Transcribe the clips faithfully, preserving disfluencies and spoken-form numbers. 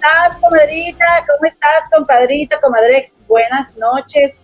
estás, comadrita? ¿Cómo estás, compadrito, comadrex? Buenas noches.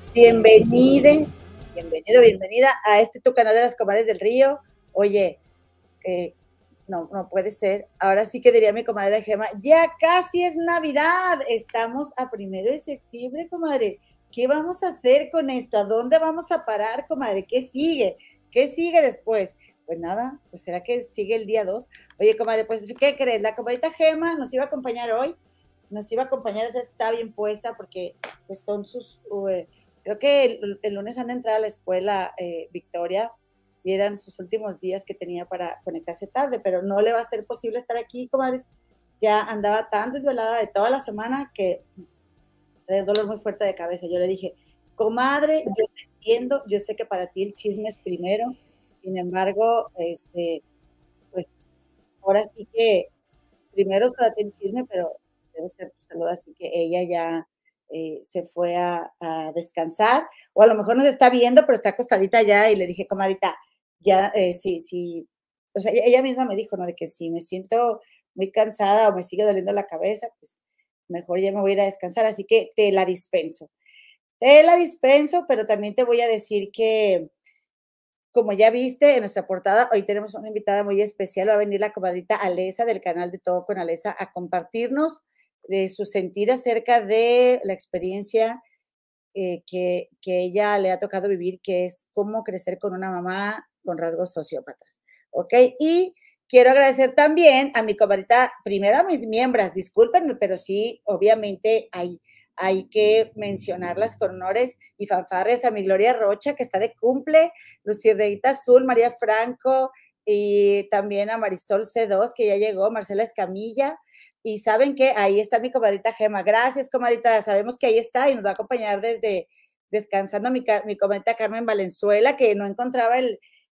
Bienvenide, bienvenido, bienvenida a este tu canal de las comadres del río. Oye, eh, no, no puede ser. Ahora sí que diría mi comadre Gema, ya casi es Navidad. Estamos a primero de septiembre, comadre. ¿Qué vamos a hacer con esto? ¿A dónde vamos a parar, comadre? ¿Qué sigue? ¿Qué sigue después? Pues nada, pues será que sigue el día dos. Oye, comadre, pues, ¿qué crees? La comadrita Gema nos iba a acompañar hoy. Nos iba a acompañar, sabes que estaba bien puesta porque pues son sus... Uh, creo que el, el lunes han de entrar a la escuela eh, Victoria y eran sus últimos días que tenía para conectarse tarde, pero no le va a ser posible estar aquí, comadres. Ya andaba tan desvelada de toda la semana que trae un dolor muy fuerte de cabeza. Yo le dije, comadre, yo te entiendo, yo sé que para ti el chisme es primero, sin embargo, este, pues ahora sí que primero es para ti el chisme, pero debe ser tu salud, así que ella ya eh, se fue a, a, descansar, o a lo mejor nos está viendo, pero está acostadita ya, y le dije, comadita, ya, eh, sí, sí, o sea, ella misma me dijo, ¿no? De que si me siento muy cansada o me sigue doliendo la cabeza, pues mejor ya me voy a ir a descansar, así que te la dispenso. Te la dispenso, pero también te voy a decir que, como ya viste en nuestra portada, hoy tenemos una invitada muy especial, va a venir la comadrita Alesa del canal de Todo con Alesa a compartirnos de su sentir acerca de la experiencia eh, que, que ella le ha tocado vivir, que es cómo crecer con una mamá con rasgos sociópatas, ¿ok? Y quiero agradecer también a mi comadrita, primero a mis miembros, discúlpenme, pero sí, obviamente hay hay que mencionarlas con honores y fanfarres a mi Gloria Rocha, que está de cumple, Lucirdeita Azul, María Franco, y también a Marisol C dos, que ya llegó, Marcela Escamilla, y ¿saben qué? Ahí está mi comadrita Gema. Gracias, comadrita, sabemos que ahí está y nos va a acompañar desde descansando mi, mi comadrita Carmen Valenzuela, que no encontraba el,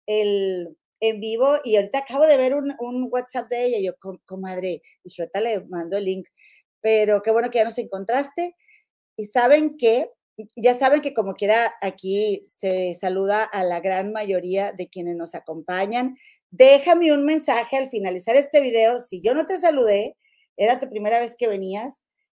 el en vivo, y ahorita acabo de ver un, un WhatsApp de ella, y yo, comadre, y yo ahorita le mando el link, pero qué bueno que ya nos encontraste. Y saben que, ya saben que como quiera aquí se saluda a la gran mayoría de quienes nos acompañan. Déjame un mensaje al finalizar este video. Si yo no te saludé, era tu primera vez que venías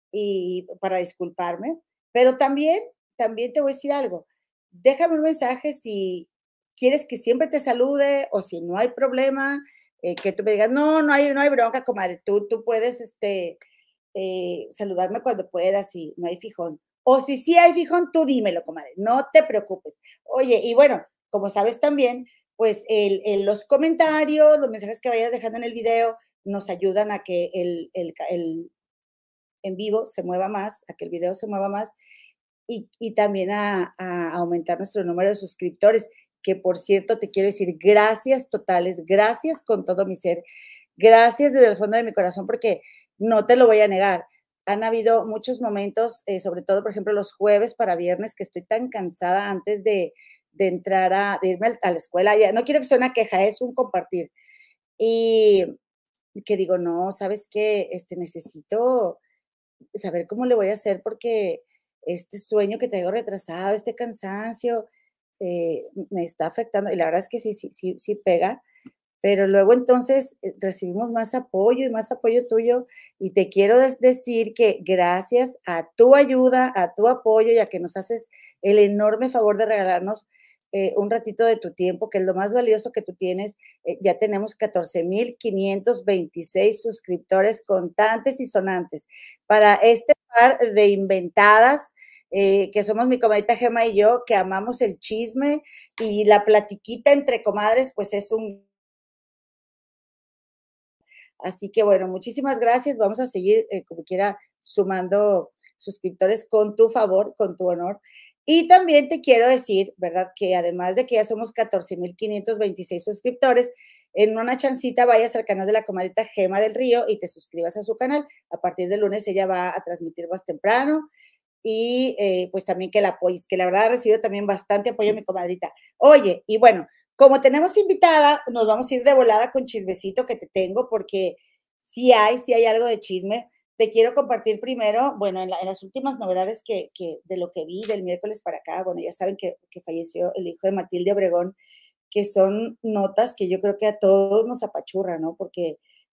y para disculparme, pero también, también te voy a decir algo. Déjame un mensaje si quieres que siempre te salude o si no hay problema, eh, que tú me digas, no, no hay, no hay bronca, comadre, tú, tú puedes, este, Eh, saludarme cuando puedas y no hay fijón. O si sí hay fijón, tú dímelo, comadre, no te preocupes. Oye, y bueno, como sabes también, pues el, el, los comentarios, los mensajes que vayas dejando en el video nos ayudan a que el, el, el en vivo se mueva más, a que el video se mueva más y, y también a, a aumentar nuestro número de suscriptores, que por cierto te quiero decir gracias totales, gracias con todo mi ser, gracias desde el fondo de mi corazón, porque no te lo voy a negar. Han habido muchos momentos, eh, sobre todo, por ejemplo, los jueves para viernes, que estoy tan cansada antes de, de entrar a, de irme a la escuela. Ya, no quiero que sea una queja, es un compartir. Y que digo, no, ¿sabes qué? Este, necesito saber cómo le voy a hacer porque este sueño que traigo retrasado, este cansancio, eh, me está afectando. Y la verdad es que sí, sí, sí, sí pega. Pero luego entonces eh, recibimos más apoyo y más apoyo tuyo y te quiero des decir que gracias a tu ayuda, a tu apoyo y a que nos haces el enorme favor de regalarnos eh, un ratito de tu tiempo, que es lo más valioso que tú tienes. Eh, ya tenemos catorce mil quinientos veintiséis suscriptores contantes y sonantes. Para este par de inventadas, eh, que somos mi comadita Gema y yo, que amamos el chisme y la platiquita entre comadres, pues es un... Así que bueno, muchísimas gracias. Vamos a seguir, eh, como quiera, sumando suscriptores con tu favor, con tu honor. Y también te quiero decir, ¿verdad? Que además de que ya somos catorce mil quinientos veintiséis suscriptores, en una chancita vayas al canal de la comadrita Gema del Río y te suscribas a su canal. A partir del lunes ella va a transmitir más temprano y eh, pues también que la apoyes, que la verdad ha recibido también bastante apoyo mi comadrita. Oye, y bueno, como tenemos invitada, nos vamos a ir de volada con chismecito que te tengo, porque sí hay, sí hay algo de chisme. Te quiero compartir primero, bueno, en, la, en las últimas novedades que, que, de lo que vi del miércoles para acá, bueno, ya saben que, que falleció el hijo de Matilde Obregón, que son notas que yo creo que a todos nos apachurran, ¿no? Porque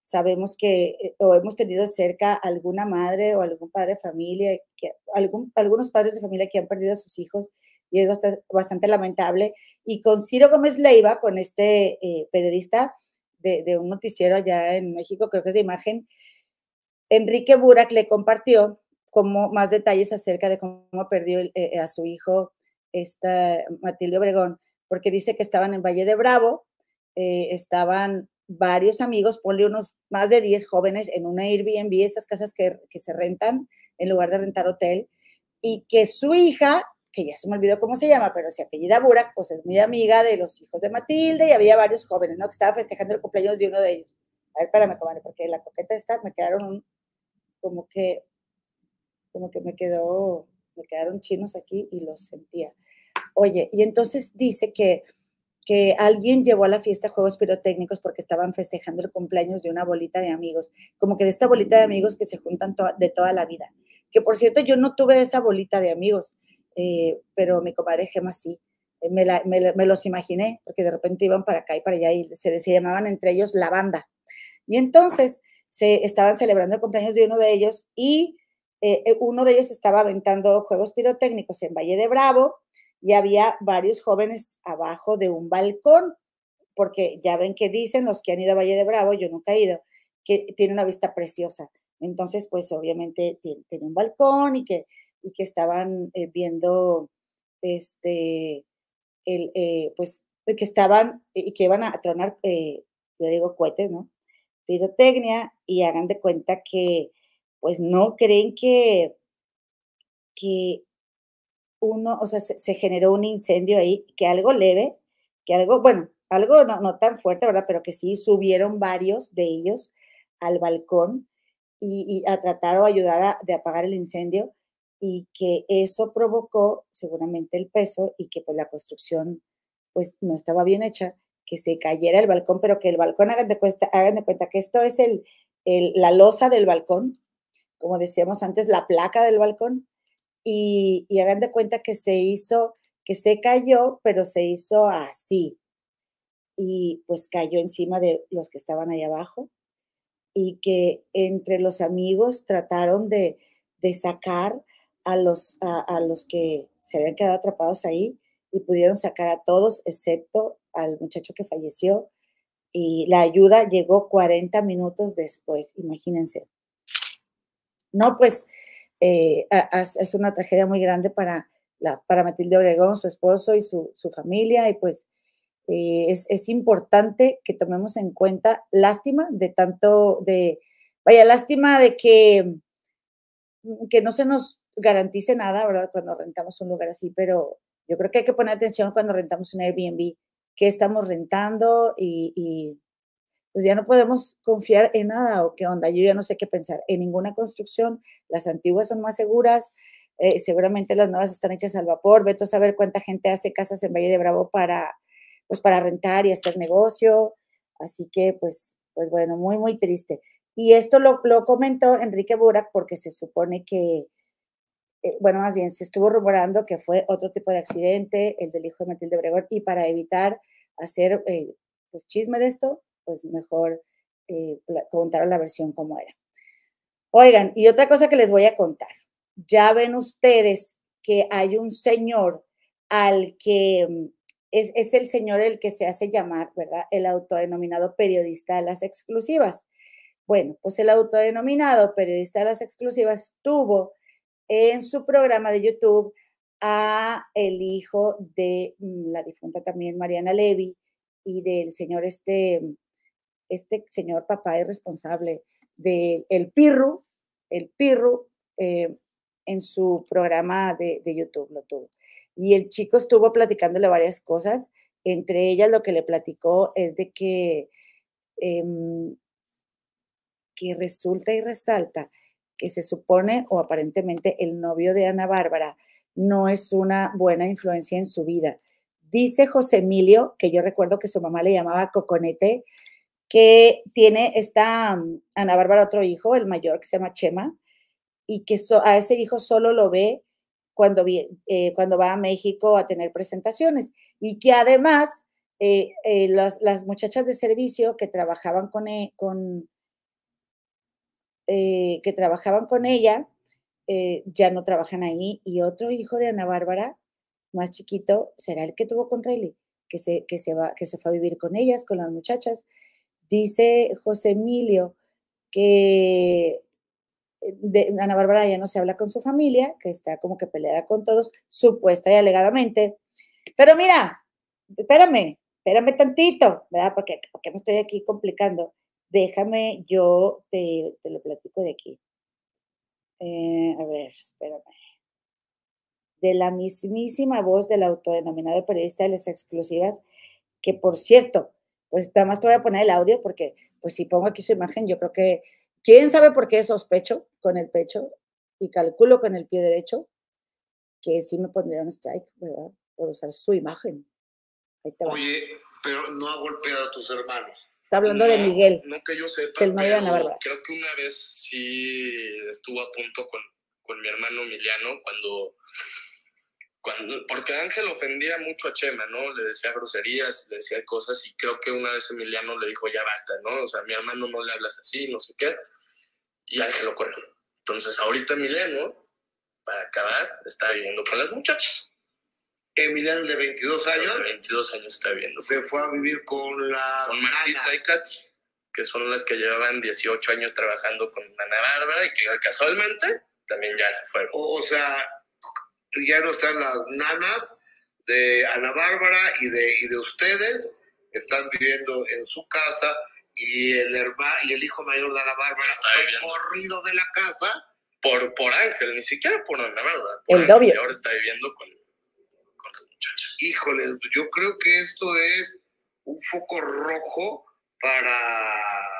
sabemos que, eh, o hemos tenido cerca alguna madre o algún padre de familia, que algún, algunos padres de familia que han perdido a sus hijos, y es bastante, bastante lamentable. Y con Ciro Gómez Leiva, con este eh, periodista de, de un noticiero allá en México, creo que es de Imagen, Enrique Burak le compartió como más detalles acerca de cómo perdió el, eh, a su hijo, esta Matilde Obregón, porque dice que estaban en Valle de Bravo, eh, estaban varios amigos, ponle unos más de diez jóvenes en una Airbnb, esas casas que, que se rentan en lugar de rentar hotel, y que su hija, que ya se me olvidó cómo se llama, pero se apellida Burak, pues es muy amiga de los hijos de Matilde, y había varios jóvenes, ¿no? Que estaba festejando el cumpleaños de uno de ellos. A ver, espérame, comadre, porque la coqueta esta me quedaron un, como que, como que me quedó, me quedaron chinos aquí y los sentía. Oye, y entonces dice que, que alguien llevó a la fiesta juegos pirotécnicos porque estaban festejando el cumpleaños de una bolita de amigos, como que de esta bolita de amigos que se juntan to de toda la vida. Que por cierto, yo no tuve esa bolita de amigos, eh, pero mi comadre Gema sí. Eh, me, la, me, me, los imaginé, porque de repente iban para acá y para allá y se, se llamaban entre ellos la banda. Y entonces se estaban celebrando el cumpleaños de uno de ellos y eh, uno de ellos estaba aventando juegos pirotécnicos en Valle de Bravo y había varios jóvenes abajo de un balcón, porque ya ven que dicen los que han ido a Valle de Bravo, yo nunca he ido, que tiene una vista preciosa. Entonces, pues obviamente tiene, tiene un balcón y que, y que estaban eh, viendo, este, el, eh, pues, que estaban y que iban a tronar, eh, yo digo cohetes, ¿no? Pirotecnia, y hagan de cuenta que, pues, no creen que que uno, o sea, se se generó un incendio ahí, que algo leve, que algo, bueno, algo no no tan fuerte, ¿verdad? Pero que sí subieron varios de ellos al balcón y y a tratar o ayudar a de apagar el incendio, y que eso provocó seguramente el peso y que, pues, la construcción, pues, no estaba bien hecha, que se cayera el balcón, pero que el balcón, hagan de cuenta hagan de cuenta que esto es el el la losa del balcón, como decíamos antes, la placa del balcón, y, y hagan de cuenta que se hizo, que se cayó, pero se hizo así, y pues cayó encima de los que estaban ahí abajo, y que entre los amigos trataron de, de sacar a los, a, a los que se habían quedado atrapados ahí, y pudieron sacar a todos, excepto al muchacho que falleció, y la ayuda llegó cuarenta minutos después, imagínense. No, pues eh, es una tragedia muy grande para, la, para Matilde Obregón, su esposo y su, su familia, y pues eh, es, es, importante que tomemos en cuenta, lástima de tanto, de, vaya, lástima de que, que no se nos garantice nada, ¿verdad? Cuando rentamos un lugar así, pero yo creo que hay que poner atención cuando rentamos un Airbnb, qué estamos rentando y, y pues ya no podemos confiar en nada o qué onda. Yo ya no sé qué pensar en ninguna construcción. Las antiguas son más seguras, eh, seguramente las nuevas están hechas al vapor. Vete a saber cuánta gente hace casas en Valle de Bravo para, pues para rentar y hacer negocio. Así que, pues, pues bueno, muy, muy triste. Y esto lo, lo comentó Enrique Burak porque se supone que, eh, bueno, más bien se estuvo rumorando que fue otro tipo de accidente, el del hijo de Matilde Obregón, y para evitar hacer eh, pues chisme de esto, pues mejor eh, contaron la versión como era. Oigan, y otra cosa que les voy a contar. Ya ven ustedes que hay un señor al que es, es el señor el que se hace llamar, ¿verdad? El autodenominado periodista de las exclusivas. Bueno, pues el autodenominado periodista de las exclusivas tuvo en su programa de YouTube a el hijo de la difunta también Mariana Levy y del señor este, este señor papá irresponsable de El Pirru, El Pirru, eh, en su programa de, de YouTube lo tuvo. Y el chico estuvo platicándole varias cosas, entre ellas lo que le platicó es de que, eh, que resulta y resalta que se supone o aparentemente el novio de Ana Bárbara no es una buena influencia en su vida. Dice José Emilio, que yo recuerdo que su mamá le llamaba Coconete, que tiene esta um, Ana Bárbara otro hijo, el mayor, que se llama Chema, y que so, a ese hijo solo lo ve cuando, eh, cuando va a México a tener presentaciones, y que además eh, eh, las, las muchachas de servicio que trabajaban con, eh, con eh, que trabajaban con ella, eh, ya no trabajan ahí, y otro hijo de Ana Bárbara, más chiquito, será el que tuvo con Reilly, que se que se va que se fue a vivir con ellas, con las muchachas. Dice José Emilio que eh, de Ana Bárbara ya no se habla con su familia, que está como que peleada con todos, supuesta y alegadamente. Pero mira, espérame, espérame tantito, ¿verdad? Porque, porque me estoy aquí complicando. Déjame, yo te, te lo platico de aquí. Eh, a ver, espérame. De la mismísima voz del autodenominado periodista de las exclusivas, que por cierto, pues nada más te voy a poner el audio porque, pues si pongo aquí su imagen, yo creo que, quién sabe por qué sospecho con el pecho y calculo con el pie derecho que sí me pondría un strike, ¿verdad? Por usar su imagen. Ahí te va. Oye, pero no ha golpeado a tus hermanos. Está hablando no, de Miguel. No que yo sepa, que el novio de Ana pero Bárbara. creo que una vez sí estuvo a punto con, con mi hermano Emiliano cuando, cuando... Porque Ángel ofendía mucho a Chema, ¿no? Le decía groserías, le decía cosas y creo que una vez Emiliano le dijo, ya basta, ¿no? O sea, a mi hermano no le hablas así, no sé qué. Y Ángel lo corrió. Entonces ahorita Emiliano, para acabar, está viviendo con las muchachas. Emiliano de veintidós años. De veintidós años está viviendo. Se fue a vivir con la... Con Martita y Katy, que son las que llevaban dieciocho años trabajando con Ana Bárbara y que casualmente también ya se fueron. O, o sea, ya no están las nanas de Ana Bárbara y de, y de ustedes, están viviendo en su casa y el hermano y el hijo mayor de Ana Bárbara está fue corrido de la casa por, por Ángel, ni siquiera por Ana Bárbara. Por el novio. Y ahora está viviendo con... Híjole, yo creo que esto es un foco rojo para,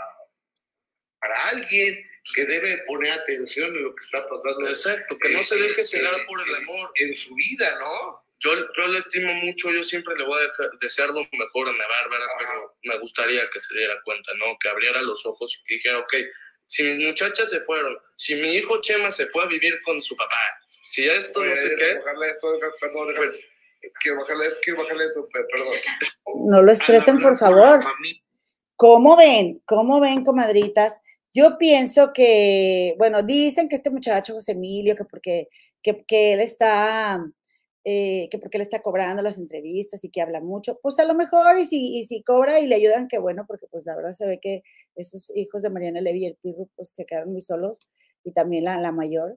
para alguien que debe poner atención en lo que está pasando. Exacto, que no se deje cegar por el amor. En su vida, ¿no? Yo, yo le estimo mucho, yo siempre le voy a dejar, desear lo mejor a Ana Bárbara, ajá, pero me gustaría que se diera cuenta, ¿no? Que abriera los ojos y que dijera, ok, si mis muchachas se fueron, si mi hijo Chema se fue a vivir con su papá, si esto, pues, no sé qué, ojalá esto, perdón, pues, quiero bajarle eso, quiero bajarle eso, perdón. No lo estresen, por favor. ¿Cómo ven? ¿Cómo ven, comadritas? Yo pienso que, bueno, dicen que este muchacho, José Emilio, que porque que, que él está, eh, que porque él está cobrando las entrevistas y que habla mucho, pues a lo mejor, y si, y si cobra y le ayudan, qué bueno, porque pues la verdad se ve que esos hijos de Mariana Levy y el Pirru, pues se quedaron muy solos, y también la, la mayor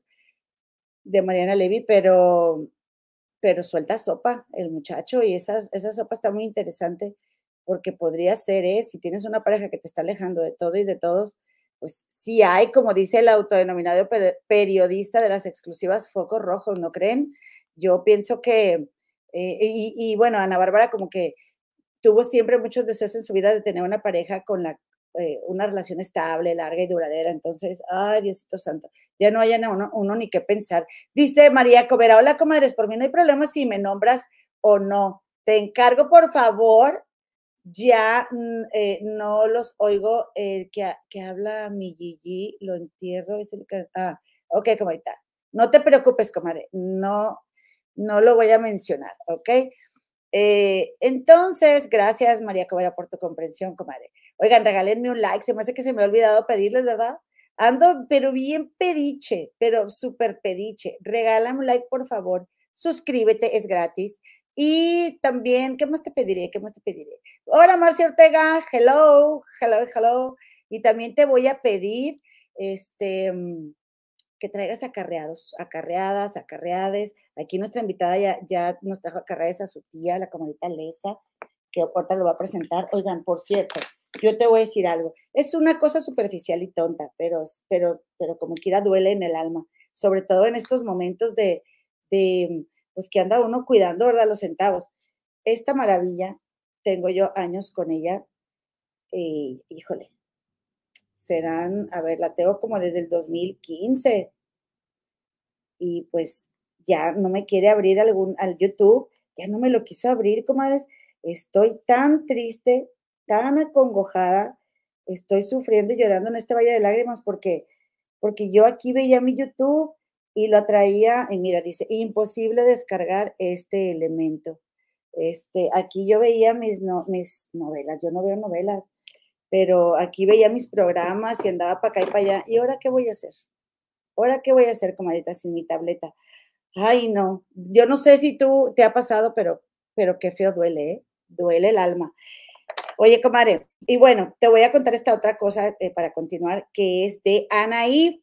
de Mariana Levy, pero pero suelta sopa el muchacho y esas, esa sopa está muy interesante porque podría ser, ¿eh? Si tienes una pareja que te está alejando de todo y de todos, pues sí hay, como dice el autodenominado periodista de las exclusivas, focos rojos, ¿no creen? Yo pienso que, eh, y, y bueno, Ana Bárbara como que tuvo siempre muchos deseos en su vida de tener una pareja con la, eh, una relación estable, larga y duradera. Entonces, ay, Diosito Santo, ya no haya uno, uno ni qué pensar. Dice María Covera, hola, comadres, por mí no hay problema si me nombras o no. Te encargo, por favor, ya mm, eh, no los oigo, el que, que habla mi Gigi, lo entierro, es el que, ah, ok, comadita. No te preocupes, comadre, no, no lo voy a mencionar, ¿ok? Eh, entonces, gracias María Cobera por tu comprensión, comadre. Oigan, regálenme un like, se me hace que se me ha olvidado pedirles, ¿verdad? Ando, pero bien pediche, pero súper pediche. Regálame un like, por favor. Suscríbete, es gratis. Y también, ¿qué más te pediré? ¿Qué más te pediré? Hola, Marcia Ortega, hello, hello, hello. Y también te voy a pedir, este, que traigas acarreados, acarreadas, acarreades. Aquí nuestra invitada ya, ya nos trajo acarreadas a su tía, la comadita Lesa, que ahorita lo va a presentar. Oigan, por cierto, yo te voy a decir algo. Es una cosa superficial y tonta, pero, pero, pero como quiera duele en el alma, sobre todo en estos momentos de, de pues que anda uno cuidando, ¿verdad? Los centavos. Esta maravilla, tengo yo años con ella, y híjole, serán, a ver, la tengo como desde el dos mil quince, y pues ya no me quiere abrir algún, al YouTube, ya no me lo quiso abrir, comadres. Estoy tan triste, tan acongojada, estoy sufriendo y llorando en este valle de lágrimas porque, porque yo aquí veía mi YouTube y lo traía, y mira, dice, imposible descargar este elemento. Este, aquí yo veía mis, no, mis novelas, yo no veo novelas, pero aquí veía mis programas y andaba para acá y para allá. ¿Y ahora qué voy a hacer? ¿Ahora qué voy a hacer, comadita, sin mi tableta? Ay, no. Yo no sé si tú te ha pasado, pero, pero qué feo duele, ¿eh? Duele el alma. Oye, comadre, y bueno, te voy a contar esta otra cosa eh, para continuar, que es de Anaí.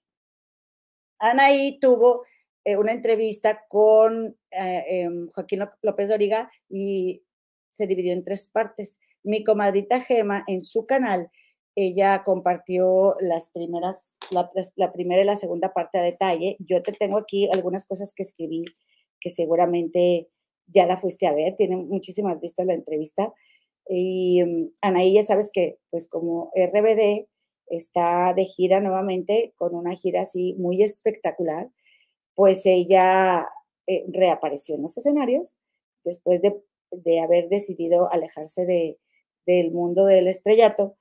Anaí tuvo eh, una entrevista con eh, eh, Joaquín López Dóriga y se dividió en tres partes. Mi comadrita Gema, en su canal, ella compartió las primeras, la, la primera y la segunda parte a detalle. Yo te tengo aquí algunas cosas que escribí que seguramente ya la fuiste a ver, tiene muchísimas vistas la entrevista. Y um, Anaí, ya sabes que, pues como R B D, está de gira nuevamente, con una gira así muy espectacular, pues ella eh, reapareció en los escenarios después de, de haber decidido alejarse de, del mundo del estrellato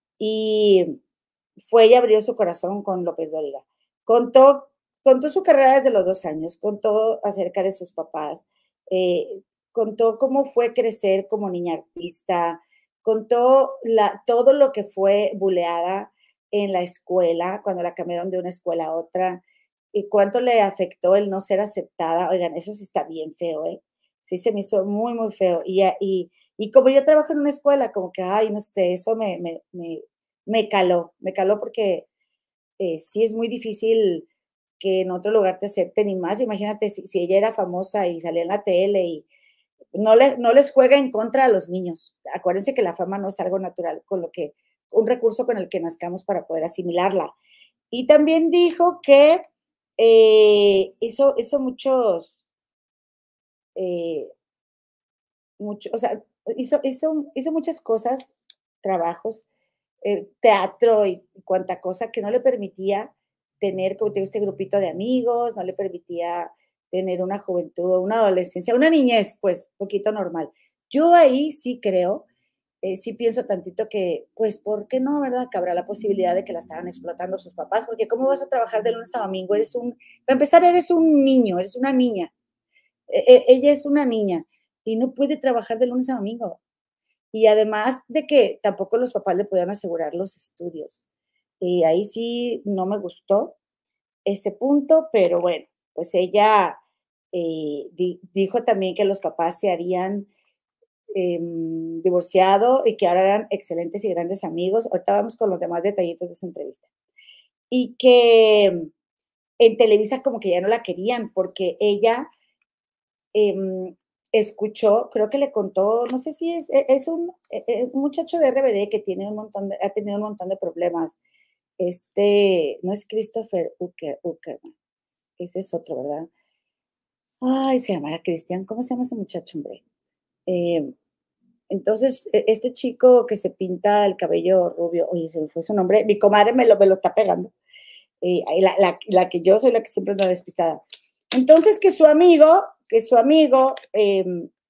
y fue y abrió su corazón con López Dóriga. Contó, contó su carrera desde los dos años, contó acerca de sus papás, eh, contó cómo fue crecer como niña artista, contó la, todo lo que fue buleada en la escuela, cuando la cambiaron de una escuela a otra, y cuánto le afectó el no ser aceptada. Oigan, eso sí está bien feo, ¿eh? Sí se me hizo muy, muy feo. Y, y, y como yo trabajo en una escuela, como que, ay, no sé, eso me, me, me, me caló, me caló porque eh, sí es muy difícil que en otro lugar te acepten y más. Imagínate si, si ella era famosa y salía en la tele y no, le, no les juega en contra a los niños. Acuérdense que la fama no es algo natural, con lo que, un recurso con el que nazcamos para poder asimilarla. Y también dijo que eh, hizo, hizo muchos, eh, mucho, o sea, hizo, hizo, hizo muchas cosas, trabajos, eh, teatro y cuanta cosa que no le permitía tener, como te digo, este grupito de amigos, no le permitía tener una juventud, una adolescencia, una niñez, pues, poquito normal. Yo ahí sí creo, eh, sí pienso tantito que, pues, ¿por qué no, verdad? Que habrá la posibilidad de que la estaban explotando sus papás, porque ¿cómo vas a trabajar de lunes a domingo? Eres un, para empezar, eres un niño, eres una niña. E e ella es una niña y no puede trabajar de lunes a domingo. Y además de que tampoco los papás le podían asegurar los estudios. Y ahí sí no me gustó ese punto, pero bueno, pues ella eh, di, dijo también que los papás se habían eh, divorciado y que ahora eran excelentes y grandes amigos. Ahorita vamos con los demás detallitos de esa entrevista. Y que en Televisa como que ya no la querían porque ella eh, escuchó, creo que le contó, no sé si es, e, es un, e, e, un, muchacho de R B D que tiene un montón de, ha tenido un montón de problemas. Este, no es Christopher Ucker, Uckerman, ese es otro, ¿verdad? Ay, se llama Cristian, ¿cómo se llama ese muchacho, hombre? Eh, entonces, e, este chico que se pinta el cabello rubio, oye, se me fue su nombre, mi comadre me lo, me lo está pegando. Eh, la, la, la que yo soy la que siempre anda despistada. Entonces, que su amigo, que su amigo, eh,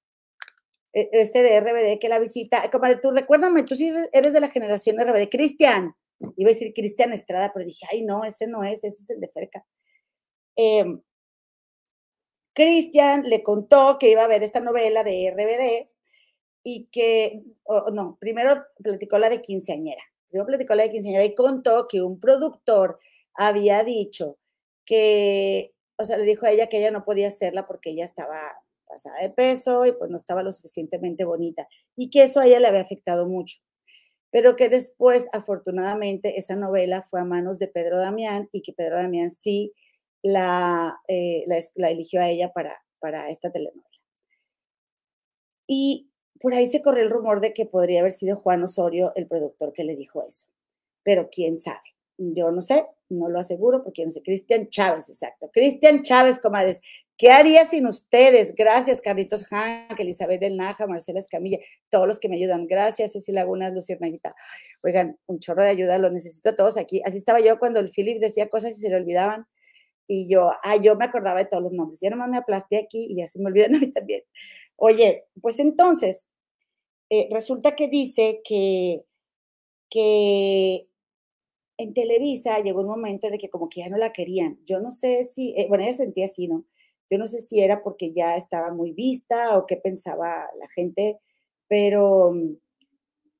este de R B D que la visita, comadre, tú recuérdame, tú sí eres de la generación R B D, Cristian, iba a decir Cristian Estrada, pero dije, ay, no, ese no es, ese es el de Ferca. Eh, Cristian le contó que iba a ver esta novela de R B D y que, oh, no, primero platicó la de quinceañera, primero platicó la de quinceañera y contó que un productor había dicho que, o sea, le dijo a ella que ella no podía hacerla porque ella estaba pasada de peso y pues no estaba lo suficientemente bonita y que eso a ella le había afectado mucho, pero que después, afortunadamente, esa novela fue a manos de Pedro Damián y que Pedro Damián sí la, eh, la, la eligió a ella para, para esta telenovela. Y por ahí se corrió el rumor de que podría haber sido Juan Osorio el productor que le dijo eso, pero quién sabe. Yo no sé, no lo aseguro porque yo no sé. Cristian Chávez, exacto. Cristian Chávez, comadres. ¿Qué haría sin ustedes? Gracias, Carlitos Hank, Elizabeth del Naja, Marcela Escamilla, todos los que me ayudan. Gracias, Ceci Lagunas, Luciérnaguita. Oigan, un chorro de ayuda, los necesito a todos aquí. Así estaba yo cuando el Philip decía cosas y se le olvidaban. Y yo, ah, yo me acordaba de todos los nombres. Ya nomás me aplasté aquí y ya se me olvidan a mí también. Oye, pues entonces, eh, resulta que dice que, que en Televisa llegó un momento en el que como que ya no la querían. Yo no sé si, eh, bueno, ella sentía así, ¿no? Yo no sé si era porque ya estaba muy vista o qué pensaba la gente, pero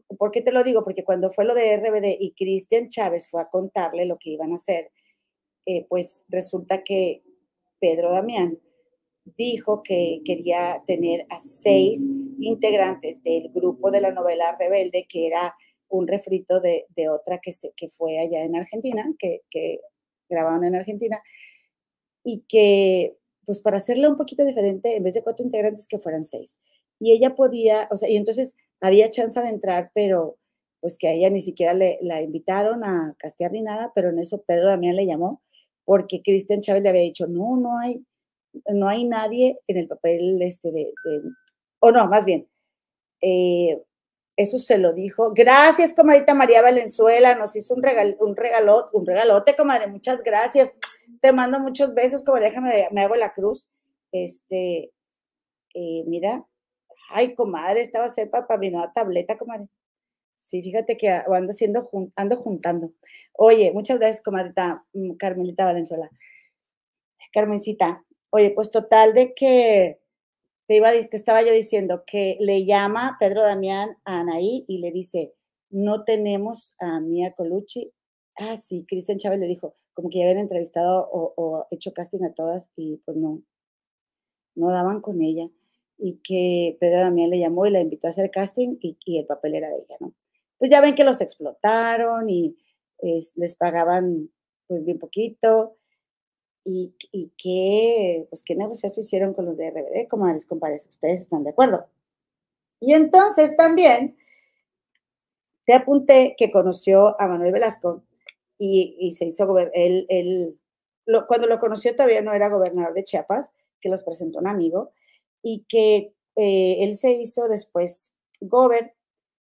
¿Por qué te lo digo? Porque cuando fue lo de R B D y Cristian Chávez fue a contarle lo que iban a hacer, eh, pues resulta que Pedro Damián dijo que quería tener a seis integrantes del grupo de la novela Rebelde, que era un refrito de, de otra que, se, que fue allá en Argentina, que, que grabaron en Argentina, y que, pues para hacerla un poquito diferente, en vez de cuatro integrantes, que fueran seis. Y ella podía, o sea, y entonces había chance de entrar, pero pues que a ella ni siquiera le, la invitaron a castear ni nada, pero en eso Pedro Damián le llamó, porque Cristian Chávez le había dicho, no, no hay, no hay nadie en el papel este de, de o no, más bien, eh, eso se lo dijo. Gracias, comadita María Valenzuela, nos hizo un, regal, un regalote, un regalote, comadre, muchas gracias. Te mando muchos besos, comadre, déjame, me hago la cruz. Este, eh, mira, ay, comadre, esta va a ser para, para mi nueva tableta, comadre. Sí, fíjate que ando, haciendo, ando juntando. Oye, muchas gracias, comadrita Carmelita Valenzuela. Carmencita, oye, pues total de que te, iba, te estaba yo diciendo que le llama Pedro Damián a Anaí y le dice, no tenemos a Mia Colucci. Ah, sí, Cristian Chávez le dijo, como que ya habían entrevistado o, o hecho casting a todas y pues no, no daban con ella. Y que Pedro Damián le llamó y la invitó a hacer casting y, y el papel era de ella, ¿no? Pues ya ven que los explotaron y es, les pagaban pues bien poquito. Y, y qué, pues, qué negociación hicieron con los de R B D, comadres, compadres, ustedes están de acuerdo. Y entonces también te apunté que conoció a Manuel Velasco y, y se hizo, él, él lo, cuando lo conoció todavía no era gobernador de Chiapas, que los presentó un amigo, y que eh, él se hizo después gober,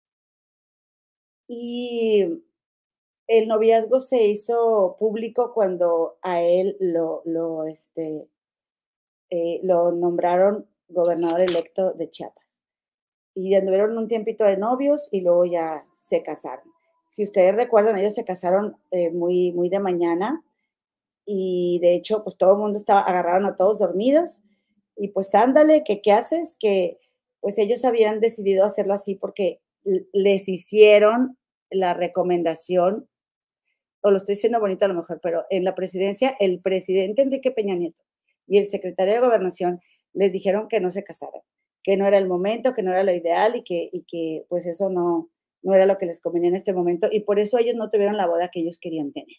y el noviazgo se hizo público cuando a él lo, lo, este, eh, lo nombraron gobernador electo de Chiapas. Y anduvieron un tiempito de novios y luego ya se casaron. Si ustedes recuerdan, ellos se casaron eh, muy, muy de mañana y de hecho, pues todo el mundo estaba, agarraron a todos dormidos y pues ándale, que qué haces, que pues ellos habían decidido hacerlo así porque les hicieron la recomendación, o lo estoy diciendo bonito a lo mejor, pero en la presidencia, el presidente Enrique Peña Nieto y el secretario de Gobernación les dijeron que no se casaran, que no era el momento, que no era lo ideal y que, y que pues eso no, no era lo que les convenía en este momento y por eso ellos no tuvieron la boda que ellos querían tener.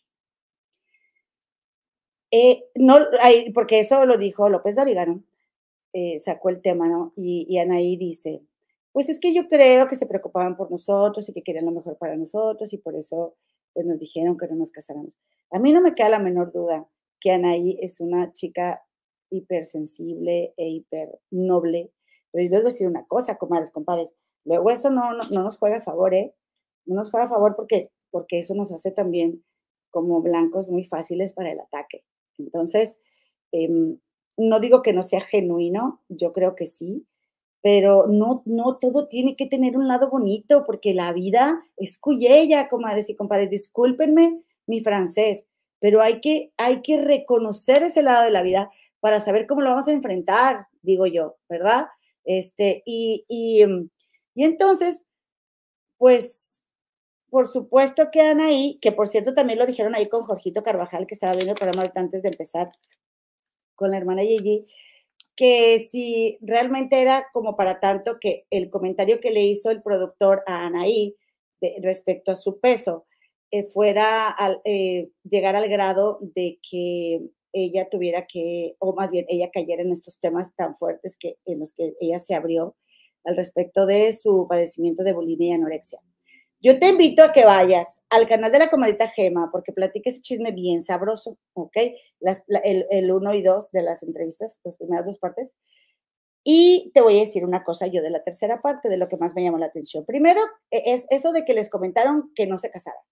Eh, no, hay, porque eso lo dijo López Dóriga, eh, sacó el tema, ¿no? Y, y Anaí dice, pues es que yo creo que se preocupaban por nosotros y que querían lo mejor para nosotros y por eso pues nos dijeron que no nos casáramos. A mí no me queda la menor duda que Anaí es una chica hipersensible e hiper noble, pero yo les voy a decir una cosa, comadres, compadres, luego eso no, no, no nos juega a favor, ¿eh? No nos juega a favor porque, porque eso nos hace también como blancos muy fáciles para el ataque. Entonces, eh, no digo que no sea genuino, yo creo que sí, pero no, no todo tiene que tener un lado bonito, porque la vida es cuyella, comadres y compadres. Discúlpenme mi francés, pero hay que, hay que reconocer ese lado de la vida para saber cómo lo vamos a enfrentar, digo yo, ¿verdad? Este, y, y, y entonces, pues, por supuesto quedan ahí, que por cierto también lo dijeron ahí con Jorgito Carvajal, que estaba viendo el programa ahorita antes de empezar, con la hermana Gigi, que si realmente era como para tanto que el comentario que le hizo el productor a Anaí de, respecto a su peso eh, fuera al, eh, llegar al grado de que ella tuviera que, o más bien ella cayera en estos temas tan fuertes que, en los que ella se abrió al respecto de su padecimiento de bulimia y anorexia. Yo te invito a que vayas al canal de la comadita Gema, porque platique ese chisme bien sabroso, ¿ok? Las, la, el, el uno y dos de las entrevistas, las primeras dos partes. Y te voy a decir una cosa yo de la tercera parte, de lo que más me llamó la atención. Primero, es eso de que les comentaron que no se casaran.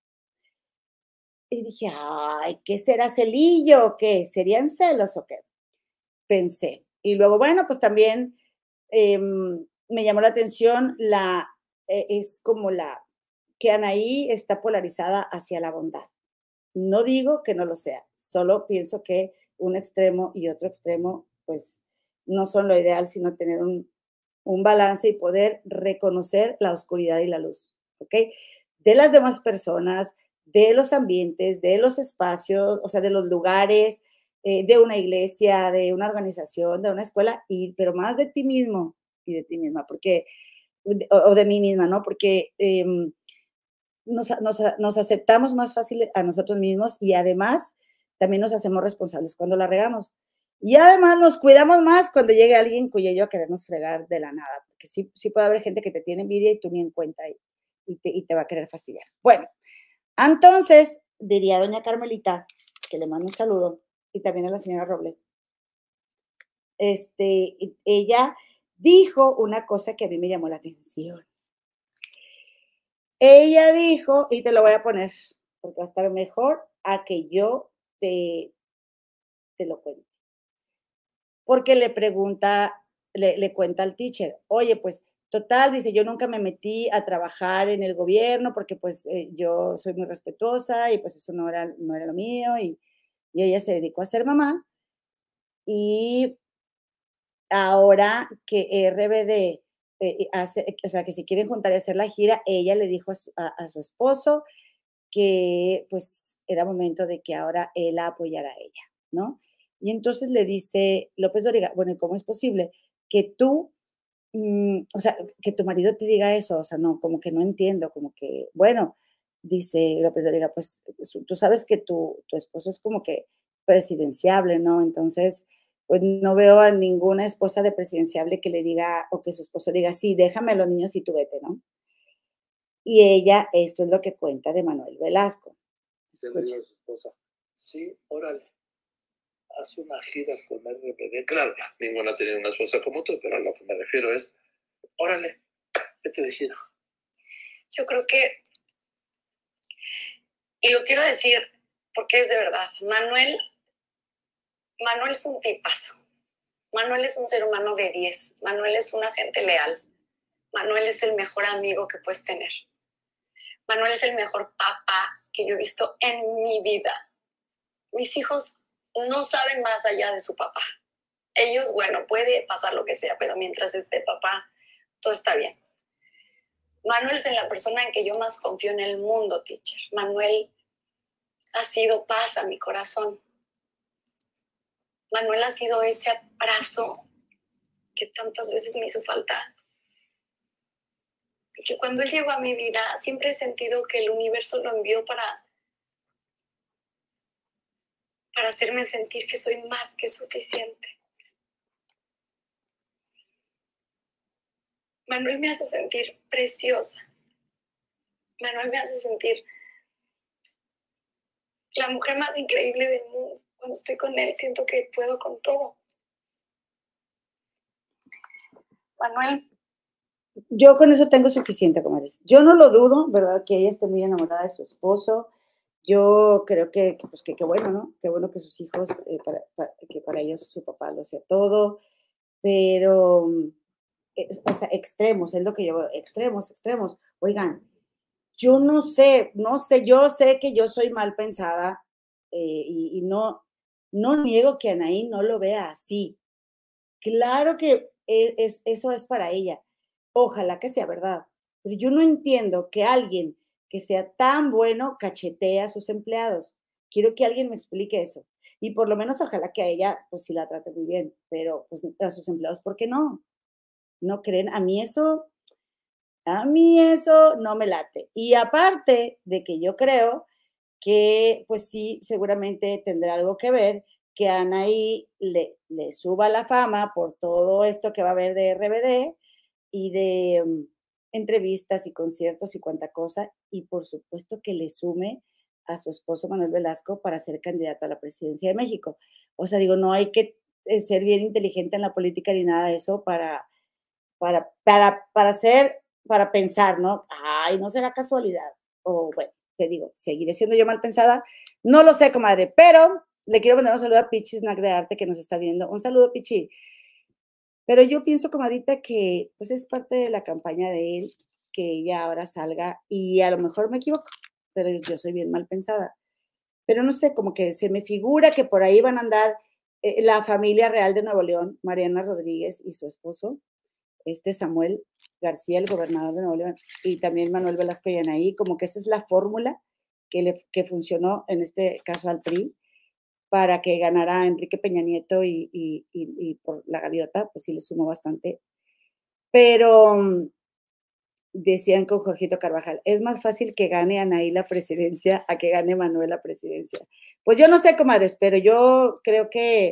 Y dije, ay, ¿qué será celillo? ¿Qué? ¿Serían celos o qué? Pensé. Y luego, bueno, pues también eh, me llamó la atención la, eh, es como la, que Anaí está polarizada hacia la bondad. No digo que no lo sea, solo pienso que un extremo y otro extremo, pues, no son lo ideal, sino tener un, un balance y poder reconocer la oscuridad y la luz. ¿ok? De las demás personas, de los ambientes, de los espacios, o sea, de los lugares, eh, de una iglesia, de una organización, de una escuela, y, pero más de ti mismo y de ti misma, porque, o, o de mí misma, ¿no? Porque eh, nos, nos, nos aceptamos más fácil a nosotros mismos y además también nos hacemos responsables cuando la regamos. Y además nos cuidamos más cuando llegue alguien cuyo yo a querernos fregar de la nada, porque sí, sí puede haber gente que te tiene envidia y tú ni en cuenta y, y, te, y te va a querer fastidiar. Bueno, entonces, diría doña Carmelita, que le mando un saludo, y también a la señora Roble, este, ella dijo una cosa que a mí me llamó la atención. Ella dijo, y te lo voy a poner, porque va a estar mejor a que yo te, te lo cuente. Porque le pregunta, le, le cuenta al teacher, oye, pues, total, dice, yo nunca me metí a trabajar en el gobierno porque, pues, eh, yo soy muy respetuosa y, pues, eso no era, no era lo mío y, y ella se dedicó a ser mamá y ahora que R B D eh, hace, o sea, que se quieren juntar y hacer la gira, ella le dijo a su, a, a su esposo que pues era momento de que ahora él la apoyara a ella, ¿no? Y entonces le dice López Dóriga, bueno, ¿y cómo es posible que tú, mmm, o sea, que tu marido te diga eso? O sea, no, como que no entiendo, como que, bueno, dice López Dóriga, pues tú sabes que tu, tu esposo es como que presidenciable, ¿no? Entonces, pues no veo a ninguna esposa de presidenciable que le diga, o que su esposo diga, sí, déjame a los niños y tú vete, ¿no? Y ella, esto es lo que cuenta de Manuel Velasco. Se le dijo a su esposa, sí, órale, haz una gira con R B D. Claro, ninguna tiene una esposa como tú, pero a lo que me refiero es, órale, vete de gira. Yo creo que, y lo quiero decir porque es de verdad, Manuel, Manuel es un tipazo. Manuel es un ser humano de diez. Manuel es una gente leal. Manuel es el mejor amigo que puedes tener. Manuel es el mejor papá que yo he visto en mi vida. Mis hijos no saben más allá de su papá. Ellos, bueno, puede pasar lo que sea, pero mientras esté papá, todo está bien. Manuel es la persona en que yo más confío en el mundo, teacher. Manuel ha sido paz a mi corazón. Manuel ha sido ese abrazo que tantas veces me hizo falta. Y que cuando él llegó a mi vida, siempre he sentido que el universo lo envió para, para hacerme sentir que soy más que suficiente. Manuel me hace sentir preciosa. Manuel me hace sentir la mujer más increíble del mundo. Cuando estoy con él, siento que puedo con todo. Manuel. Yo con eso tengo suficiente, comadres. Yo no lo dudo, ¿verdad? Que ella esté muy enamorada de su esposo. Yo creo que, que pues, que qué bueno, ¿no? Qué bueno que sus hijos, eh, para, para, que para ellos su papá lo sea todo. Pero, es, o sea, extremos, es lo que yo veo, extremos, extremos. Oigan, yo no sé, no sé, yo sé que yo soy mal pensada eh, y, y no, no niego que Anaí no lo vea así. Claro que es, es, eso es para ella. Ojalá que sea verdad. Pero yo no entiendo que alguien que sea tan bueno cachetee a sus empleados. Quiero que alguien me explique eso. Y por lo menos ojalá que a ella, pues sí la trate muy bien. Pero pues a sus empleados, ¿por qué no? ¿No creen? A mí eso, a mí eso no me late. Y aparte de que yo creo que, pues sí, seguramente tendrá algo que ver que a Anaí le, le suba la fama por todo esto que va a haber de R B D y de um, entrevistas y conciertos y cuanta cosa, y por supuesto que le sume a su esposo Manuel Velasco para ser candidato a la presidencia de México. O sea, digo, no hay que eh, ser bien inteligente en la política ni nada de eso para, para, para, para ser, para pensar, ¿no? Ay, no será casualidad. O bueno, te digo, seguiré siendo yo mal pensada. No lo sé, comadre, pero le quiero mandar un saludo a Pichi Snack de Arte que nos está viendo. Un saludo, Pichi. Pero yo pienso, comadita, que pues es parte de la campaña de él que ella ahora salga y a lo mejor me equivoco, pero yo soy bien mal pensada. Pero no sé, como que se me figura que por ahí van a andar eh, la familia real de Nuevo León, Mariana Rodríguez y su esposo, este Samuel, García, el gobernador de Nuevo León, y también Manuel Velasco y Anaí, como que esa es la fórmula que, le, que funcionó en este caso al P R I para que ganara Enrique Peña Nieto y, y, y, y por la gaviota, pues sí le sumó bastante. Pero um, decían con Jorgito Carvajal, es más fácil que gane Anaí la presidencia a que gane Manuel la presidencia. Pues yo no sé, comadres, pero yo creo que,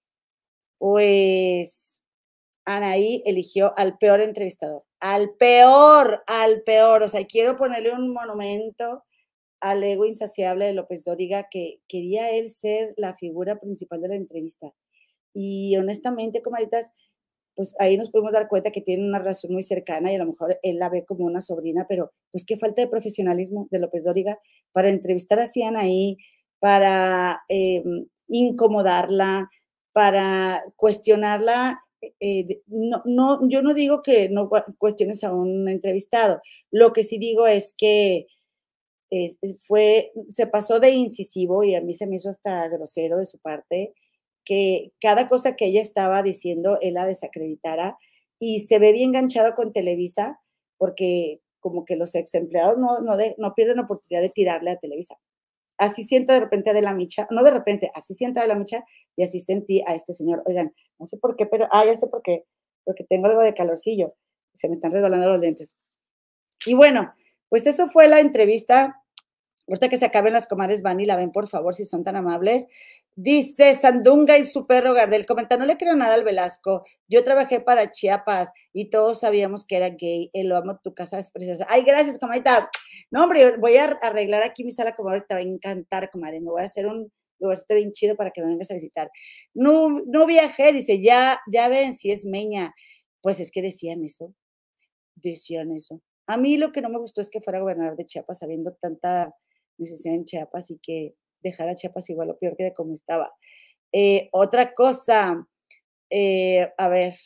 pues, Anaí eligió al peor entrevistador, al peor, al peor. O sea, quiero ponerle un monumento al ego insaciable de López Dóriga, que quería él ser la figura principal de la entrevista. Y honestamente, comadritas, pues ahí nos podemos dar cuenta que tienen una relación muy cercana y a lo mejor él la ve como una sobrina, pero pues qué falta de profesionalismo de López Dóriga para entrevistar a Anaí ahí, para eh, incomodarla, para cuestionarla. Eh, no, no, yo no digo que no cuestiones a un entrevistado, lo que sí digo es que eh, fue, se pasó de incisivo y a mí se me hizo hasta grosero de su parte, que cada cosa que ella estaba diciendo, él la desacreditara, y se ve bien enganchado con Televisa, porque como que los ex empleados no, no, de, no pierden oportunidad de tirarle a Televisa. Así siento de repente a De la Micha, no de repente, así siento a De la Micha y así sentí a este señor. Oigan, no sé por qué, pero, ah, ya sé por qué, porque tengo algo de calorcillo, se me están resbalando los lentes. Y bueno, pues eso fue la entrevista. Ahorita que se acaben las comadres, van y la ven, por favor, si son tan amables. Dice Sandunga y su perro Gardel, comenta, no le creo nada al Velasco. Yo trabajé para Chiapas y todos sabíamos que era gay. Él lo amo, tu casa es preciosa. Ay, gracias, comadita. No, hombre, voy a arreglar aquí mi sala, comadre, te va a encantar, comadre. Me voy a hacer un lugarcito bien chido para que me vengas a visitar. No, no viajé, dice, ya, ya ven si es meña. Pues es que decían eso, decían eso. A mí lo que no me gustó es que fuera gobernador de Chiapas, sabiendo tanta necesidad en Chiapas y que dejara a Chiapas igual o peor que de como estaba. Eh, otra cosa, eh, a ver,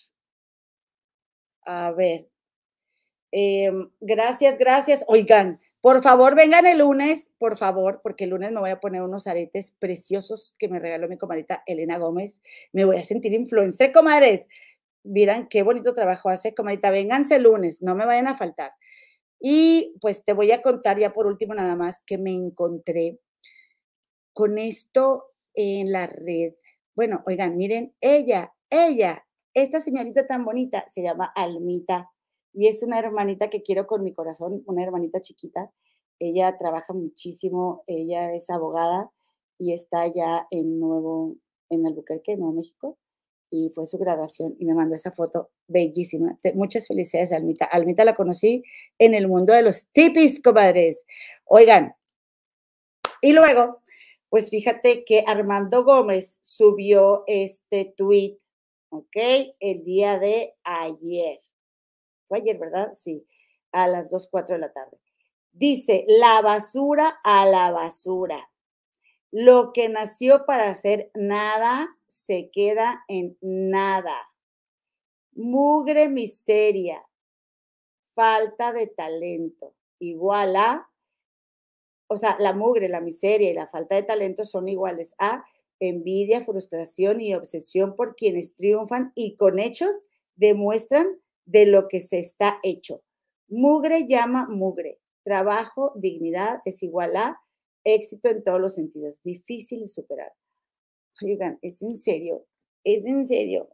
a ver, eh, gracias, gracias. Oigan, por favor, vengan el lunes, por favor, porque el lunes me voy a poner unos aretes preciosos que me regaló mi comadrita Elena Gómez. Me voy a sentir influencer, comadres. Miran qué bonito trabajo hace, comadrita. Vénganse el lunes, no me vayan a faltar. Y pues te voy a contar ya por último nada más que me encontré con esto en la red. Bueno, oigan, miren, ella, ella, esta señorita tan bonita se llama Almita y es una hermanita que quiero con mi corazón, una hermanita chiquita. Ella trabaja muchísimo, ella es abogada y está allá en Nuevo, en Albuquerque, Nuevo México, y fue su graduación y me mandó esa foto bellísima. Te, muchas felicidades, Almita. Almita la conocí en el mundo de los tipis, comadres. Oigan, y luego, pues fíjate que Armando Gómez subió este tweet, ¿ok? El día de ayer. Fue ayer, ¿verdad? Sí, a las dos, cuatro de la tarde. Dice, la basura a la basura. Lo que nació para hacer nada, se queda en nada. Mugre miseria, falta de talento, igual a, o sea, la mugre, la miseria y la falta de talento son iguales a envidia, frustración y obsesión por quienes triunfan y con hechos demuestran de lo que se está hecho. Mugre llama mugre. Trabajo, dignidad es igual a éxito en todos los sentidos. Difícil de superar. Oigan, es en serio, es en serio.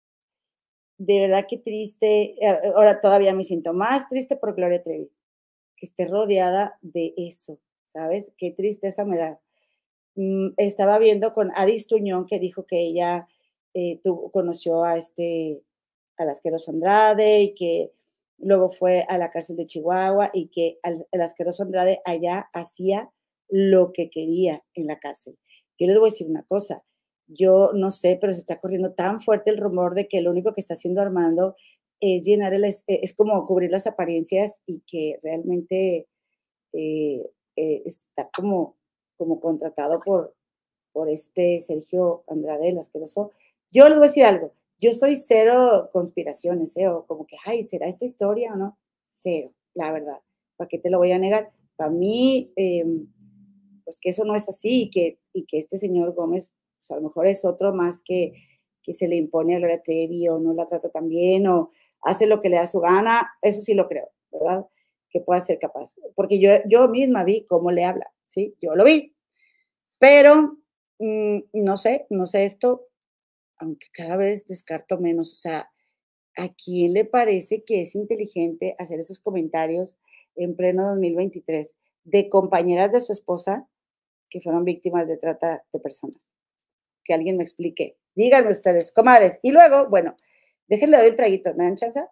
De verdad que triste. Ahora todavía me siento más triste por Gloria Trevi, que esté rodeada de eso, ¿sabes? Qué tristeza me da. Mm, estaba viendo con Adis Tuñón que dijo que ella eh, tuvo, conoció a este, al asqueroso Andrade y que luego fue a la cárcel de Chihuahua y que al, el asqueroso Andrade allá hacía lo que quería en la cárcel. Yo les voy a decir una cosa, yo no sé, pero se está corriendo tan fuerte el rumor de que lo único que está haciendo Armando es llenar el, es como cubrir las apariencias y que realmente eh, eh, está como, como contratado por, por este Sergio Andrade, el asqueroso. Yo les voy a decir algo, yo soy cero conspiraciones, ¿eh? O como que, ay, ¿será esta historia o no? Cero, la verdad. ¿Para qué te lo voy a negar? Para mí, eh, pues que eso no es así y que, y que este señor Gómez, pues a lo mejor es otro más que, que se le impone a Gloria Trevi o no la trata tan bien o, hace lo que le da su gana, eso sí lo creo, ¿verdad? Que pueda ser capaz. Porque yo, yo misma vi cómo le habla, ¿sí? Yo lo vi. Pero, mmm, no sé, no sé esto, aunque cada vez descarto menos, o sea, ¿a quién le parece que es inteligente hacer esos comentarios en pleno dos mil veintitrés de compañeras de su esposa que fueron víctimas de trata de personas? Que alguien me explique. Díganme ustedes, comadres. Y luego, bueno, déjenle doy un traguito. ¿Me dan chance?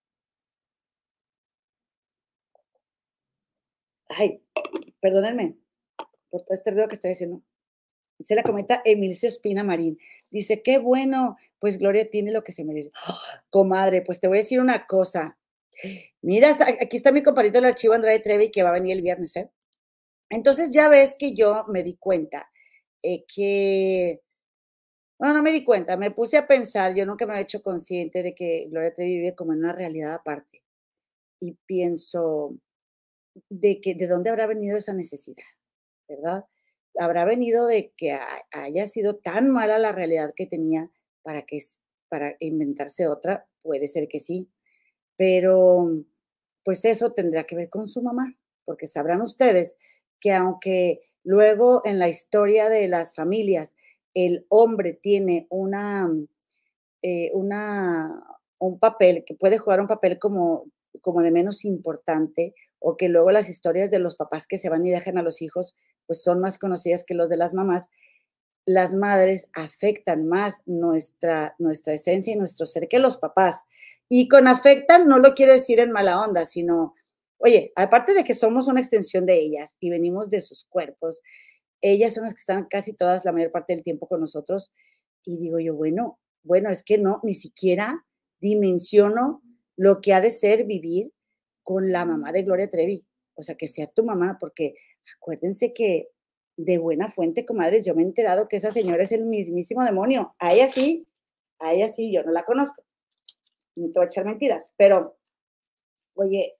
Ay, perdónenme por todo este ruido que estoy haciendo. Se la comenta Emilio Espina Marín. Dice, qué bueno, pues Gloria tiene lo que se merece. ¡Oh, comadre, pues te voy a decir una cosa. Mira, está, aquí está mi compadrito del archivo Andrade Trevi, que va a venir el viernes, ¿eh? Entonces ya ves que yo me di cuenta eh, que, bueno, no me di cuenta, me puse a pensar, yo nunca me había hecho consciente de que Gloria Trevi vive como en una realidad aparte. Y pienso de que de dónde habrá venido esa necesidad, ¿verdad? Habrá venido de que haya sido tan mala la realidad que tenía para que para inventarse otra, puede ser que sí, pero pues eso tendrá que ver con su mamá, porque sabrán ustedes que aunque luego en la historia de las familias el hombre tiene una, eh, una un papel, que puede jugar un papel como, como de menos importante, o que luego las historias de los papás que se van y dejan a los hijos, pues son más conocidas que los de las mamás, las madres afectan más nuestra, nuestra esencia y nuestro ser que los papás. Y con afectan no lo quiero decir en mala onda, sino, oye, aparte de que somos una extensión de ellas y venimos de sus cuerpos, ellas son las que están casi todas la mayor parte del tiempo con nosotros. Y digo yo, bueno, bueno, es que no, ni siquiera dimensiono lo que ha de ser vivir con la mamá de Gloria Trevi. O sea, que sea tu mamá, porque acuérdense que de buena fuente, comadres, yo me he enterado que esa señora es el mismísimo demonio. A ella sí, a ella sí, yo no la conozco. No te voy a echar mentiras, pero, oye,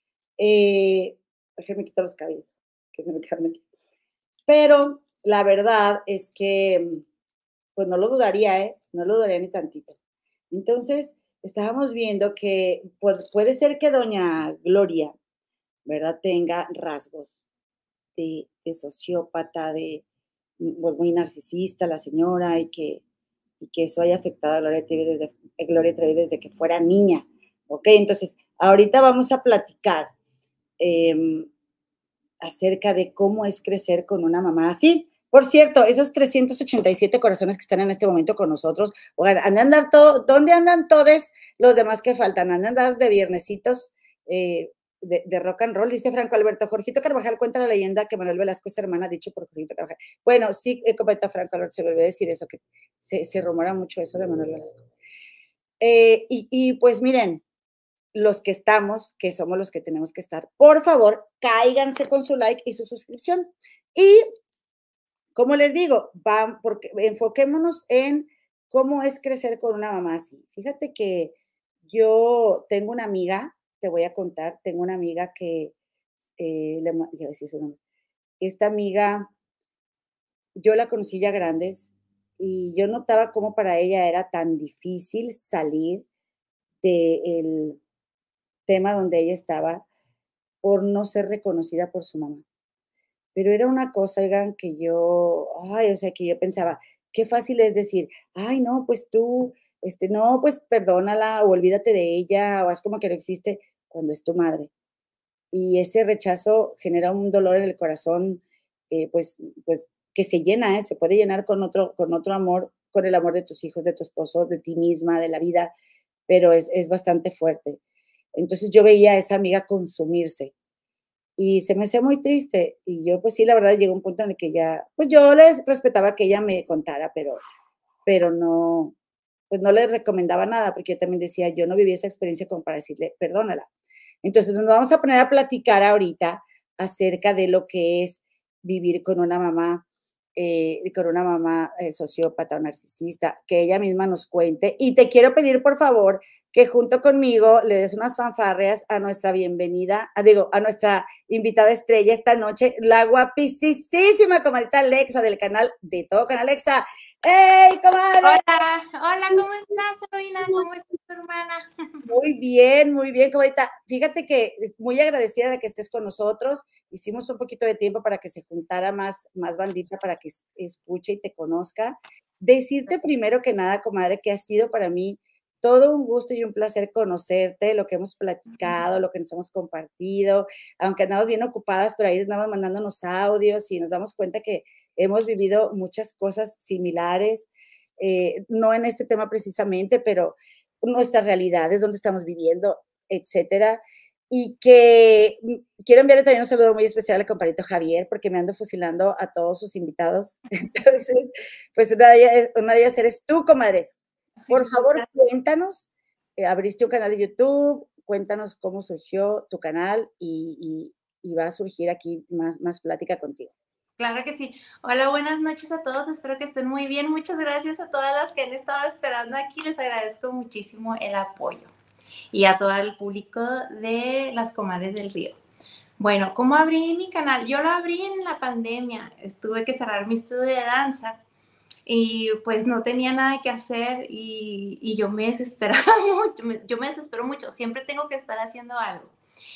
eh, déjame quitar los cabellos, que se me quedan aquí. Pero la verdad es que, pues no lo dudaría, ¿eh? No lo dudaría ni tantito. Entonces, estábamos viendo que pues, puede ser que doña Gloria, ¿verdad?, tenga rasgos de, de sociópata, de pues, muy narcisista la señora, y que, y que eso haya afectado a Gloria Trevi desde, Gloria Trevi desde que fuera niña. ¿Ok? Entonces, ahorita vamos a platicar eh, acerca de cómo es crecer con una mamá así. Por cierto, esos trescientos ochenta y siete corazones que están en este momento con nosotros, oigan, andan andar todo, ¿dónde andan todos los demás que faltan? Andan andar de viernesitos eh, de, de rock and roll, dice Franco Alberto. Jorgito Carvajal cuenta la leyenda que Manuel Velasco es hermana, dicho por Jorgito Carvajal. Bueno, sí, eh, comenta Franco Alberto, se volvió a decir eso, que se, se rumora mucho eso de Manuel Velasco. Eh, y, y pues miren, los que estamos, que somos los que tenemos que estar, por favor, cáiganse con su like y su suscripción. Y, como les digo, van, porque, enfoquémonos en cómo es crecer con una mamá así. Fíjate que yo tengo una amiga, te voy a contar, tengo una amiga que, eh, le, ya decía su nombre, esta amiga, yo la conocí ya grandes y yo notaba cómo para ella era tan difícil salir del tema donde ella estaba por no ser reconocida por su mamá. Pero era una cosa, oigan, que yo, ay, o sea, que yo pensaba, qué fácil es decir, ay, no, pues tú, este, no, pues perdónala o olvídate de ella o haz como que no existe cuando es tu madre. Y ese rechazo genera un dolor en el corazón, eh, pues, pues que se llena, ¿eh? Se puede llenar con otro, con otro amor, con el amor de tus hijos, de tu esposo, de ti misma, de la vida, pero es, es bastante fuerte. Entonces yo veía a esa amiga consumirse y se me hacía muy triste. Y yo, pues sí, la verdad, llegó un punto en el que ya, pues yo les respetaba que ella me contara, pero, pero no, pues no le recomendaba nada, porque yo también decía, yo no viví esa experiencia como para decirle, perdónala. Entonces nos vamos a poner a platicar ahorita acerca de lo que es vivir con una mamá, eh, con una mamá eh, sociópata o narcisista, que ella misma nos cuente. Y te quiero pedir, por favor, que junto conmigo le des unas fanfarrias a nuestra bienvenida, a, digo, a nuestra invitada estrella esta noche, la guapísima comadita Alexa del canal de Todo con Alexa. ¡Hey, comadre! Hola, hola, ¿cómo estás, Carolina? ¿Cómo está tu hermana? Muy bien, muy bien, comadita. Fíjate que muy agradecida de que estés con nosotros. Hicimos un poquito de tiempo para que se juntara más, más bandita para que escuche y te conozca. Decirte primero que nada, comadre, que ha sido para mí todo un gusto y un placer conocerte, lo que hemos platicado, lo que nos hemos compartido, aunque andamos bien ocupadas, pero ahí andamos mandándonos audios y nos damos cuenta que hemos vivido muchas cosas similares, eh, no en este tema precisamente, pero nuestras realidades, dónde estamos viviendo, etcétera. Y que quiero enviarle también un saludo muy especial al compadrito Javier, porque me ando fusilando a todos sus invitados. Entonces, pues una de ellas, una de ellas eres tú, comadre. Por favor, cuéntanos, eh, abriste un canal de YouTube, cuéntanos cómo surgió tu canal y, y, y va a surgir aquí más, más plática contigo. Claro que sí. Hola, buenas noches a todos. Espero que estén muy bien. Muchas gracias a todas las que han estado esperando aquí. Les agradezco muchísimo el apoyo. Y a todo el público de Las Comadres del Río. Bueno, ¿cómo abrí mi canal? Yo lo abrí en la pandemia. Tuve que cerrar mi estudio de danza. Y pues no tenía nada que hacer y, y yo me desesperaba mucho. Me, yo me desespero mucho. Siempre tengo que estar haciendo algo.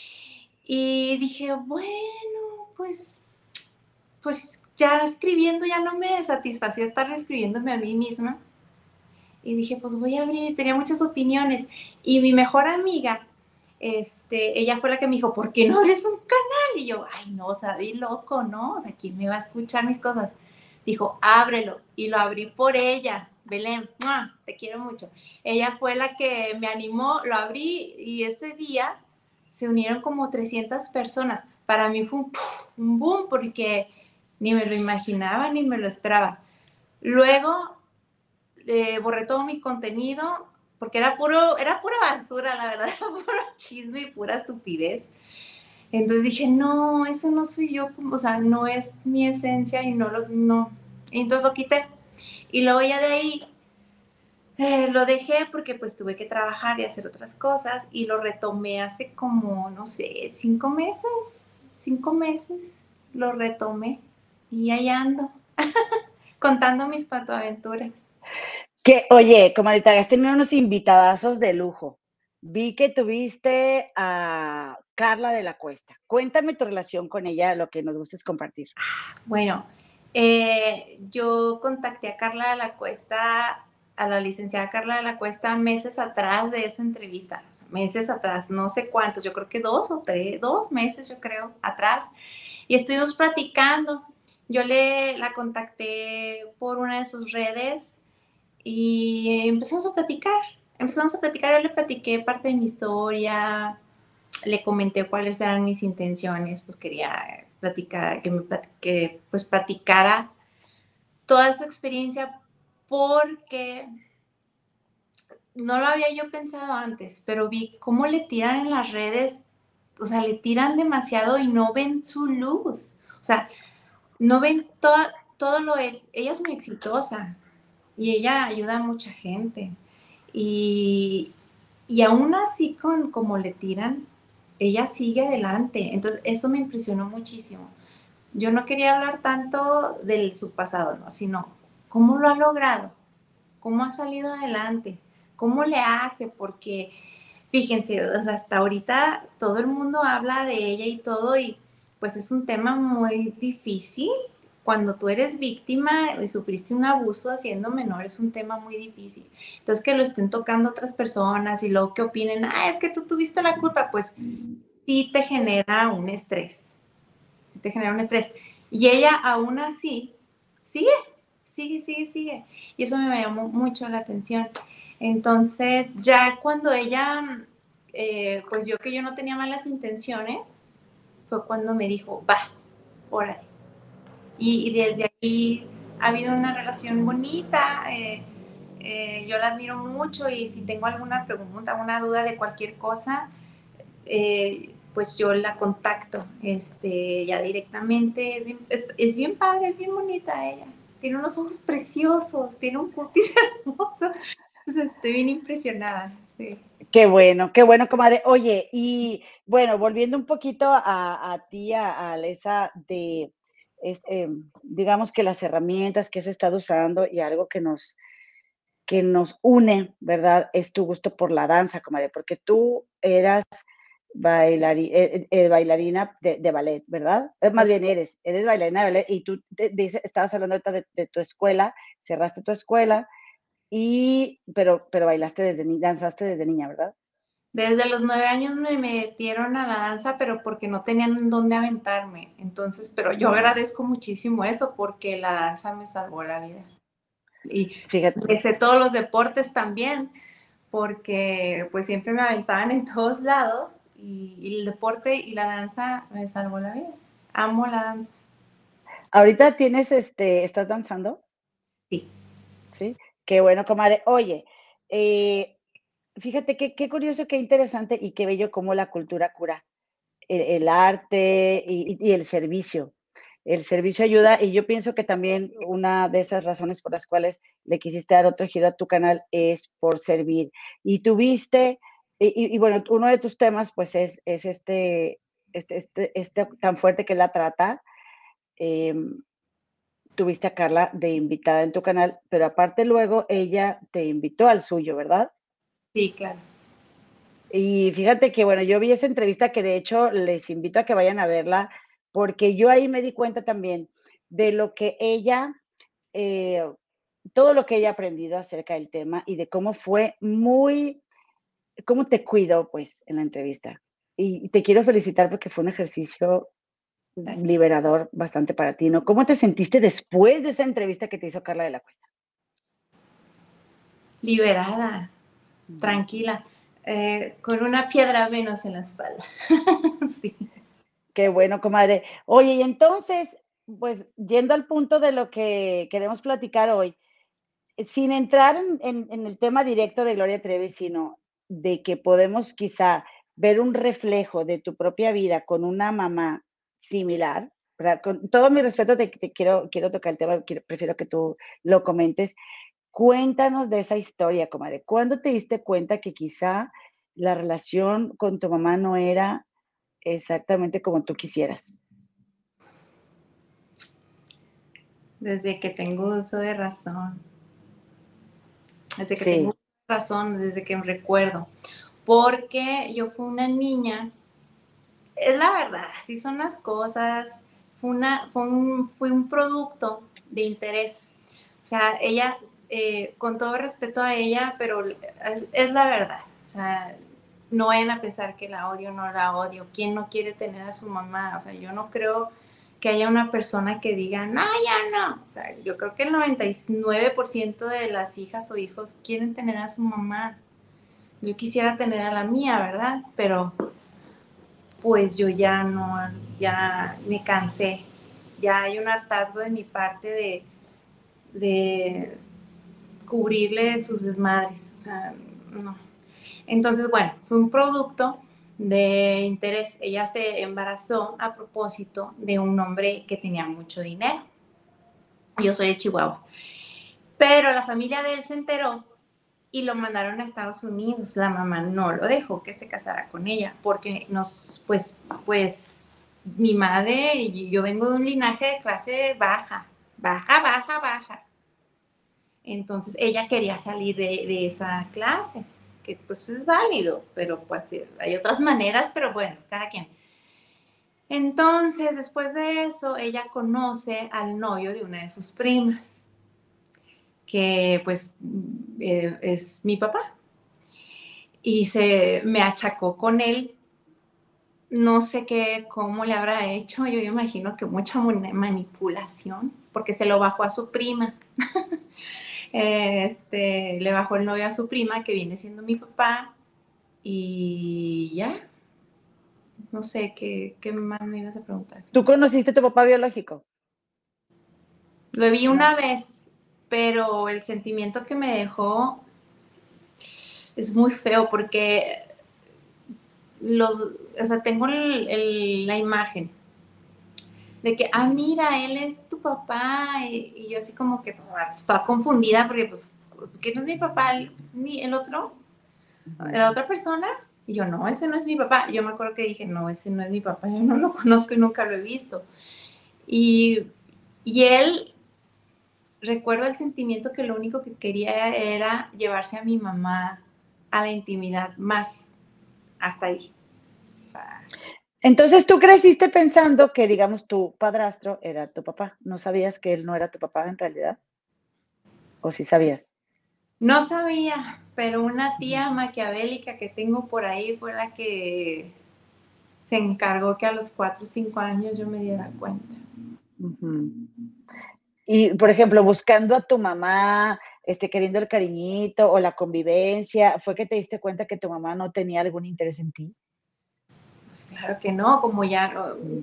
Y dije, bueno, pues... pues ya escribiendo ya no me satisfacía estar escribiéndome a mí misma. Y dije, pues voy a abrir, tenía muchas opiniones. Y mi mejor amiga, este, ella fue la que me dijo, ¿por qué no abres un canal? Y yo, ay, no, o sea, di loco, ¿no? O sea, ¿quién me va a escuchar mis cosas? Dijo, ábrelo. Y lo abrí por ella. Belén, ¡mua! Te quiero mucho. Ella fue la que me animó, lo abrí y ese día se unieron como trescientas personas. Para mí fue un, un boom porque ni me lo imaginaba, ni me lo esperaba. Luego eh, borré todo mi contenido porque era puro, era pura basura, la verdad, era puro chisme y pura estupidez. Entonces dije, no, eso no soy yo, o sea, no es mi esencia y no lo, no. Y entonces lo quité. Y luego ya de ahí eh, lo dejé porque pues tuve que trabajar y hacer otras cosas y lo retomé hace como, no sé, cinco meses, cinco meses lo retomé y ahí ando, contando mis patoaventuras. Que, oye, comadita, has tenido unos invitadazos de lujo. Vi que tuviste a Carla de la Cuesta. Cuéntame tu relación con ella, lo que nos gustes compartir. Bueno, eh, yo contacté a Carla de la Cuesta, a la licenciada Carla de la Cuesta, meses atrás de esa entrevista, o sea, meses atrás, no sé cuántos, yo creo que dos o tres, dos meses yo creo atrás, y estuvimos platicando. Yo le la contacté por una de sus redes y empezamos a platicar, empezamos a platicar, yo le platiqué parte de mi historia, le comenté cuáles eran mis intenciones, pues quería platicar, que me que, pues platicara toda su experiencia porque no lo había yo pensado antes, pero vi cómo le tiran en las redes, o sea, le tiran demasiado y no ven su luz, o sea, no ven todo, todo lo, ella es muy exitosa y ella ayuda a mucha gente y, y aún así con como le tiran, ella sigue adelante. Entonces, eso me impresionó muchísimo. Yo no quería hablar tanto de su pasado, ¿no? Sino cómo lo ha logrado, cómo ha salido adelante, cómo le hace, porque fíjense, o sea, hasta ahorita todo el mundo habla de ella y todo, y pues es un tema muy difícil. Cuando tú eres víctima y sufriste un abuso siendo menor, es un tema muy difícil. Entonces, que lo estén tocando otras personas y luego que opinen, ah, es que tú tuviste la culpa, pues sí te genera un estrés, sí te genera un estrés. Y ella aún así sigue, sigue, sigue, sigue. Y eso me llamó mucho la atención. Entonces, ya cuando ella, eh, pues vio que yo no tenía malas intenciones, fue cuando me dijo, va, órale. Y, y desde ahí ha habido una relación bonita, eh, eh, yo la admiro mucho y si tengo alguna pregunta, alguna duda de cualquier cosa, eh, pues yo la contacto este, ya directamente. Es bien, es, es bien padre, es bien bonita ella. Tiene unos ojos preciosos, tiene un cutis hermoso. O sea, estoy bien impresionada. Sí. Qué bueno, qué bueno, comadre. Oye, y bueno, volviendo un poquito a, a ti, a, a Alesa, de es, eh, digamos que las herramientas que has estado usando y algo que nos, que nos une, ¿verdad? Es tu gusto por la danza, comadre, porque tú eras bailari, eh, eh, bailarina de, de ballet, ¿verdad? Eh, más bien eres, eres bailarina de ballet y tú te, dice, estabas hablando ahorita de, de tu escuela, cerraste tu escuela, y, pero, pero bailaste desde niña, danzaste desde niña, ¿verdad? Desde los nueve años me metieron a la danza, pero porque no tenían dónde aventarme. Entonces, pero yo agradezco muchísimo eso porque la danza me salvó la vida. Y Fíjate. sé todos los deportes también, porque pues siempre me aventaban en todos lados y, y el deporte y la danza me salvó la vida. Amo la danza. ¿Ahorita tienes, este, estás danzando? Sí. Sí, qué bueno, comadre. Oye, eh, fíjate qué, qué curioso, qué interesante y qué bello cómo la cultura cura. El, el arte y, y el servicio. El servicio ayuda y yo pienso que también una de esas razones por las cuales le quisiste dar otro giro a tu canal es por servir. Y tuviste, y, y, y bueno, uno de tus temas pues es, es este, este, este, este tan fuerte que es la trata. Eh, tuviste a Carla de invitada en tu canal, pero aparte luego ella te invitó al suyo, ¿verdad? Sí, claro. Y fíjate que, bueno, yo vi esa entrevista que de hecho les invito a que vayan a verla, porque yo ahí me di cuenta también de lo que ella, eh, todo lo que ella ha aprendido acerca del tema y de cómo fue muy, cómo te cuidó, pues, en la entrevista. Y te quiero felicitar porque fue un ejercicio Gracias. liberador bastante para ti, ¿no? ¿Cómo te sentiste después de esa entrevista que te hizo Carla de la Cuesta? Liberada, Mm. tranquila, eh, con una piedra menos en la espalda. Sí. Qué bueno, comadre. Oye, y entonces, pues yendo al punto de lo que queremos platicar hoy, sin entrar en, en, en el tema directo de Gloria Trevi, sino de que podemos quizá ver un reflejo de tu propia vida con una mamá similar, ¿verdad? Con todo mi respeto, te, te quiero, quiero tocar el tema, quiero, prefiero que tú lo comentes. Cuéntanos de esa historia, comadre. ¿Cuándo te diste cuenta que quizá la relación con tu mamá no era exactamente como tú quisieras? Desde que tengo uso de razón. Desde que Sí. tengo razón, desde que me recuerdo. Porque yo fui una niña, es la verdad, así son las cosas. Fue, una, fue, un, fue un producto de interés. O sea, ella, eh, con todo respeto a ella, pero es, es la verdad. O sea, no vayan a pensar que la odio, no la odio. ¿Quién no quiere tener a su mamá? O sea, yo no creo que haya una persona que diga, no, ya no. O sea, yo creo que el noventa y nueve por ciento de las hijas o hijos quieren tener a su mamá. Yo quisiera tener a la mía, ¿verdad? Pero pues yo ya no, ya me cansé. Ya hay un hartazgo de mi parte de, de cubrirle sus desmadres. O sea, no. Entonces, bueno, fue un producto de interés. Ella se embarazó a propósito de un hombre que tenía mucho dinero. Yo soy de Chihuahua. Pero la familia de él se enteró y lo mandaron a Estados Unidos. La mamá no lo dejó que se casara con ella porque nos, pues, pues, mi madre y yo vengo de un linaje de clase baja, baja, baja, baja. Entonces ella quería salir de, de esa clase, que pues es válido, pero pues hay otras maneras, pero bueno, cada quien. Entonces, después de eso, ella conoce al novio de una de sus primas, que pues eh, es mi papá. Y se me achacó con él, no sé qué, cómo le habrá hecho, yo imagino que mucha manipulación, porque se lo bajó a su prima. Este, le bajó el novio a su prima, que viene siendo mi papá, y ya. No sé, ¿qué, qué más me ibas a preguntar? ¿Tú conociste a tu papá biológico? Lo vi No. una vez, pero el sentimiento que me dejó es muy feo porque los, o sea, tengo el, el, la imagen de que, ah, mira, él es tu papá, y, y yo así como que estaba confundida porque, pues, ¿qué no es mi papá? ¿El, el otro? ¿La otra persona? Y yo, no, ese no es mi papá. Yo me acuerdo que dije, no, ese no es mi papá, yo no lo conozco y nunca lo he visto. Y, y él, recuerdo el sentimiento que lo único que quería era llevarse a mi mamá a la intimidad, más hasta ahí. O sea, Entonces tú creciste pensando que, digamos, tu padrastro era tu papá. ¿No sabías que él no era tu papá en realidad? ¿O sí sabías? no sabía, pero una tía Ujú. maquiavélica que tengo por ahí fue la que se encargó que a los cuatro o cinco años yo me diera cuenta. Ujú. Y, por ejemplo, buscando a tu mamá, este, queriendo el cariñito o la convivencia, ¿fue que te diste cuenta que tu mamá no tenía algún interés en ti? Pues claro que no, como ya no. Mm.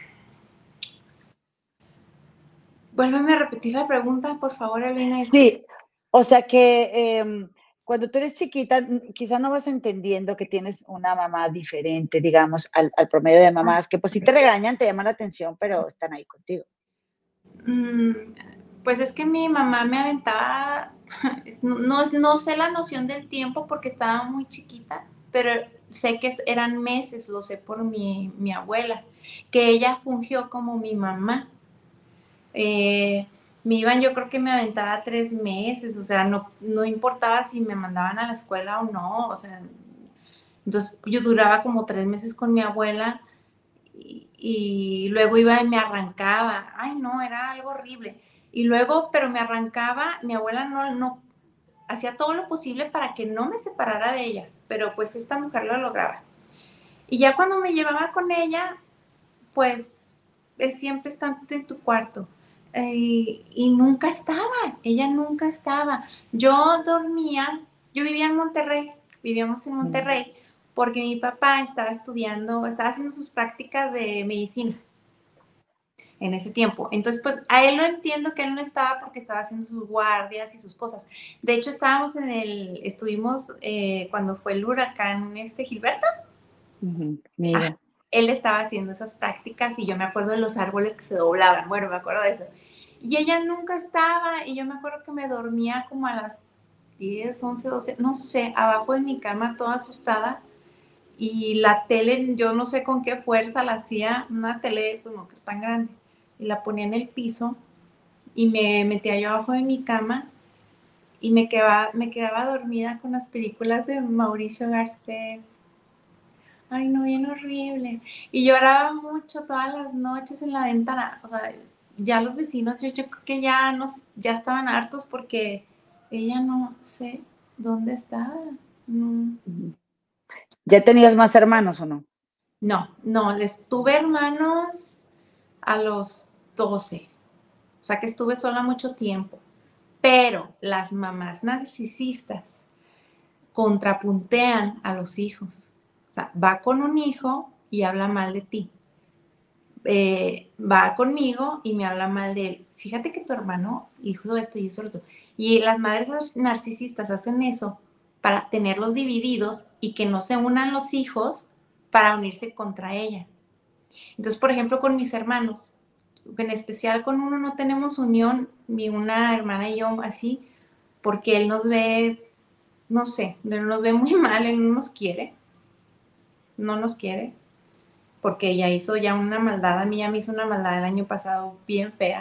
Vuélveme a repetir la pregunta, por favor, Evelina. Sí, o sea que eh, cuando tú eres chiquita, quizá no vas entendiendo que tienes una mamá diferente, digamos, al, al promedio de mamás, que pues sí te regañan, te llaman la atención, pero están ahí contigo. Mm, pues es que mi mamá me aventaba, no, no, no sé la noción del tiempo porque estaba muy chiquita, pero sé que eran meses, lo sé por mi, mi abuela, que ella fungió como mi mamá. Eh, me iban, yo creo que me aventaba tres meses, o sea, no, no importaba si me mandaban a la escuela o no, o sea, entonces yo duraba como tres meses con mi abuela y, y luego iba y me arrancaba, ay no, era algo horrible. Y luego, pero me arrancaba, mi abuela no, no, hacía todo lo posible para que no me separara de ella, pero pues esta mujer lo lograba. Y ya cuando me llevaba con ella, pues es siempre estante en tu cuarto. Eh, y nunca estaba, ella nunca estaba. Yo dormía, yo vivía en Monterrey, vivíamos en Monterrey, porque mi papá estaba estudiando, estaba haciendo sus prácticas de medicina en ese tiempo. Entonces, pues a él lo entiendo que él no estaba porque estaba haciendo sus guardias y sus cosas. De hecho, estábamos en el, estuvimos eh, cuando fue el huracán este Gilberto. Uh-huh. Mira. Ah, él estaba haciendo esas prácticas y yo me acuerdo de los árboles que se doblaban. Bueno, me acuerdo de eso. Y ella nunca estaba y yo me acuerdo que me dormía como a las diez, once, doce, no sé, abajo de mi cama toda asustada. Y la tele, yo no sé con qué fuerza la hacía, una tele pues no tan grande, y la ponía en el piso y me metía yo abajo de mi cama y me quedaba, me quedaba dormida con las películas de Mauricio Garcés. Ay, no, bien horrible. Y lloraba mucho todas las noches en la ventana. O sea, ya los vecinos, yo, yo creo que ya, nos, ya estaban hartos porque ella no sé dónde estaba. No. ¿Ya tenías más hermanos o no? No, no, les tuve hermanos a los doce. O sea que estuve sola mucho tiempo. Pero las mamás narcisistas contrapuntean a los hijos. O sea, va con un hijo y habla mal de ti. Eh, va conmigo y me habla mal de él. Fíjate que tu hermano hizo esto y hizo lo otro. Y las madres narcisistas hacen eso para tenerlos divididos y que no se unan los hijos para unirse contra ella. Entonces, por ejemplo, con mis hermanos, en especial con uno no tenemos unión, ni una hermana y yo así, porque él nos ve, no sé, él nos ve muy mal, él no nos quiere, no nos quiere, porque ella hizo ya una maldad, a mí ya me hizo una maldad el año pasado bien fea,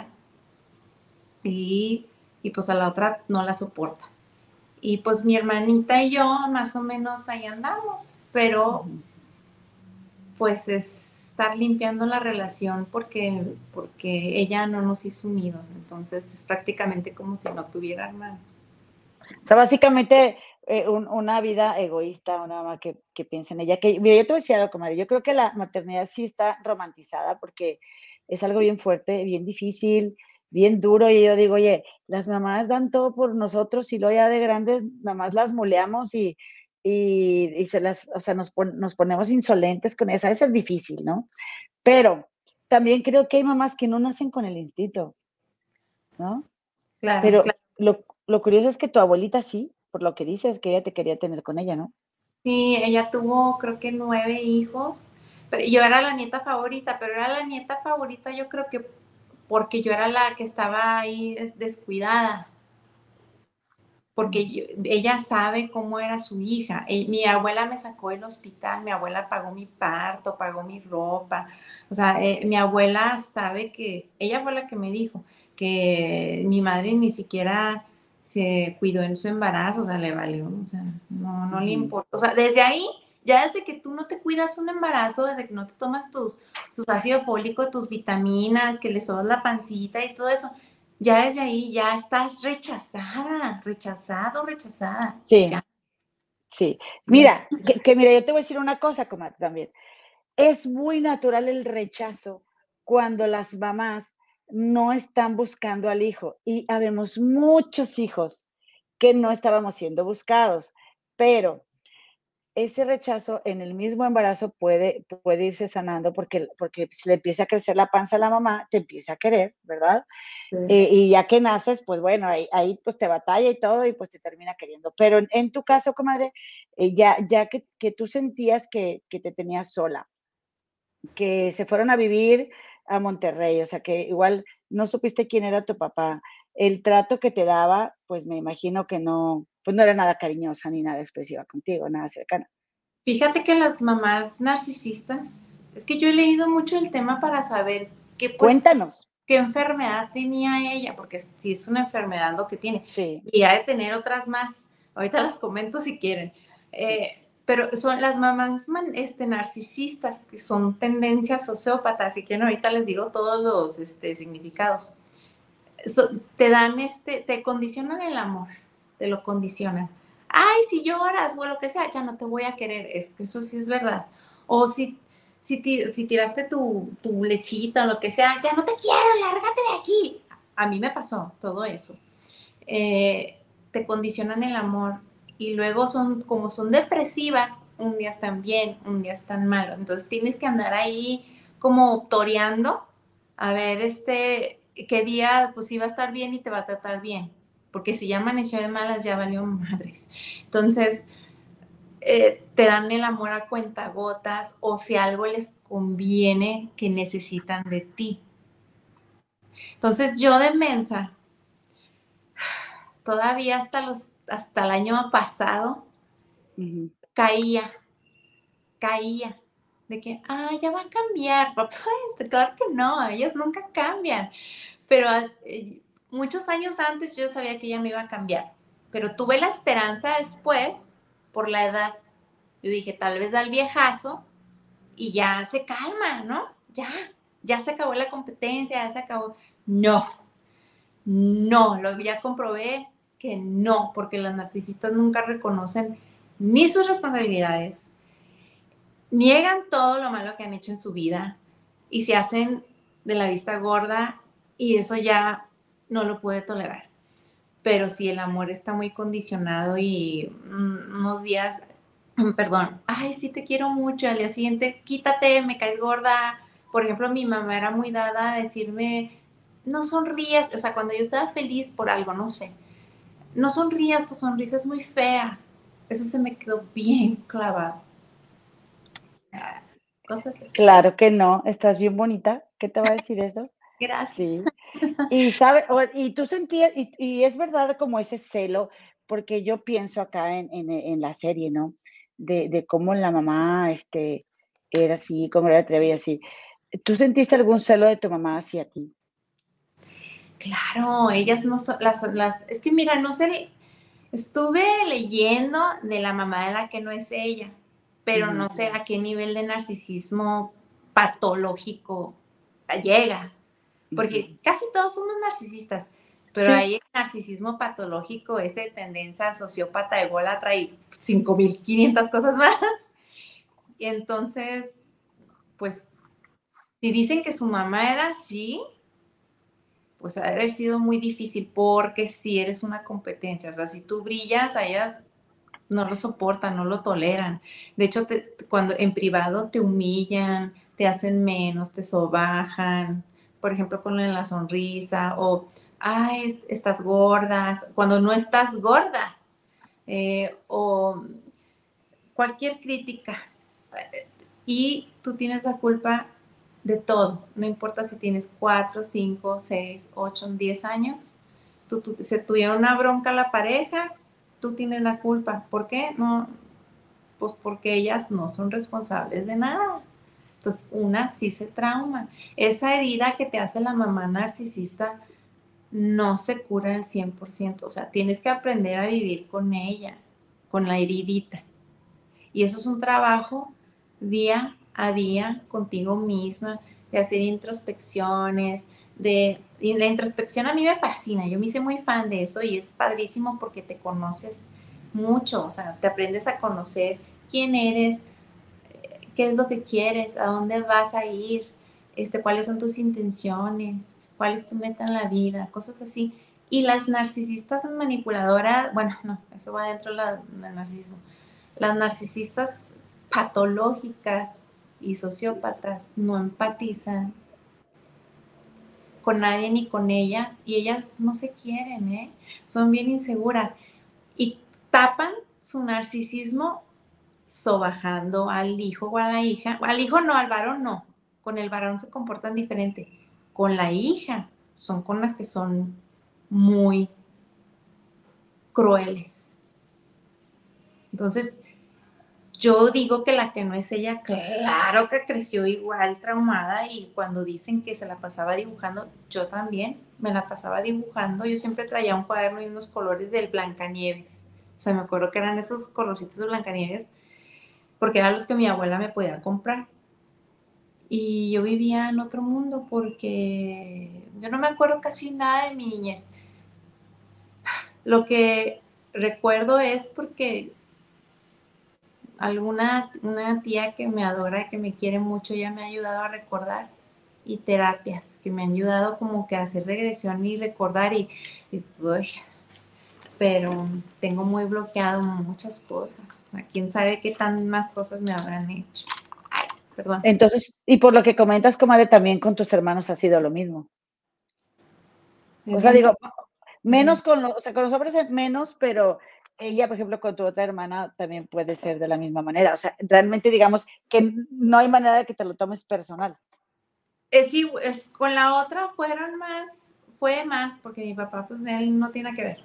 y, y pues a la otra no la soporta. Y pues mi hermanita y yo más o menos ahí andamos, pero uh-huh. pues es estar limpiando la relación porque, porque ella no nos hizo unidos, entonces es prácticamente como si no tuviera hermanos. O sea, básicamente eh, un, una vida egoísta, una mamá que, que piensa en ella. Que, mira, yo te voy a decir algo, comadre, yo creo que la maternidad sí está romantizada porque es algo bien fuerte, bien difícil, bien duro, y yo digo, oye, las mamás dan todo por nosotros y luego ya de grandes nada más las moleamos y, y, y se las, o sea, nos, pon, nos ponemos insolentes con esa, es difícil, ¿no? Pero también creo que hay mamás que no nacen con el instinto, ¿no? Claro, Pero claro. Lo, lo curioso es que tu abuelita sí, por lo que dices, que ella te quería tener con ella, ¿no? Sí, ella tuvo creo que nueve hijos, pero yo era la nieta favorita, pero era la nieta favorita yo creo que porque yo era la que estaba ahí descuidada. porque yo, ella sabe cómo era su hija. Eh, mi abuela me sacó del hospital, mi abuela pagó mi parto, pagó mi ropa. O sea, eh, mi abuela sabe que, ella fue la que me dijo que mi madre ni siquiera se cuidó en su embarazo, o sea, le valió, o sea, no, no uh-huh. le importa. O sea, desde ahí, ya desde que tú no te cuidas un embarazo, desde que no te tomas tus, tus ácido fólico, tus vitaminas, que le sobas la pancita y todo eso, ya desde ahí ya estás rechazada, rechazado, rechazada. Sí, ya. sí. Mira, que, que mira, yo te voy a decir una cosa, comadre, también. Es muy natural el rechazo cuando las mamás no están buscando al hijo. Y habemos muchos hijos que no estábamos siendo buscados, pero ese rechazo en el mismo embarazo puede, puede irse sanando porque, porque si le empieza a crecer la panza a la mamá, te empieza a querer, ¿verdad? Sí. Eh, y ya que naces, pues bueno, ahí, ahí pues te batalla y todo y pues te termina queriendo. Pero en, en tu caso, comadre, eh, ya, ya que, que tú sentías que, que te tenías sola, que se fueron a vivir a Monterrey, o sea que igual no supiste quién era tu papá, el trato que te daba, pues me imagino que no, pues no era nada cariñosa ni nada expresiva contigo, nada cercana. Fíjate que las mamás narcisistas, es que yo he leído mucho el tema para saber qué, pues, cuéntanos, qué enfermedad tenía ella, porque si es una enfermedad lo que tiene, sí. Y ha de tener otras más, ahorita las comento si quieren, eh, pero son las mamás man, este, narcisistas, que son tendencias sociópatas, y que no, ahorita les digo todos los este, significados. So, te dan, este, te condicionan el amor, te lo condicionan. Ay, si lloras o lo que sea, ya no te voy a querer, es que eso sí es verdad. O si, si, si tiraste tu, tu lechita o lo que sea, ya no te quiero, lárgate de aquí. A mí me pasó todo eso. Eh, te condicionan el amor y luego son, como son depresivas, un día están bien, un día están mal. Entonces tienes que andar ahí como toreando a ver este, qué día pues iba a estar bien y te va a tratar bien. Porque si ya amaneció de malas, ya valió madres. Entonces, eh, te dan el amor a cuentagotas o si algo les conviene que necesitan de ti. Entonces, yo de mensa, todavía hasta, los, hasta el año pasado, uh-huh. caía, caía, de que, ah, ya va a cambiar, papá, claro que no, ellas nunca cambian, pero eh, muchos años antes yo sabía que ella no iba a cambiar, pero tuve la esperanza después, por la edad, yo dije, tal vez da el viejazo y ya se calma, ¿no? Ya, ya se acabó la competencia, ya se acabó, no, no, lo ya comprobé, que no, porque las narcisistas nunca reconocen ni sus responsabilidades, niegan todo lo malo que han hecho en su vida y se hacen de la vista gorda y eso ya no lo puede tolerar. Pero si el amor está muy condicionado y mm, unos días, perdón, ay, sí te quiero mucho, al día siguiente, quítate, me caes gorda. Por ejemplo, mi mamá era muy dada a decirme, no sonrías, o sea, cuando yo estaba feliz por algo, no sé, no sonrías, tu sonrisa es muy fea. Eso se me quedó bien clavado. Cosas así. Claro que no, estás bien bonita. ¿Qué te va a decir eso? Gracias. Sí. Y sabe, y tú sentías, y, y es verdad como ese celo, porque yo pienso acá en, en, en la serie, ¿no? De, de cómo la mamá este, era así, cómo era atrevida así. ¿Tú sentiste algún celo de tu mamá hacia ti? Claro, ellas no son, las, las, es que mira, no sé, estuve leyendo de la mamá de la que no es ella, pero uh-huh. no sé a qué nivel de narcisismo patológico llega, porque uh-huh. casi todos somos narcisistas, pero sí. Hay el narcisismo patológico, ese de tendencia sociópata, ególatra y cinco mil quinientas cosas más. Y entonces, pues, si dicen que su mamá era así, pues ha de haber sido muy difícil, porque si eres una competencia, o sea, si tú brillas, a ellas no lo soportan, no lo toleran. De hecho, te, cuando en privado te humillan, te hacen menos, te sobajan, por ejemplo, con la sonrisa, o, ay, estás gorda, cuando no estás gorda, eh, o cualquier crítica. Y tú tienes la culpa de todo, no importa si tienes cuatro, cinco, seis, ocho, diez años, tú, tú, se tuvieron una bronca la pareja tú tienes la culpa. ¿Por qué? No, pues porque ellas no son responsables de nada. Entonces, una sí se trauma. Esa herida que te hace la mamá narcisista no se cura al cien por ciento. O sea, tienes que aprender a vivir con ella, con la heridita. Y eso es un trabajo día a día contigo misma, de hacer introspecciones, de... Y la introspección a mí me fascina, yo me hice muy fan de eso y es padrísimo porque te conoces mucho, o sea, te aprendes a conocer quién eres, qué es lo que quieres, a dónde vas a ir, este, cuáles son tus intenciones, cuál es tu meta en la vida, cosas así. Y las narcisistas manipuladoras, bueno, no, eso va dentro del narcisismo. Las narcisistas patológicas y sociópatas no empatizan con nadie ni con ellas y ellas no se quieren, ¿eh? Son bien inseguras y tapan su narcisismo sobajando al hijo o a la hija. Al hijo no, al varón no. Con el varón se comportan diferente. Con la hija son con las que son muy crueles. Entonces, yo digo que la que no es ella, claro que creció igual traumada y cuando dicen que se la pasaba dibujando, yo también me la pasaba dibujando. Yo siempre traía un cuaderno y unos colores del Blancanieves. O sea, me acuerdo que eran esos colorcitos de Blancanieves porque eran los que mi abuela me podía comprar. Y yo vivía en otro mundo porque yo no me acuerdo casi nada de mi niñez. Lo que recuerdo es porque alguna una tía que me adora, que me quiere mucho, ya me ha ayudado a recordar, y terapias que me han ayudado como que a hacer regresión y recordar y, y uy, pero tengo muy bloqueado muchas cosas. O sea, quién sabe qué tan más cosas me habrán hecho. Ay, perdón. Entonces, y por lo que comentas, comadre, también con tus hermanos ha sido lo mismo. O sea, digo, menos con los, o sea, con los hombres menos, pero ella, por ejemplo, con tu otra hermana también puede ser de la misma manera. O sea, realmente digamos que no hay manera de que te lo tomes personal. Es, es con la otra fueron más, fue más, porque mi papá, pues él no tiene que ver.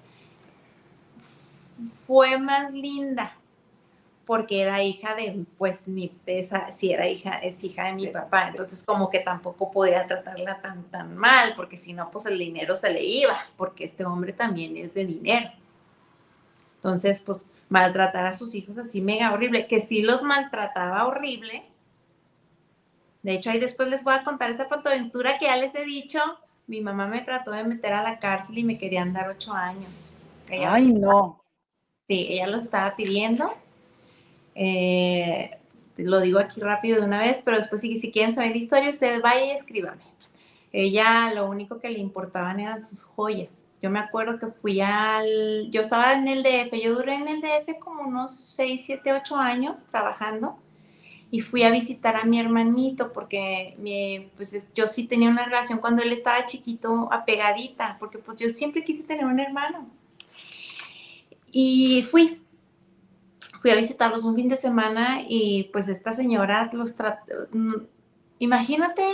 Fue más linda, porque era hija de, pues mi esa, sí era hija, es hija de mi papá, entonces como que tampoco podía tratarla tan, tan mal, porque si no, pues el dinero se le iba, porque este hombre también es de dinero. Entonces, pues maltratar a sus hijos así mega horrible, que sí los maltrataba horrible. De hecho, ahí después les voy a contar esa patoaventura que ya les he dicho. Mi mamá me trató de meter a la cárcel y me querían dar ocho años. Ella Ay, los, no. Sí, ella lo estaba pidiendo. Eh, lo digo aquí rápido de una vez, pero después si, si quieren saber la historia, ustedes vayan y escríbanme. Ella lo único que le importaban eran sus joyas. Yo me acuerdo que fui al... Yo estaba en el D F, yo duré en el D F como unos seis, siete, ocho años trabajando y fui a visitar a mi hermanito porque mi, pues, yo sí tenía una relación cuando él estaba chiquito apegadita, porque pues yo siempre quise tener un hermano. Y fui, fui a visitarlos un fin de semana y pues esta señora los trató, imagínate,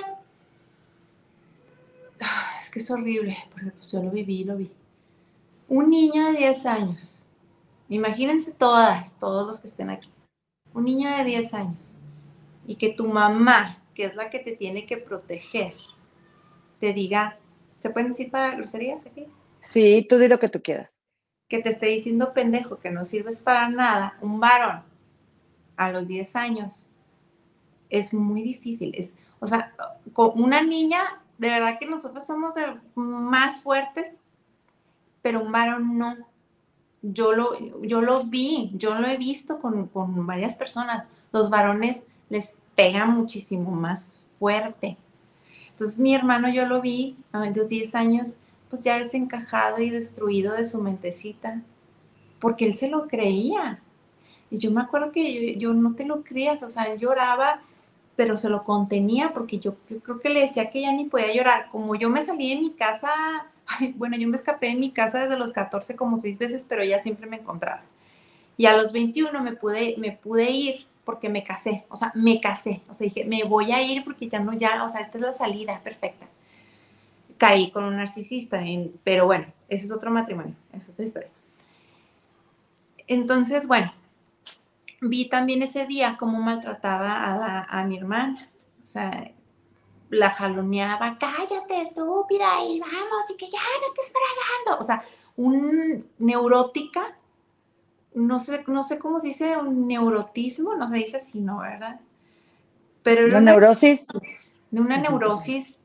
es que es horrible, porque pues yo lo viví, lo vi. Un niño de diez años, imagínense todas, todos los que estén aquí, un niño de diez años, y que tu mamá, que es la que te tiene que proteger, te diga, ¿se pueden decir para groserías aquí? Sí, tú di lo que tú quieras. Que te esté diciendo pendejo, que no sirves para nada, un varón a los diez años, es muy difícil. Es, o sea, con una niña, de verdad que nosotros somos más fuertes, pero un varón no. Yo lo, yo lo vi, yo lo he visto con, con varias personas. Los varones les pega muchísimo más fuerte. Entonces mi hermano yo lo vi a los diez años, pues ya desencajado y destruido de su mentecita, porque él se lo creía. Y yo me acuerdo que yo, yo no te lo creías, o sea, él lloraba, pero se lo contenía, porque yo, yo creo que le decía que ya ni podía llorar. Como yo me salí de mi casa, ay, bueno, yo me escapé de mi casa desde los catorce como seis veces, pero ella siempre me encontraba. Y a los veintiuno me pude, me pude ir porque me casé, o sea, me casé, o sea, dije, me voy a ir porque ya no, ya, o sea, esta es la salida perfecta. Caí con un narcisista, en, pero bueno, ese es otro matrimonio, esa es otra historia. Entonces, bueno, vi también ese día cómo maltrataba a, la, a mi hermana. O sea, la jaloneaba, cállate, estúpida, y vamos, y que ya no estés fregando. O sea, un neurótica, no sé, no sé cómo se dice, un neurotismo, no se dice así, ¿no? ¿Verdad? Pero era ¿Una neurosis? De una neurosis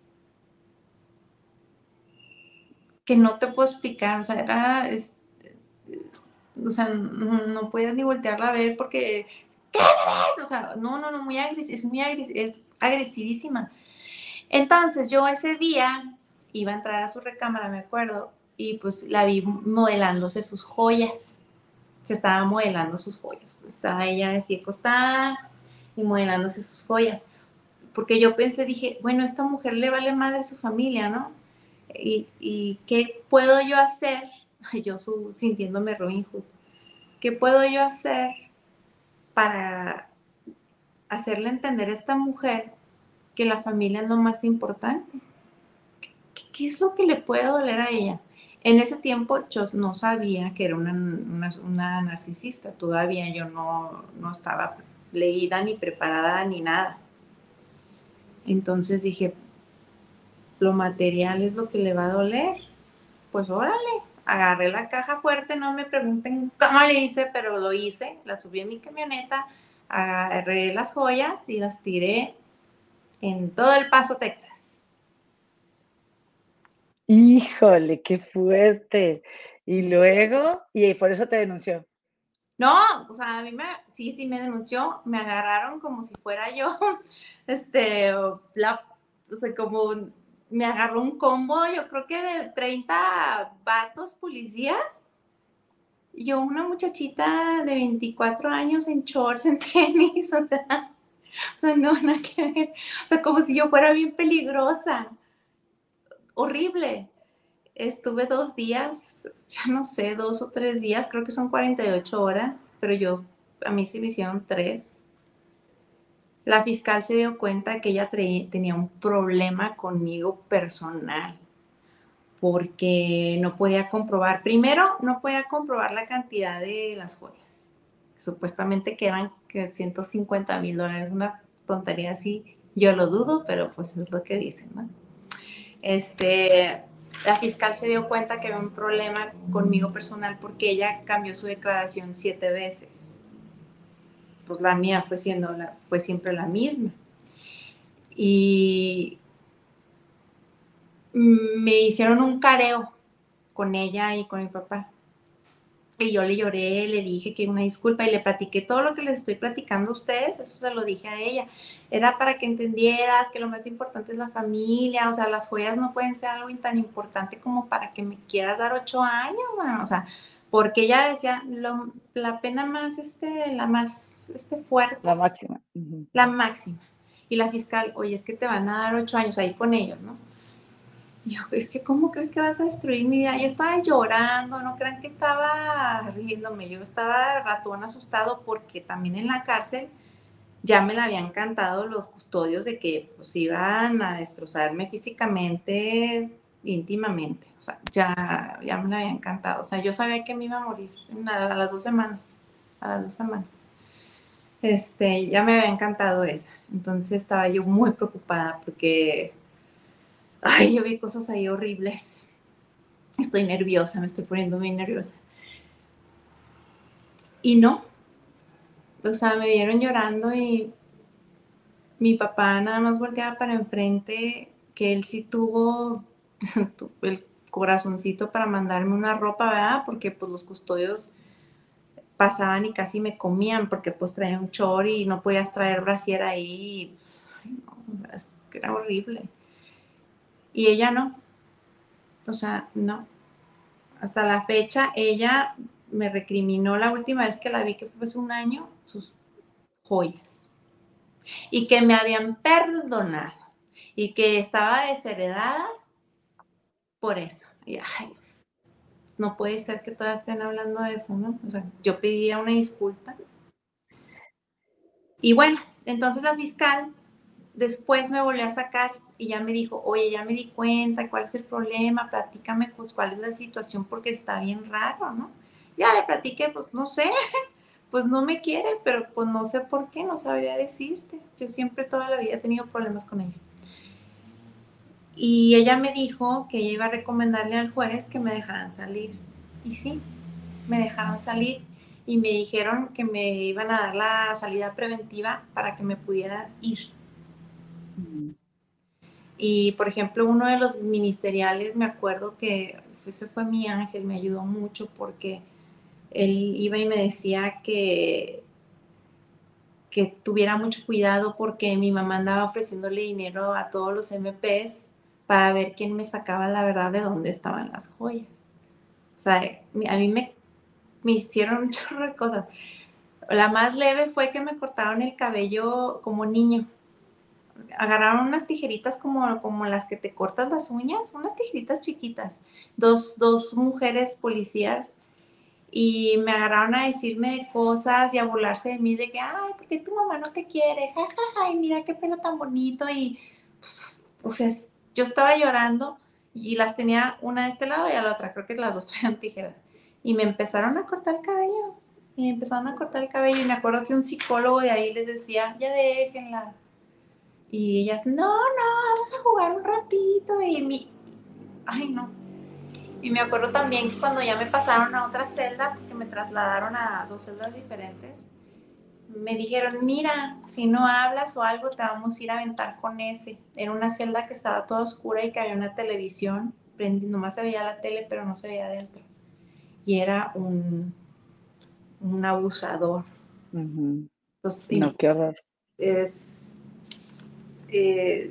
que no te puedo explicar, o sea, era, es, o sea, no, no puedes ni voltearla a ver porque, ¿qué eres? O sea, no, no, no, muy agres es muy agres es agresivísima. Entonces, yo ese día iba a entrar a su recámara, me acuerdo, y pues la vi modelándose sus joyas. Se estaba modelando sus joyas. Estaba ella así acostada y modelándose sus joyas. Porque yo pensé, dije, bueno, a esta mujer le vale madre su familia, ¿no? ¿Y, y qué puedo yo hacer? Yo su, sintiéndome Robin Hood. ¿Qué puedo yo hacer para hacerle entender a esta mujer que la familia es lo más importante? ¿Qué, qué es lo que le puede doler a ella? En ese tiempo yo no sabía que era una, una, una narcisista. Todavía yo no, no estaba leída ni preparada ni nada. Entonces dije, lo material es lo que le va a doler. Pues órale, agarré la caja fuerte, no me pregunten cómo le hice, pero lo hice, la subí en mi camioneta, agarré las joyas y las tiré en todo El Paso, Texas. Híjole, qué fuerte. Y luego, y por eso te denunció. No, o sea, a mí me, sí, sí me denunció, me agarraron como si fuera yo, este, la, o sea, como me agarró un combo, yo creo que de treinta vatos policías. Yo, una muchachita de veinticuatro años en shorts, en tenis, o sea, o sea, no, nada que ver. O sea, como si yo fuera bien peligrosa. Horrible. Estuve dos días, ya no sé, dos o tres días, creo que son cuarenta y ocho horas, pero yo, a mí se me hicieron tres. La fiscal se dio cuenta que ella tenía un problema conmigo personal, porque no podía comprobar, primero, no podía comprobar la cantidad de las joyas. Supuestamente que eran que ciento cincuenta mil dólares, una tontería así. Yo lo dudo, pero pues es lo que dicen, ¿no? Este, la fiscal se dio cuenta que había un problema conmigo personal porque ella cambió su declaración siete veces. Pues la mía fue, siendo la, fue siempre la misma. Y me hicieron un careo con ella y con mi papá. Y yo le lloré, le dije que una disculpa y le platiqué todo lo que les estoy platicando a ustedes, eso se lo dije a ella. Era para que entendieras que lo más importante es la familia, o sea, las joyas no pueden ser algo tan importante como para que me quieras dar ocho años, bueno, o sea, porque ella decía, lo, la pena más, este, la más este, fuerte. La máxima. Uh-huh. La máxima. Y la fiscal, oye, es que te van a dar ocho años ahí con ellos, ¿no? Yo, es que, ¿cómo crees que vas a destruir mi vida? Yo estaba llorando, no crean que estaba riéndome, yo estaba ratón asustado porque también en la cárcel ya me la habían cantado los custodios de que pues iban a destrozarme físicamente, íntimamente, o sea, ya, ya me la habían cantado, o sea, yo sabía que me iba a morir a las dos semanas, a las dos semanas. Este, ya me habían cantado esa, entonces estaba yo muy preocupada porque... Ay, yo vi cosas ahí horribles. Estoy nerviosa, me estoy poniendo muy nerviosa. Y no. O sea, me vieron llorando y mi papá nada más volteaba para enfrente, que él sí tuvo el corazoncito para mandarme una ropa, ¿verdad? Porque pues los custodios pasaban y casi me comían porque pues traía un short y no podías traer brasier ahí. Y, pues, ay, no, es que era horrible. Y ella no. O sea, no. Hasta la fecha, ella me recriminó la última vez que la vi, que fue hace un año, sus joyas. Y que me habían perdonado. Y que estaba desheredada por eso. Y, ay, pues, no puede ser que todas estén hablando de eso, ¿no? O sea, yo pedía una disculpa. Y bueno, entonces la fiscal después me volvió a sacar y ya me dijo, oye, ya me di cuenta, ¿cuál es el problema? Platícame, pues, cuál es la situación, porque está bien raro, ¿no? Ya le platiqué, pues no sé, pues no me quiere, pero pues no sé por qué, no sabría decirte. Yo siempre toda la vida he tenido problemas con ella. Y ella me dijo que ella iba a recomendarle al juez que me dejaran salir. Y sí, me dejaron salir y me dijeron que me iban a dar la salida preventiva para que me pudiera ir. Uh-huh. Y, por ejemplo, uno de los ministeriales, me acuerdo que ese fue mi ángel, me ayudó mucho porque él iba y me decía que, que tuviera mucho cuidado porque mi mamá andaba ofreciéndole dinero a todos los M Pes para ver quién me sacaba la verdad de dónde estaban las joyas. O sea, a mí me, me hicieron un chorro de cosas. La más leve fue que me cortaron el cabello como niño. Agarraron unas tijeritas como, como las que te cortas las uñas, unas tijeritas chiquitas, dos, dos mujeres policías, y me agarraron a decirme cosas y a burlarse de mí de que, ay, ¿por qué tu mamá no te quiere? Ja, ja, ja, y mira qué pelo tan bonito. Y, o sea, yo estaba llorando y las tenía una de este lado y a la otra, creo que las dos traían tijeras. Y me empezaron a cortar el cabello, y me empezaron a cortar el cabello, y me acuerdo que un psicólogo de ahí les decía, ya déjenla. Y ellas, no, no, vamos a jugar un ratito. Y mi, ay, no. Y me acuerdo también que cuando ya me pasaron a otra celda, porque me trasladaron a dos celdas diferentes, me dijeron, mira, si no hablas o algo, te vamos a ir a aventar con ese. Era una celda que estaba toda oscura y que había una televisión, prendí, nomás se veía la tele, pero no se veía adentro. Y era un, un abusador. Uh-huh. Entonces, no, qué horror. Es... Eh,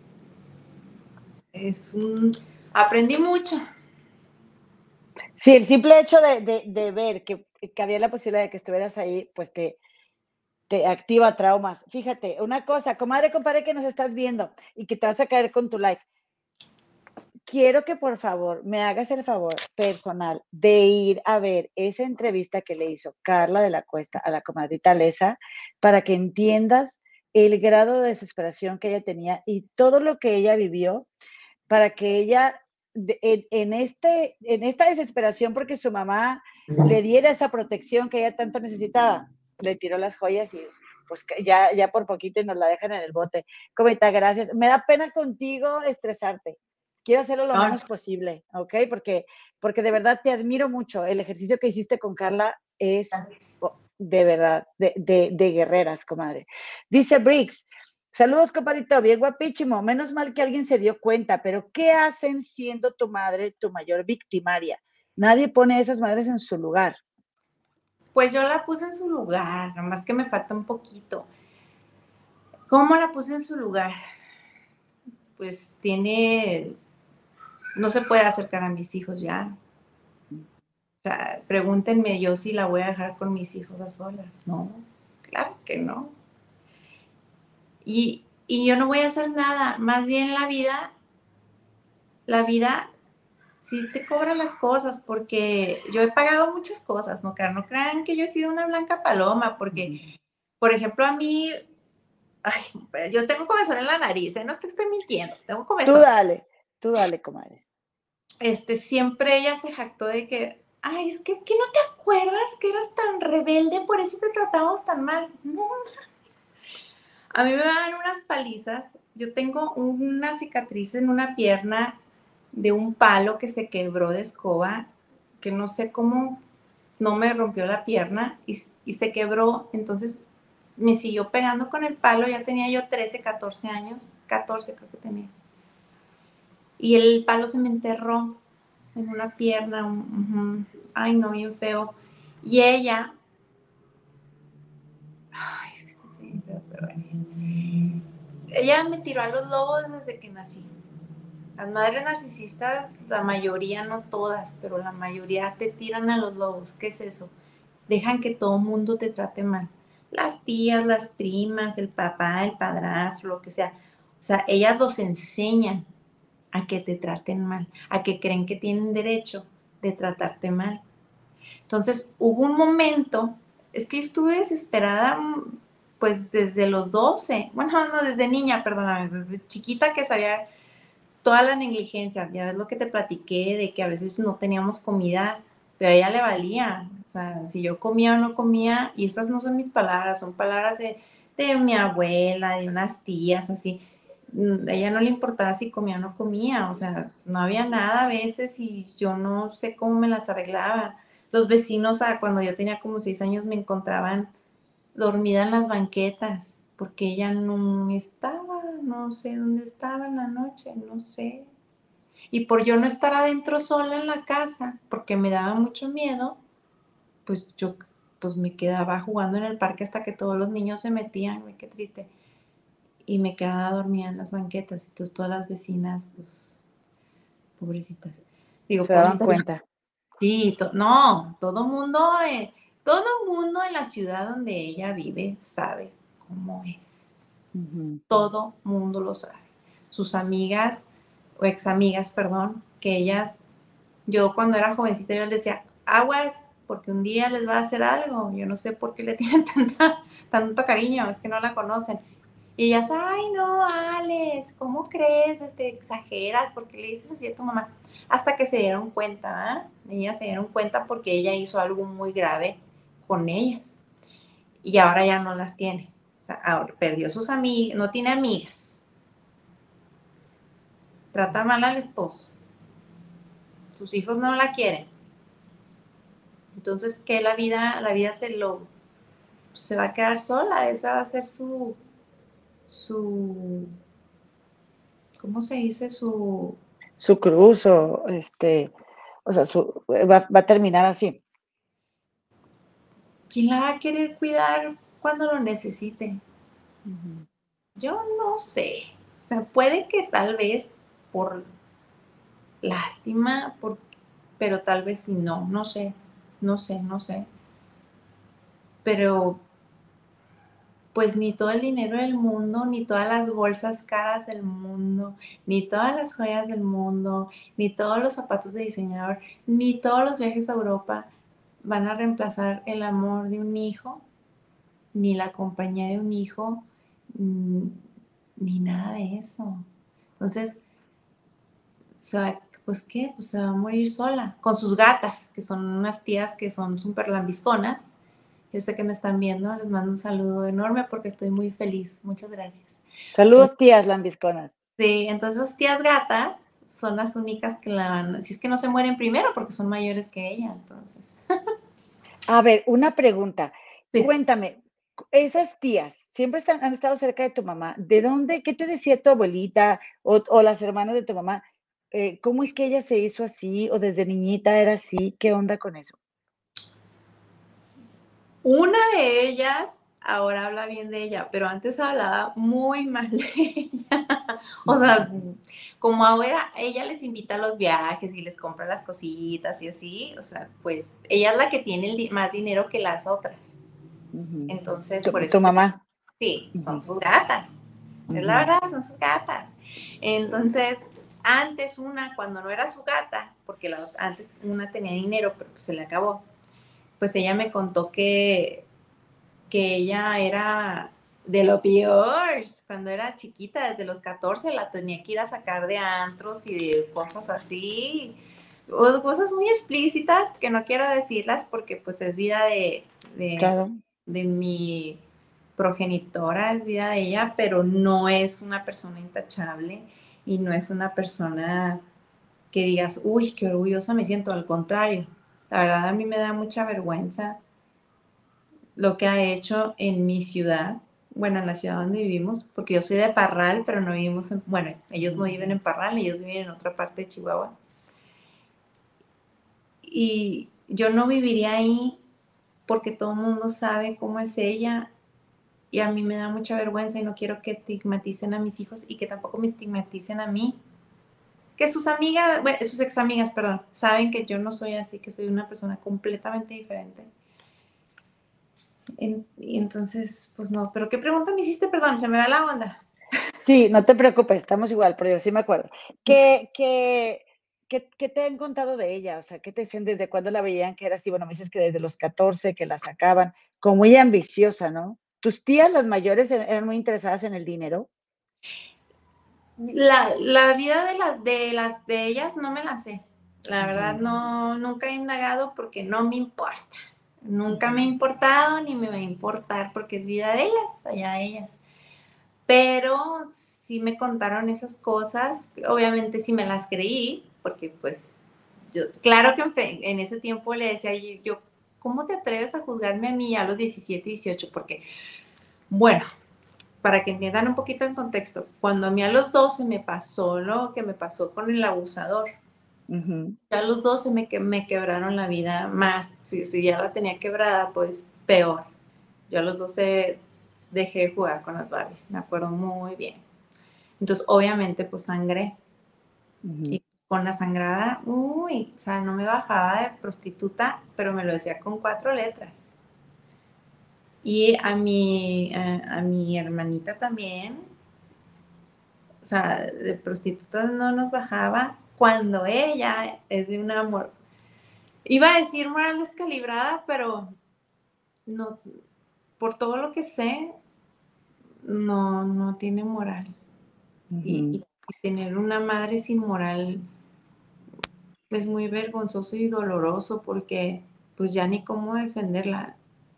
es un... Aprendí mucho. Sí, el simple hecho de, de, de ver que, que había la posibilidad de que estuvieras ahí, pues te, te activa traumas. Fíjate, una cosa, comadre, compadre, que nos estás viendo y que te vas a caer con tu like. Quiero que por favor me hagas el favor personal de ir a ver esa entrevista que le hizo Carla de la Cuesta a la comadrita Lesa para que entiendas el grado de desesperación que ella tenía y todo lo que ella vivió para que ella en, en, este, en esta desesperación porque su mamá le diera esa protección que ella tanto necesitaba, le tiró las joyas y pues ya, ya por poquito y nos la dejan en el bote. Comita, gracias. Me da pena contigo estresarte. Quiero hacerlo lo ah. menos posible, ¿ok? Porque, porque de verdad te admiro mucho. El ejercicio que hiciste con Carla es oh, de verdad, de, de, de guerreras, comadre. Dice Briggs, saludos, compadrito, bien guapísimo. Menos mal que alguien se dio cuenta, pero ¿qué hacen siendo tu madre tu mayor victimaria? Nadie pone a esas madres en su lugar. Pues yo la puse en su lugar, nomás que me falta un poquito. ¿Cómo la puse en su lugar? Pues tiene... No se puede acercar a mis hijos ya. O sea, pregúntenme yo si la voy a dejar con mis hijos a solas. No, claro que no. Y, y yo no voy a hacer nada. Más bien la vida, la vida sí te cobra las cosas, porque yo he pagado muchas cosas, ¿no? No crean que yo he sido una blanca paloma, porque, por ejemplo, a mí, ay, yo tengo comezón en la nariz, ¿eh? No es que estoy mintiendo, tengo comezón. Tú dale, tú dale, comadre. Este, siempre ella se jactó de que, ay, es que, ¿qué no te acuerdas que eras tan rebelde, por eso te tratamos tan mal? No, a mí me dan unas palizas. Yo tengo una cicatriz en una pierna de un palo que se quebró de escoba, que no sé cómo no me rompió la pierna y, y se quebró. Entonces me siguió pegando con el palo. Ya tenía yo trece, catorce años, catorce creo que tenía. Y el palo se me enterró en una pierna. Uh-huh. Ay, no, bien feo. Y ella... Ay, sí, sí, pero, pero, ella me tiró a los lobos desde que nací. Las madres narcisistas, la mayoría, no todas, pero la mayoría te tiran a los lobos. ¿Qué es eso? Dejan que todo el mundo te trate mal. Las tías, las primas, el papá, el padrastro, lo que sea. O sea, ellas los enseñan a que te traten mal, a que creen que tienen derecho de tratarte mal. Entonces, hubo un momento, es que yo estuve desesperada, pues desde los doce, bueno, no, desde niña, perdóname, desde chiquita que sabía toda la negligencia. Ya ves lo que te platiqué de que a veces no teníamos comida, pero a ella le valía, o sea, si yo comía o no comía, y estas no son mis palabras, son palabras de, de mi abuela, de unas tías, así, a ella no le importaba si comía o no comía, o sea, no había nada a veces y yo no sé cómo me las arreglaba. Los vecinos, ah, cuando yo tenía como seis años, me encontraban dormida en las banquetas, porque ella no estaba, no sé dónde estaba en la noche, no sé. Y por yo no estar adentro sola en la casa, porque me daba mucho miedo, pues yo pues me quedaba jugando en el parque hasta que todos los niños se metían, qué triste. Y me quedaba dormida en las banquetas. Entonces todas las vecinas, pues, pobrecitas. Digo, Se daban pobrecitas. cuenta. Sí, to, no, todo mundo, eh, todo mundo en la ciudad donde ella vive sabe cómo es. Uh-huh. Todo mundo lo sabe. Sus amigas, o ex amigas, perdón, que ellas, yo cuando era jovencita yo les decía, aguas, porque un día les va a hacer algo. Yo no sé por qué le tienen tanta, tanto cariño, es que no la conocen. Y ellas, ay, no, Alex, ¿cómo crees? Este, exageras, ¿por qué le dices así a tu mamá? Hasta que se dieron cuenta, ¿eh? Ellas se dieron cuenta porque ella hizo algo muy grave con ellas. Y ahora ya no las tiene. O sea, ahora perdió sus amigas, no tiene amigas. Trata mal al esposo. Sus hijos no la quieren. Entonces, ¿qué la vida? La vida se lo se va a quedar sola. Esa va a ser su su ¿cómo se dice? Su su cruz o este, o sea, su, va, va a terminar así. ¿Quién la va a querer cuidar cuando lo necesite? Uh-huh. Yo no sé. O sea, puede que tal vez por lástima, por, pero tal vez si no, no sé, no sé, no sé. Pero pues ni todo el dinero del mundo, ni todas las bolsas caras del mundo, ni todas las joyas del mundo, ni todos los zapatos de diseñador, ni todos los viajes a Europa van a reemplazar el amor de un hijo, ni la compañía de un hijo, ni nada de eso. Entonces, o sea, pues qué, pues se va a morir sola, con sus gatas, que son unas tías que son súper lambisconas. Yo sé que me están viendo, les mando un saludo enorme porque estoy muy feliz. Muchas gracias. Saludos, tías lambisconas. Sí, entonces esas tías gatas son las únicas que la van, si es que no se mueren primero porque son mayores que ella, entonces. A ver, una pregunta. Sí. Cuéntame, esas tías siempre están, han estado cerca de tu mamá. ¿De dónde, qué te decía tu abuelita o, o las hermanas de tu mamá? Eh, ¿Cómo es que ella se hizo así o desde niñita era así? ¿Qué onda con eso? Una de ellas ahora habla bien de ella, pero antes hablaba muy mal de ella. O sea, como ahora ella les invita a los viajes y les compra las cositas y así, o sea, pues ella es la que tiene el más dinero que las otras. Uh-huh. Entonces, ¿Tu, por eso. ¿Tu mamá? Sí, son uh-huh. sus gatas. Uh-huh. Es la verdad, son sus gatas. Entonces, antes una, cuando no era su gata, porque la, antes una tenía dinero, pero pues se le acabó, pues ella me contó que, que ella era de lo peor, cuando era chiquita, desde los catorce, la tenía que ir a sacar de antros y de cosas así, cosas muy explícitas que no quiero decirlas porque pues es vida de, de, claro. de mi progenitora, es vida de ella, pero no es una persona intachable y no es una persona que digas, uy, qué orgullosa me siento, al contrario, la verdad a mí me da mucha vergüenza lo que ha hecho en mi ciudad, bueno, en la ciudad donde vivimos, porque yo soy de Parral, pero no vivimos en, bueno, ellos no viven en Parral, ellos viven en otra parte de Chihuahua. Y yo no viviría ahí porque todo el mundo sabe cómo es ella y a mí me da mucha vergüenza y no quiero que estigmaticen a mis hijos y que tampoco me estigmaticen a mí. Que sus amigas, bueno, sus ex amigas, perdón, saben que yo no soy así, que soy una persona completamente diferente. En, y entonces, pues no, pero ¿qué pregunta me hiciste? Perdón, se me va la onda. Sí, no te preocupes, estamos igual, pero yo sí me acuerdo. ¿Qué, qué, qué, qué te han contado de ella? O sea, ¿qué te dicen desde cuándo la veían que era así? Bueno, me dices que desde los catorce, que la sacaban, como muy ambiciosa, ¿no? ¿Tus tías, las mayores, eran muy interesadas en el dinero? La, la vida de las, de las de ellas no me la sé. La verdad no, nunca he indagado porque no me importa. Nunca me ha importado ni me va a importar porque es vida de ellas, allá ellas. Pero sí me contaron esas cosas, obviamente sí me las creí, porque pues yo, claro que en, en ese tiempo le decía yo, yo, ¿cómo te atreves a juzgarme a mí a los diecisiete, dieciocho? Porque, bueno, para que entiendan un poquito el contexto, cuando a mí a los doce me pasó lo que me pasó con el abusador, Uh-huh. ya a los doce me, me quebraron la vida más, si, si ya la tenía quebrada, pues peor. Yo a los doce dejé de jugar con las Barbies, me acuerdo muy bien. Entonces, obviamente, pues sangré. Uh-huh. Y con la sangrada, uy, o sea, no me bajaba de prostituta, pero me lo decía con cuatro letras. Y a mi, a, a mi hermanita también, o sea, de prostitutas no nos bajaba cuando ella es de un amor. Iba a decir moral descalibrada, pero no, por todo lo que sé, no, no tiene moral. Uh-huh. Y, y, y tener una madre sin moral es muy vergonzoso y doloroso porque pues ya ni cómo defenderla.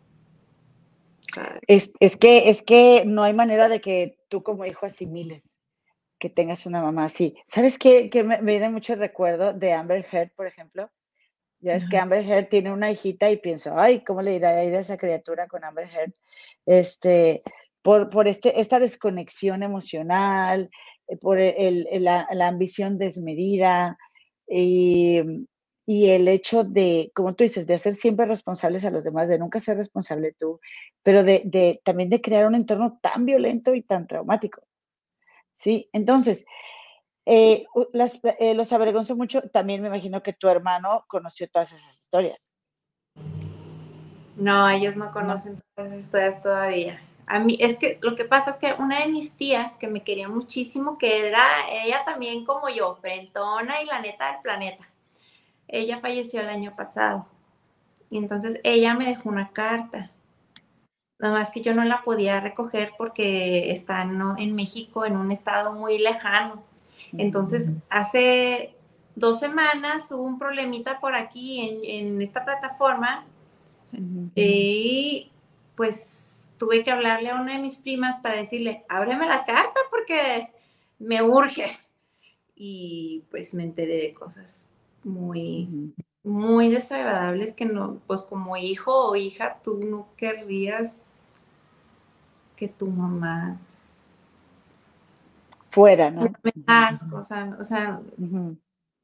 Es, es, que, es que no hay manera de que tú como hijo asimiles que tengas una mamá así. ¿Sabes qué? Que me, me viene mucho recuerdo de Amber Heard, por ejemplo. Ya es que Amber Heard tiene una hijita y pienso, ay, ¿cómo le irá a ir a esa criatura con Amber Heard? Este, por, por este, esta desconexión emocional, por el, el, la, la ambición desmedida y, y el hecho de, como tú dices, de hacer siempre responsables a los demás, de nunca ser responsable tú, pero de, de también de crear un entorno tan violento y tan traumático. ¿Sí? Entonces, Eh, las, eh, los avergonzó mucho. También me imagino que tu hermano conoció todas esas historias. No, ellos no conocen no. todas esas historias todavía. A mí, es que lo que pasa es que una de mis tías que me quería muchísimo, que era ella también como yo, frentona y la neta del planeta, ella falleció el año pasado. Y entonces ella me dejó una carta. Nada más que yo no la podía recoger porque está ¿no? en México, en un estado muy lejano. Entonces, uh-huh. hace dos semanas hubo un problemita por aquí en, en esta plataforma uh-huh. y pues tuve que hablarle a una de mis primas para decirle, ábreme la carta porque me urge. Y pues me enteré de cosas muy, uh-huh. muy desagradables que no, pues como hijo o hija tú no querrías que tu mamá fuera, ¿no? Me da asco, o sea, o sea uh-huh.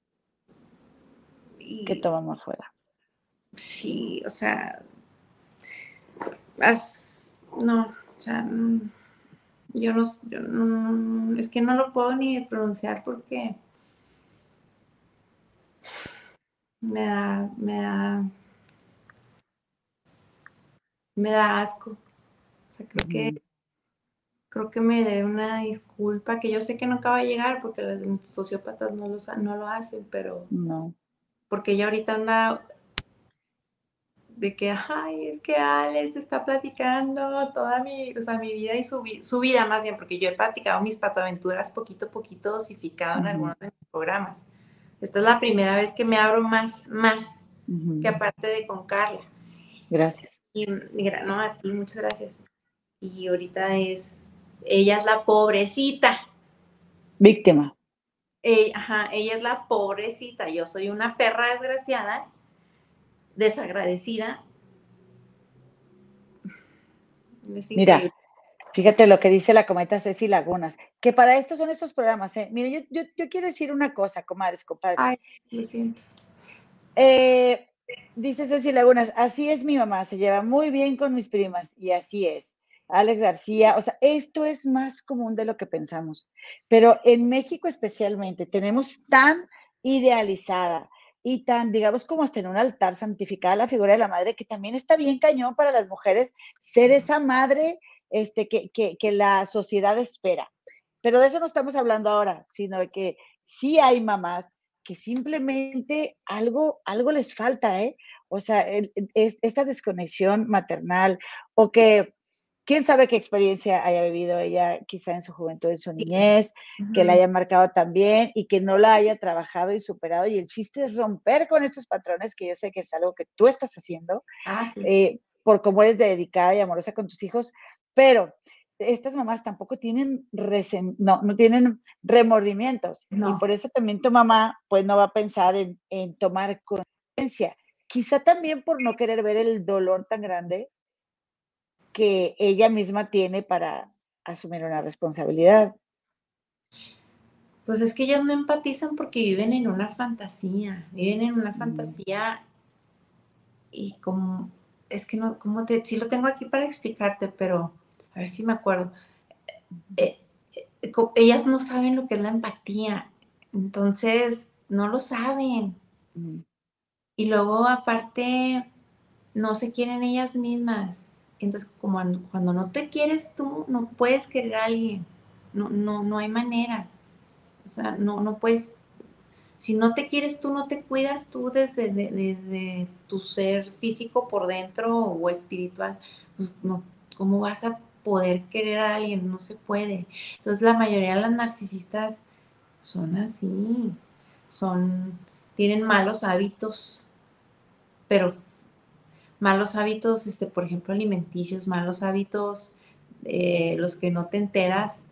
y, que tu mamá fuera. Sí, o sea, as, no, o sea, no, yo no, yo no, es que no lo puedo ni pronunciar porque me da, me da, me da asco. O sea, creo uh-huh. que creo que me dé una disculpa, que yo sé que nunca va a llegar porque los sociópatas no lo, no lo hacen, pero no. Porque ella ahorita anda de que, ay, es que Alex está platicando toda mi, o sea, mi vida y su, su vida más bien, porque yo he platicado mis patoaventuras poquito a poquito dosificado uh-huh. en algunos de mis programas. Esta es la primera vez que me abro más, más, uh-huh. que aparte de con Carla. Gracias. Y, no, a ti, muchas gracias. Y ahorita es, ella es la pobrecita. Víctima. Eh, ajá, ella es la pobrecita, yo soy una perra desgraciada, desagradecida. Mira, fíjate lo que dice la cometa Ceci Lagunas, que para esto son estos programas, ¿eh? Mira, yo, yo, yo quiero decir una cosa, comadres, compadres. Ay, lo siento. Eh, dice Ceci Lagunas, así es mi mamá, se lleva muy bien con mis primas, y así es. Alex García, o sea, esto es más común de lo que pensamos, pero en México especialmente tenemos tan idealizada y tan, digamos, como hasta en un altar santificada la figura de la madre, que también está bien cañón para las mujeres ser esa madre este, que, que, que la sociedad espera. Pero de eso no estamos hablando ahora, sino de que sí hay mamás que simplemente algo, algo les falta, ¿eh? O sea, el, es, esta desconexión maternal, o que quién sabe qué experiencia haya vivido ella quizá en su juventud, en su Sí. niñez, Ujú. que la haya marcado también y que no la haya trabajado y superado. Y el chiste es romper con estos patrones, que yo sé que es algo que tú estás haciendo, Ah, sí. eh, por cómo eres dedicada y amorosa con tus hijos, pero estas mamás tampoco tienen resen no, no tienen remordimientos. Y No. por eso también tu mamá, pues, no va a pensar en en tomar conciencia. Quizá también por no querer ver el dolor tan grande que ella misma tiene para asumir una responsabilidad. Pues es que ellas no empatizan porque viven en una fantasía, viven en una Mm, fantasía y como, es que no, como te, sí lo tengo aquí para explicarte, pero a ver si me acuerdo. Eh, eh, co- ellas no saben lo que es la empatía, entonces no lo saben. mm. Y luego aparte no se quieren ellas mismas. Entonces, como cuando, cuando no te quieres tú, no puedes querer a alguien. No, no, no hay manera. O sea, no, no puedes. Si no te quieres tú, no te cuidas tú desde, de- desde tu ser físico por dentro o espiritual, pues no, ¿cómo vas a poder querer a alguien? No se puede. Entonces la mayoría de las narcisistas son así, son, tienen malos hábitos, pero malos hábitos, este, por ejemplo, alimenticios, malos hábitos, eh, los que no te enteras,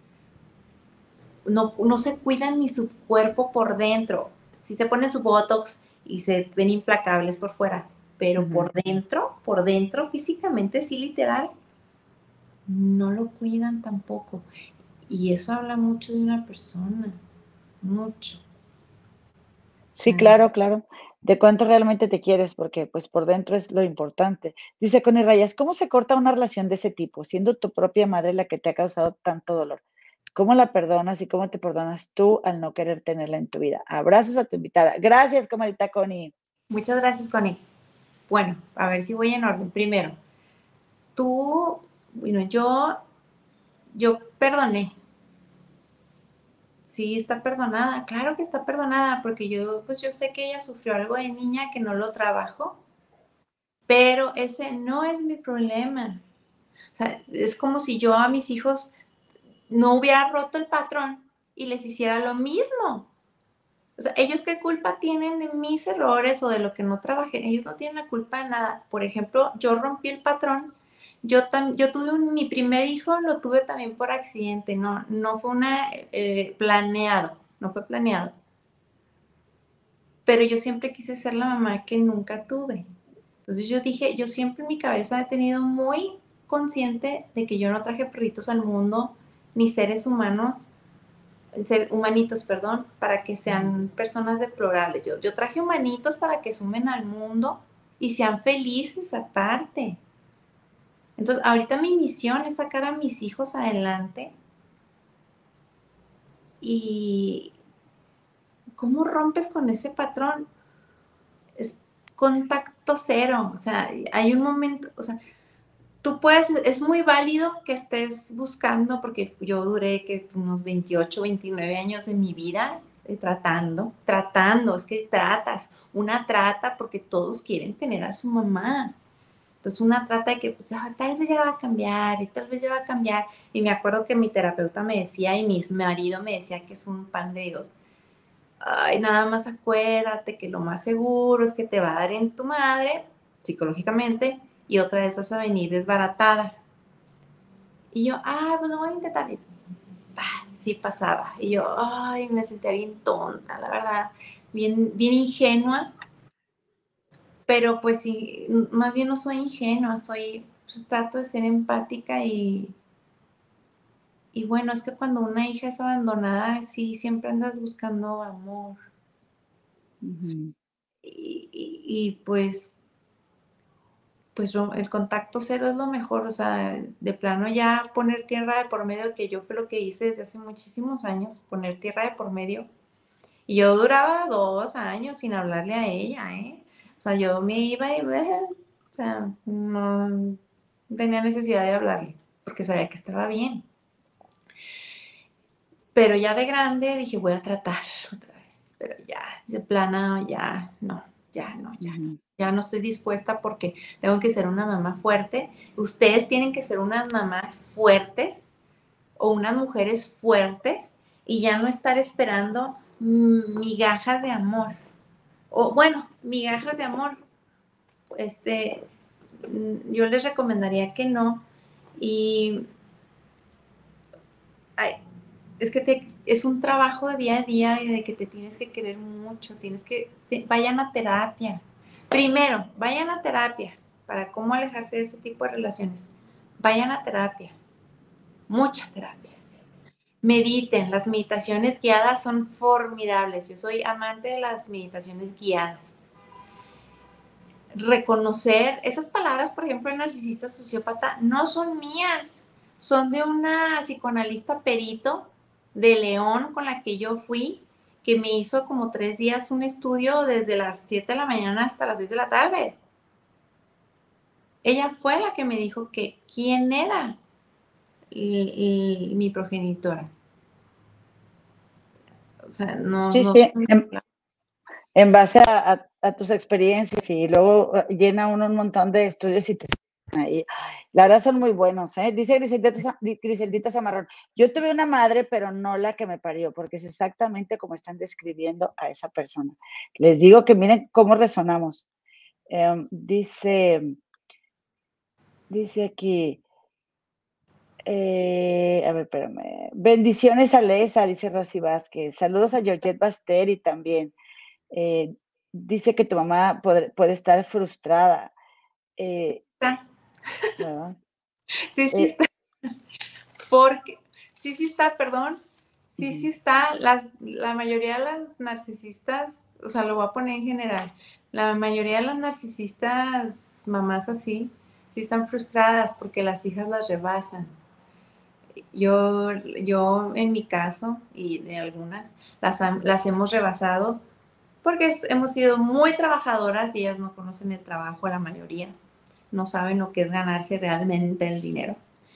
no, no se cuidan ni su cuerpo por dentro. Si se ponen su botox y se ven implacables por fuera, pero Ujú. por dentro, por dentro, físicamente, sí, literal, no lo cuidan tampoco. Y eso habla mucho de una persona, mucho. O Sí, sea, claro, claro. De cuánto realmente te quieres, porque, pues, por dentro es lo importante. Dice Connie Rayas, ¿cómo se corta una relación de ese tipo, siendo tu propia madre la que te ha causado tanto dolor? ¿Cómo la perdonas y cómo te perdonas tú al no querer tenerla en tu vida? Abrazos a tu invitada. Gracias, comadita Connie. muchas gracias, Connie. Bueno, a ver si voy en orden. Primero, tú, bueno, yo, yo perdoné. Sí, está perdonada, claro que está perdonada, porque yo, pues yo sé que ella sufrió algo de niña que no lo trabajó, pero ese no es mi problema. O sea, es como si yo a mis hijos no hubiera roto el patrón y les hiciera lo mismo. O sea, ellos qué culpa tienen de mis errores o de lo que no trabajé. Ellos no tienen la culpa de nada. Por ejemplo, yo rompí el patrón. Yo, tam, yo tuve un, mi primer hijo, lo tuve también por accidente. No, no fue una eh, planeado, no fue planeado. Pero yo siempre quise ser la mamá que nunca tuve. Entonces yo dije, yo siempre en mi cabeza he tenido muy consciente de que yo no traje perritos al mundo, ni seres humanos, ser humanitos, perdón, para que sean personas deplorables. Yo, yo traje humanitos para que sumen al mundo y sean felices aparte. Entonces, ahorita mi misión es sacar a mis hijos adelante y ¿cómo rompes con ese patrón? Es contacto cero, o sea, hay un momento, o sea, tú puedes, es muy válido que estés buscando, porque yo duré que unos veintiocho, veintinueve años de mi vida eh, tratando, tratando, es que tratas, una trata porque todos quieren tener a su mamá. Entonces una trata de que pues ah, tal vez ya va a cambiar y tal vez ya va a cambiar. Y me acuerdo que mi terapeuta me decía y mi marido me decía que es un pan de Dios. Ay, nada más acuérdate que lo más seguro es que te va a dar en tu madre, psicológicamente, y otra vez vas a venir desbaratada. Y yo, ah, bueno, voy a intentar. Y bah, sí pasaba. Y yo, ay, me sentía bien tonta, la verdad, bien, bien ingenua, pero pues sí, más bien no soy ingenua, soy, pues trato de ser empática y, y bueno, es que cuando una hija es abandonada, sí, siempre andas buscando amor. Ujú. Y, y, y pues pues el contacto cero es lo mejor, o sea, de plano ya poner tierra de por medio, que yo fue lo que hice desde hace muchísimos años, poner tierra de por medio. Y yo duraba dos años sin hablarle a ella, ¿eh? O sea, yo me iba y, eh, o sea, no tenía necesidad de hablarle, porque sabía que estaba bien. Pero ya de grande dije, voy a tratar otra vez, pero ya, de plano, ya, no, ya no, ya no. Ujú. Ya no estoy dispuesta porque tengo que ser una mamá fuerte. Ustedes tienen que ser unas mamás fuertes o unas mujeres fuertes y ya no estar esperando mm, migajas de amor. O bueno, migajas de amor. Este, mm, yo les recomendaría que no. Y ay, es que te, es un trabajo de día a día y de que te tienes que querer mucho, tienes que, te, vayan a terapia. Primero, vayan a terapia para cómo alejarse de ese tipo de relaciones. Vayan a terapia, mucha terapia. Mediten, las meditaciones guiadas son formidables. Yo soy amante de las meditaciones guiadas. Reconocer, esas palabras, por ejemplo, el narcisista sociópata, no son mías, son de una psicoanalista perito de León con la que yo fui, que me hizo como tres días un estudio desde las siete de la mañana hasta las seis de la tarde. Ella fue la que me dijo que quién era y, y, mi progenitora. O sea, no... Sí, no sí, en, en base a, a, a tus experiencias y luego llena uno un montón de estudios y te ahí. La verdad son muy buenos, ¿eh? Dice Griseldita, Griseldita Zamarrón, yo tuve una madre, pero no la que me parió, porque es exactamente como están describiendo a esa persona. Les digo que miren cómo resonamos. Eh, dice, dice aquí, eh, a ver, espérame. Bendiciones a Lesa, dice Rosy Vázquez. Saludos a Georgette Basteri también. Eh, dice que tu mamá puede, puede estar frustrada. Eh, está. ¿verdad? Sí, sí Eh, está. Porque, sí, sí está, perdón. Sí, sí está. Las, la mayoría de las narcisistas, o sea, lo voy a poner en general, la mayoría de las narcisistas, mamás así, sí están frustradas porque las hijas las rebasan. Yo, yo en mi caso, y de algunas, las, las hemos rebasado porque es, hemos sido muy trabajadoras y ellas no conocen el trabajo, la mayoría. No saben lo que es ganarse realmente el dinero.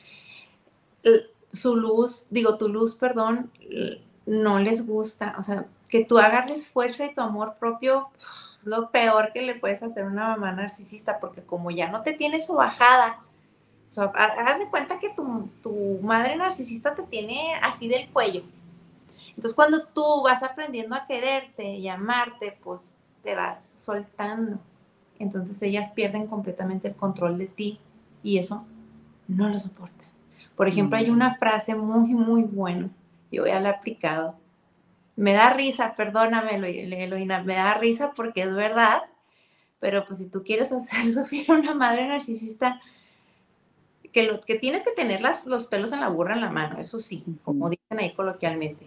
Su luz, digo, tu luz, perdón, no les gusta. O sea, que tú agarres fuerza y tu amor propio, lo peor que le puedes hacer a una mamá narcisista, porque como ya no te tiene su bajada, o sea, haz de cuenta que tu, tu madre narcisista te tiene así del cuello. Entonces, cuando tú vas aprendiendo a quererte y amarte, pues te vas soltando. Entonces, ellas pierden completamente el control de ti y eso no lo soportan. Por ejemplo, hay una frase muy, muy buena. Yo ya la he aplicado. Me da risa, perdóname, Eloína, me da risa porque es verdad, pero pues si tú quieres hacer sufrir a una madre narcisista, que, lo, que tienes que tener las, los pelos en la burra en la mano, eso sí, como dicen ahí coloquialmente.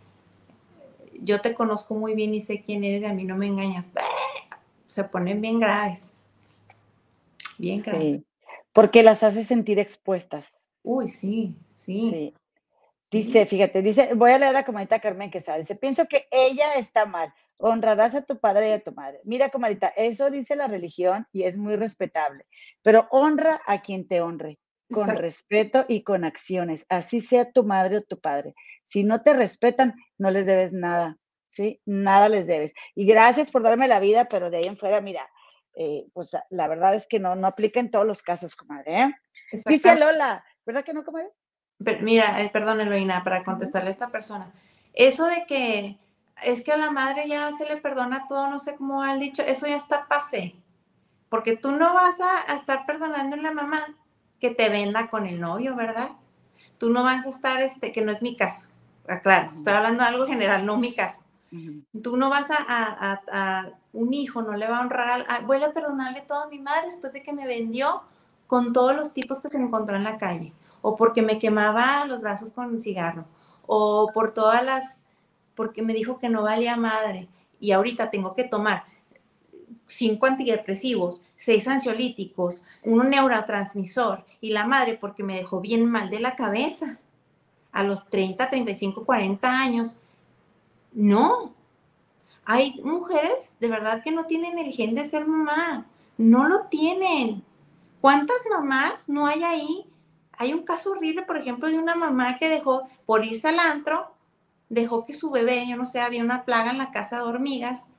Yo te conozco muy bien y sé quién eres y a mí no me engañas. Se ponen bien graves. Bien graves. Sí, porque las hace sentir expuestas. Uy, sí, sí. Sí. Dice, fíjate, dice, voy a leer la comadita Carmen Quesada. Dice, pienso que ella está mal. Honrarás a tu padre y a tu madre. Mira, comadita, eso dice la religión y es muy respetable. Pero honra a quien te honre, con Exacto. respeto y con acciones. Así sea tu madre o tu padre. Si no te respetan, no les debes nada, ¿sí? Nada les debes. Y gracias por darme la vida, pero de ahí en fuera, mira, eh, pues la verdad es que no, no aplica en todos los casos, comadre, ¿eh? Dice Lola, ¿verdad que no, comadre? Pero mira, eh, perdón, Eloína, para contestarle a esta persona. Eso de que es que a la madre ya se le perdona todo, no sé cómo han dicho, eso ya está pasé. Porque tú no vas a, a estar perdonando a la mamá que te venda con el novio, ¿verdad? Tú no vas a estar, este, que no es mi caso. Claro, estoy hablando de algo general, no mi caso. Uh-huh. Tú no vas a, a, a, a, un hijo, no le va a honrar, a, a, voy a perdonarle todo a mi madre después de que me vendió con todos los tipos que se encontró en la calle, o porque me quemaba los brazos con un cigarro, o por todas las, porque me dijo que no valía madre, y ahorita tengo que tomar cinco antidepresivos, seis ansiolíticos, un neurotransmisor, y la madre porque me dejó bien mal de la cabeza, a los treinta, treinta y cinco, cuarenta años. No, hay mujeres de verdad que no tienen el gen de ser mamá, no lo tienen. ¿Cuántas mamás no hay ahí? Hay un caso horrible, por ejemplo, de una mamá que dejó, por irse al antro, dejó que su bebé, yo no sé, había una plaga en la casa de hormigas,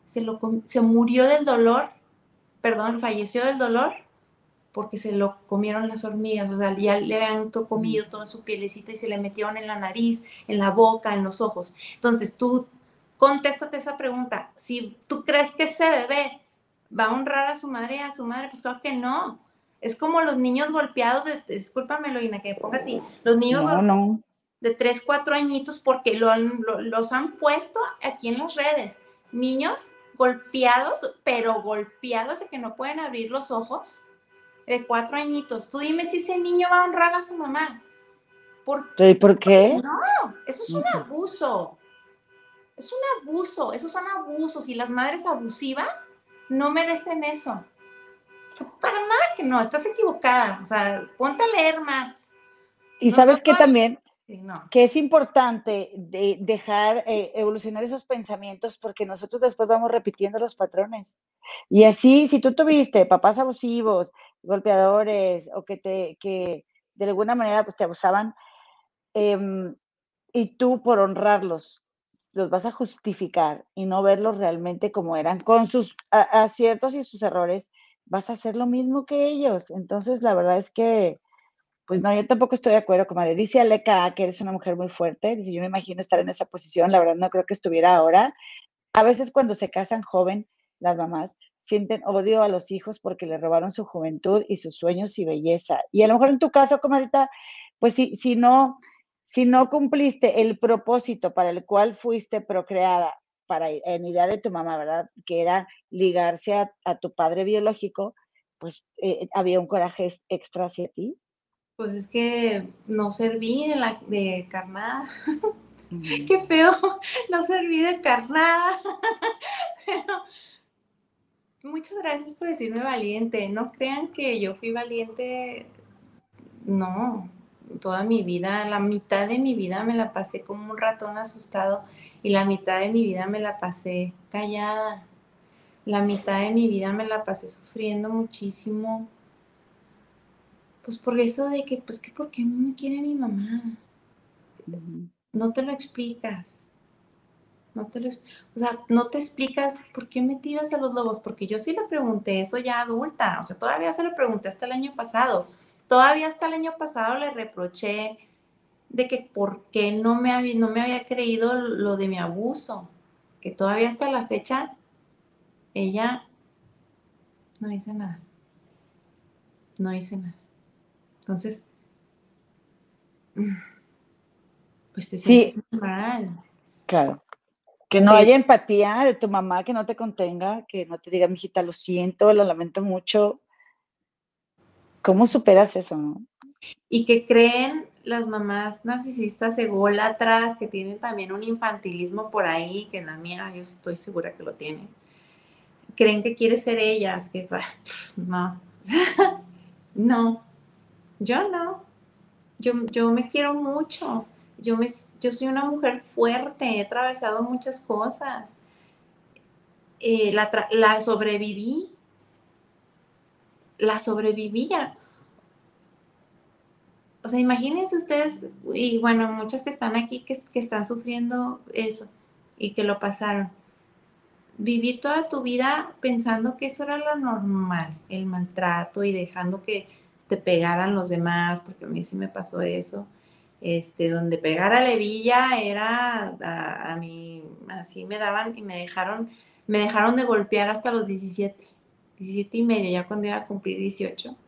se, lo, se murió del dolor, perdón, falleció del dolor porque se lo comieron las hormigas, o sea, ya le habían comido toda su pielecita y se le metieron en la nariz, en la boca, en los ojos. Entonces, tú contéstate esa pregunta. Si tú crees que ese bebé va a honrar a su madre y a su madre, pues claro que no. Es como los niños golpeados, de, discúlpame, Loina, que me ponga así, los niños no, no. de tres, cuatro añitos, porque lo, lo, los han puesto aquí en las redes. Niños golpeados, pero golpeados de que no pueden abrir los ojos, de cuatro añitos. Tú dime si ese niño va a honrar a su mamá. ¿Por, ¿Por qué? No, eso es un abuso. Es un abuso, esos son abusos y las madres abusivas no merecen eso. Para nada que no, estás equivocada. O sea, ponte a leer más. Y no, sabes no, que no, también, sí, no. que es importante de dejar eh, evolucionar esos pensamientos porque nosotros después vamos repitiendo los patrones. Y así, si tú tuviste papás abusivos, golpeadores, o que te que de alguna manera pues, te abusaban, eh, y tú por honrarlos, los vas a justificar y no verlos realmente como eran, con sus a, aciertos y sus errores, vas a hacer lo mismo que ellos. Entonces, la verdad es que, pues no, yo tampoco estoy de acuerdo, comadre. Dice Aleca que eres una mujer muy fuerte, dice, yo me imagino estar en esa posición, la verdad no creo que estuviera ahora. A veces cuando se casan joven, las mamás sienten odio a los hijos porque les robaron su juventud y sus sueños y belleza. Y a lo mejor en tu caso, comadita, pues si, si no, si no cumpliste el propósito para el cual fuiste procreada, para, en idea de tu mamá, ¿verdad? Que era ligarse a, a tu padre biológico, pues eh, había un coraje extra hacia ti. Pues es que no serví de, la, de carnada. Uh-huh. Qué feo, no serví de carnada. Pero muchas gracias por decirme valiente. No crean que yo fui valiente. No, toda mi vida, la mitad de mi vida me la pasé como un ratón asustado y la mitad de mi vida me la pasé callada. La mitad de mi vida me la pasé sufriendo muchísimo. Pues por eso de que, pues que ¿por qué no me quiere mi mamá? Uh-huh. No te lo explicas. No te lo, o sea, no te explicas por qué me tiras a los lobos, porque yo sí le pregunté eso ya adulta, o sea, todavía se lo pregunté hasta el año pasado. Todavía hasta el año pasado le reproché de que por qué no me había, no me había creído lo de mi abuso, que todavía hasta la fecha ella no dice nada. No dice nada. Entonces, pues te sientes sí. muy mal. Claro. Que no haya empatía de tu mamá, que no te contenga, que no te diga, mijita, lo siento, lo lamento mucho. ¿Cómo superas eso, no? Y que creen las mamás narcisistas ególatras, que tienen también un infantilismo por ahí, que la mía yo estoy segura que lo tienen. Creen que quieres ser ellas, que no, no, yo no, yo, yo me quiero mucho, yo, me, yo soy una mujer fuerte, he atravesado muchas cosas, eh, la, la sobreviví, la sobreviví ya. O sea, imagínense ustedes, y bueno, muchas que están aquí que, que están sufriendo eso y que lo pasaron. Vivir toda tu vida pensando que eso era lo normal, el maltrato y dejando que te pegaran los demás, porque a mí sí me pasó eso. Este, donde pegar a la hebilla era a, a mí, así me daban y me dejaron, me dejaron de golpear hasta los diecisiete, diecisiete y medio, ya cuando iba a cumplir dieciocho.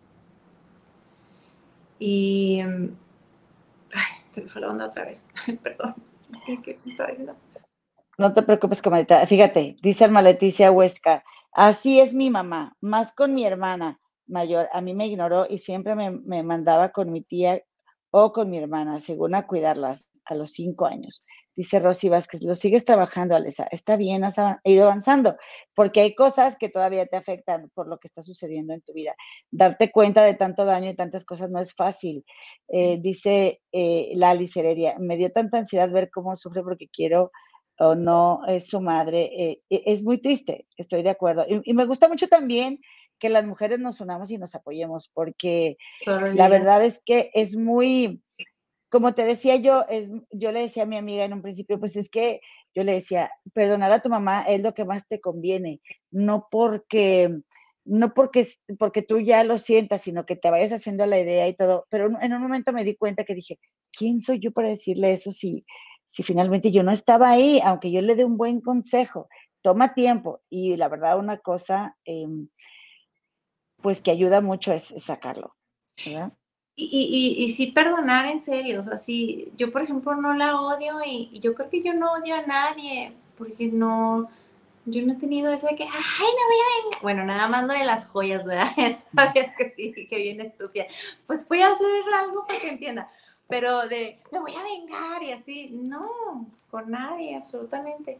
Y ay, se me fue la onda otra vez. Perdón. ¿Qué, qué me estaba diciendo? No te preocupes, comadita. Fíjate, dice Alma Leticia Huesca, así es mi mamá, más con mi hermana mayor. A mí me ignoró y siempre me, me mandaba con mi tía o con mi hermana, según a cuidarlas a los cinco años. Dice Rosy Vázquez, lo sigues trabajando, Alesa. Está bien, has ido avanzando, porque hay cosas que todavía te afectan por lo que está sucediendo en tu vida. Darte cuenta de tanto daño y tantas cosas no es fácil. Eh, dice eh, Lali Heredia, me dio tanta ansiedad ver cómo sufre porque quiero o no es su madre, eh, es muy triste, estoy de acuerdo. Y, y me gusta mucho también que las mujeres nos unamos y nos apoyemos, porque Sorry. La verdad es que es muy, como te decía yo, es, yo le decía a mi amiga en un principio, pues es que yo le decía, perdonar a tu mamá es lo que más te conviene, no porque, no porque, porque tú ya lo sientas, sino que te vayas haciendo la idea y todo. Pero en un momento me di cuenta que dije, ¿quién soy yo para decirle eso si, si finalmente yo no estaba ahí, aunque yo le dé un buen consejo? Toma tiempo. Y la verdad, una cosa, eh, pues que ayuda mucho es, es sacarlo, ¿verdad? Y, y, y sí perdonar en serio, o sea, sí, yo por ejemplo no la odio y, y yo creo que yo no odio a nadie, porque no, yo no he tenido eso de que, ay, no voy a vengar. Bueno, nada más lo de las joyas, ¿verdad? Sabes que sí, que bien estúpida. Pues voy a hacer algo para que entienda, pero de, me voy a vengar y así, no, con nadie, absolutamente.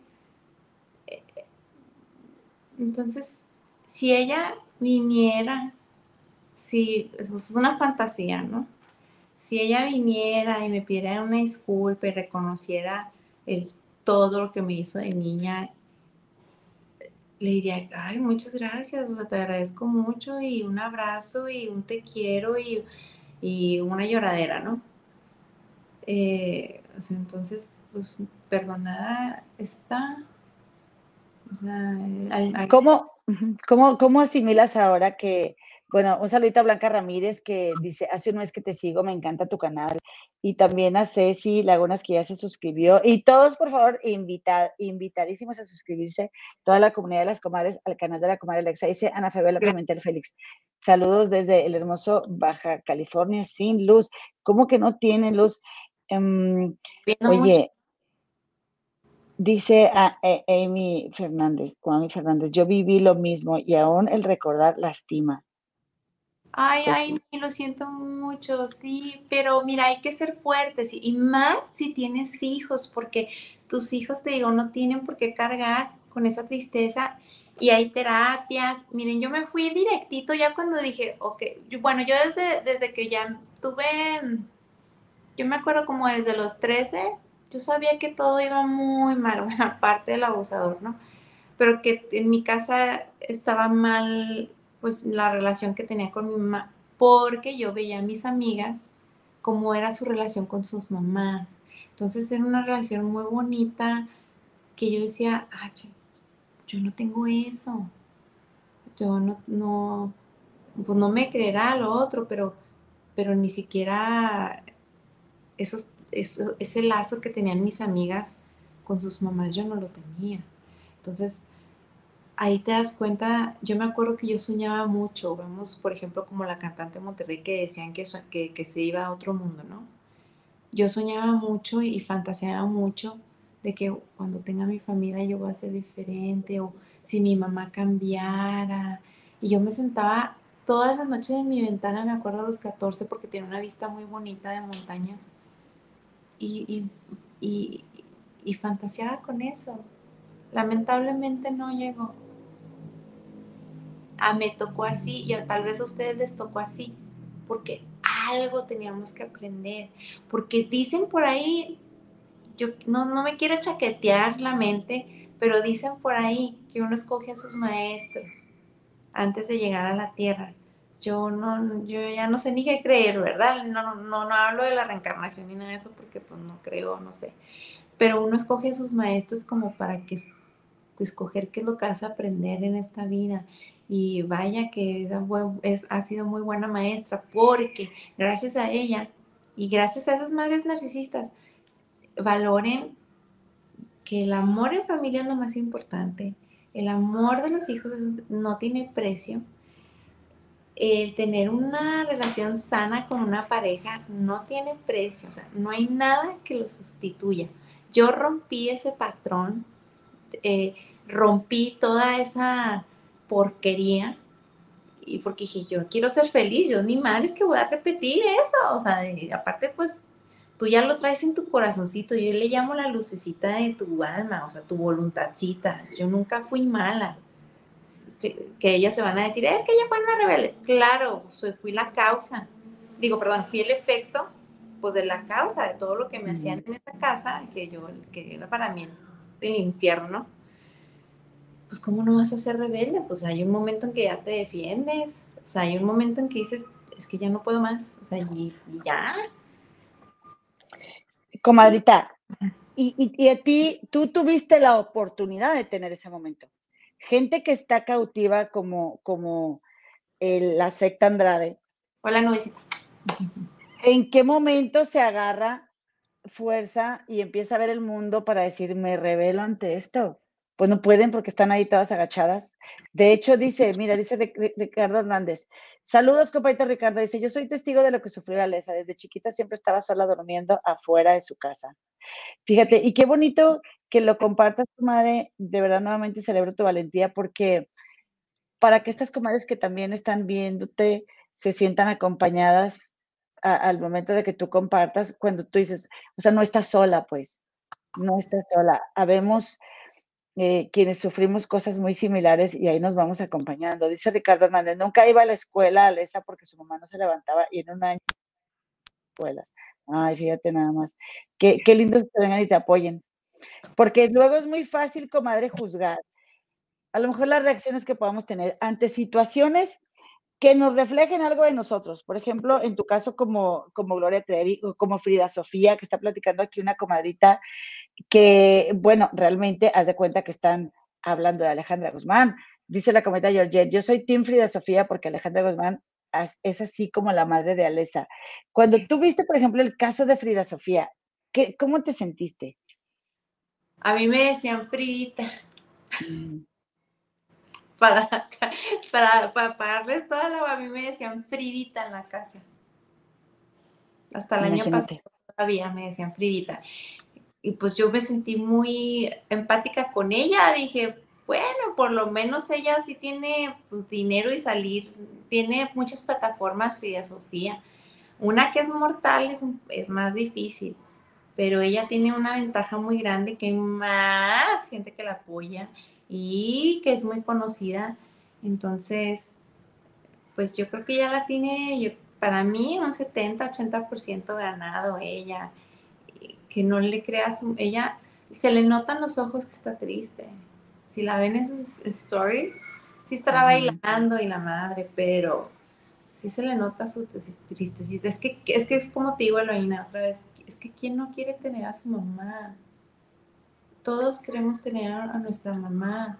Entonces, si ella viniera, si, es una fantasía, ¿no? Si ella viniera y me pidiera una disculpa y reconociera el, todo lo que me hizo de niña, le diría, ay, muchas gracias, o sea, te agradezco mucho y un abrazo y un te quiero y, y una lloradera, ¿no? Eh, o sea, entonces, pues, perdonada está. O sea, hay, hay, ¿Cómo, cómo, ¿Cómo asimilas ahora que, bueno, un saludito a Blanca Ramírez que dice, hace un mes que te sigo, me encanta tu canal, y también a Ceci Lagunas que ya se suscribió, y todos, por favor, invita, invitadísimos a suscribirse, toda la comunidad de las comadres, al canal de la comadre Alexa. Dice Ana Fabiola Pimentel Félix, saludos desde el hermoso Baja California sin luz. ¿Cómo que no tiene luz? Um, oye, mucho. Dice a, a Amy Fernández, o Amy Fernández, yo viví lo mismo y aún el recordar lastima. Ay, pues, ay, sí. Lo siento mucho, sí, pero mira, hay que ser fuertes y más si tienes hijos, porque tus hijos, te digo, no tienen por qué cargar con esa tristeza y hay terapias. Miren, yo me fui directito ya cuando dije, ok, yo, bueno, yo desde, desde que ya tuve, yo me acuerdo como desde los trece, yo sabía que todo iba muy mal, bueno, aparte del abusador, ¿no? Pero que en mi casa estaba mal, pues, la relación que tenía con mi mamá, porque yo veía a mis amigas cómo era su relación con sus mamás. Entonces era una relación muy bonita que yo decía, ah, yo no tengo eso. Yo no, no, pues no me creerá lo otro, pero, pero ni siquiera esos, eso, ese lazo que tenían mis amigas con sus mamás, yo no lo tenía. Entonces, ahí te das cuenta, yo me acuerdo que yo soñaba mucho, vemos por ejemplo como la cantante de Monterrey que decían que, que, que se iba a otro mundo, ¿no? Yo soñaba mucho y fantaseaba mucho de que cuando tenga mi familia yo voy a ser diferente, o si mi mamá cambiara, y yo me sentaba todas las noches en mi ventana, me acuerdo a los catorce, porque tenía una vista muy bonita de montañas, y, y, y, y fantaseaba con eso. Lamentablemente no llegó. A me tocó así y a, tal vez a ustedes les tocó así, porque algo teníamos que aprender, porque dicen por ahí, yo no, no me quiero chaquetear la mente, pero dicen por ahí que uno escoge a sus maestros antes de llegar a la tierra. Yo no, yo ya no sé ni qué creer, ¿verdad? No, no, no hablo de la reencarnación ni nada de eso porque pues no creo, no sé. Pero uno escoge a sus maestros como para que escoger qué es lo que vas a aprender en esta vida. Y vaya que es, ha sido muy buena maestra, porque gracias a ella y gracias a esas madres narcisistas, valoren que el amor en familia es lo más importante. El amor de los hijos no tiene precio. El tener una relación sana con una pareja no tiene precio. O sea, no hay nada que lo sustituya. Yo rompí ese patrón, eh, rompí toda esa porquería, y porque dije, yo quiero ser feliz, yo ni madre es que voy a repetir eso, o sea, y aparte pues tú ya lo traes en tu corazoncito, yo le llamo la lucecita de tu alma, o sea, tu voluntadcita, yo nunca fui mala, que, que ellas se van a decir, es que ella fue una rebelde, claro, pues, fui la causa, digo, perdón, fui el efecto, pues de la causa, de todo lo que me hacían en esa casa, que yo, que era para mí el infierno. Pues ¿cómo no vas a ser rebelde? Pues hay un momento en que ya te defiendes, o sea, hay un momento en que dices, es que ya no puedo más, o sea, y, y ya. Comadrita, y, y, y a ti, tú tuviste la oportunidad de tener ese momento. Gente que está cautiva como, como el, la secta Andrade. Hola, Nubecita. ¿En qué momento se agarra fuerza y empieza a ver el mundo para decir, me rebelo ante esto? Pues no pueden porque están ahí todas agachadas. De hecho, dice, mira, dice Ricardo Hernández, saludos, compañero Ricardo, dice, yo soy testigo de lo que sufrió Alesa, desde chiquita siempre estaba sola durmiendo afuera de su casa. Fíjate, y qué bonito que lo compartas tu madre, de verdad nuevamente celebro tu valentía, porque para que estas comadres que también están viéndote se sientan acompañadas a, al momento de que tú compartas, cuando tú dices, o sea, no estás sola, pues, no estás sola. Habemos eh, quienes sufrimos cosas muy similares y ahí nos vamos acompañando. Dice Ricardo Hernández, nunca iba a la escuela, Alesa, porque su mamá no se levantaba y en un año escuelas. Ay, fíjate nada más. Qué, qué lindo que vengan y te apoyen. Porque luego es muy fácil, comadre, juzgar. A lo mejor las reacciones que podamos tener ante situaciones que nos reflejen algo de nosotros. Por ejemplo, en tu caso como, como Gloria Trevi o como Frida Sofía, que está platicando aquí una comadrita que, bueno, realmente haz de cuenta que están hablando de Alejandra Guzmán. Dice la comadrita Georgette, yo soy Team Frida Sofía porque Alejandra Guzmán es así como la madre de Alesa. Cuando tú viste, por ejemplo, el caso de Frida Sofía, ¿qué, ¿cómo te sentiste? A mí me decían Fridita. Mm. Para, para, para pagarles toda la agua, a mí me decían Fridita en la casa. Hasta el año pasado todavía me decían Fridita. Y pues yo me sentí muy empática con ella. Dije, bueno, por lo menos ella sí tiene pues, dinero y salir. Tiene muchas plataformas, Frida Sofía. Una que es mortal es, un, es más difícil, pero ella tiene una ventaja muy grande que hay más gente que la apoya y que es muy conocida. Entonces, pues yo creo que ya la tiene, yo, para mí, un setenta, ochenta por ciento ganado ella. Que no le creas, ella, se le notan los ojos que está triste. Si la ven en sus stories, sí estará uh-huh. bailando y la madre, pero sí se le nota su tristecita. Es que, es que es como te digo, Eloína, otra vez, es que ¿quién no quiere tener a su mamá? Todos queremos tener a nuestra mamá.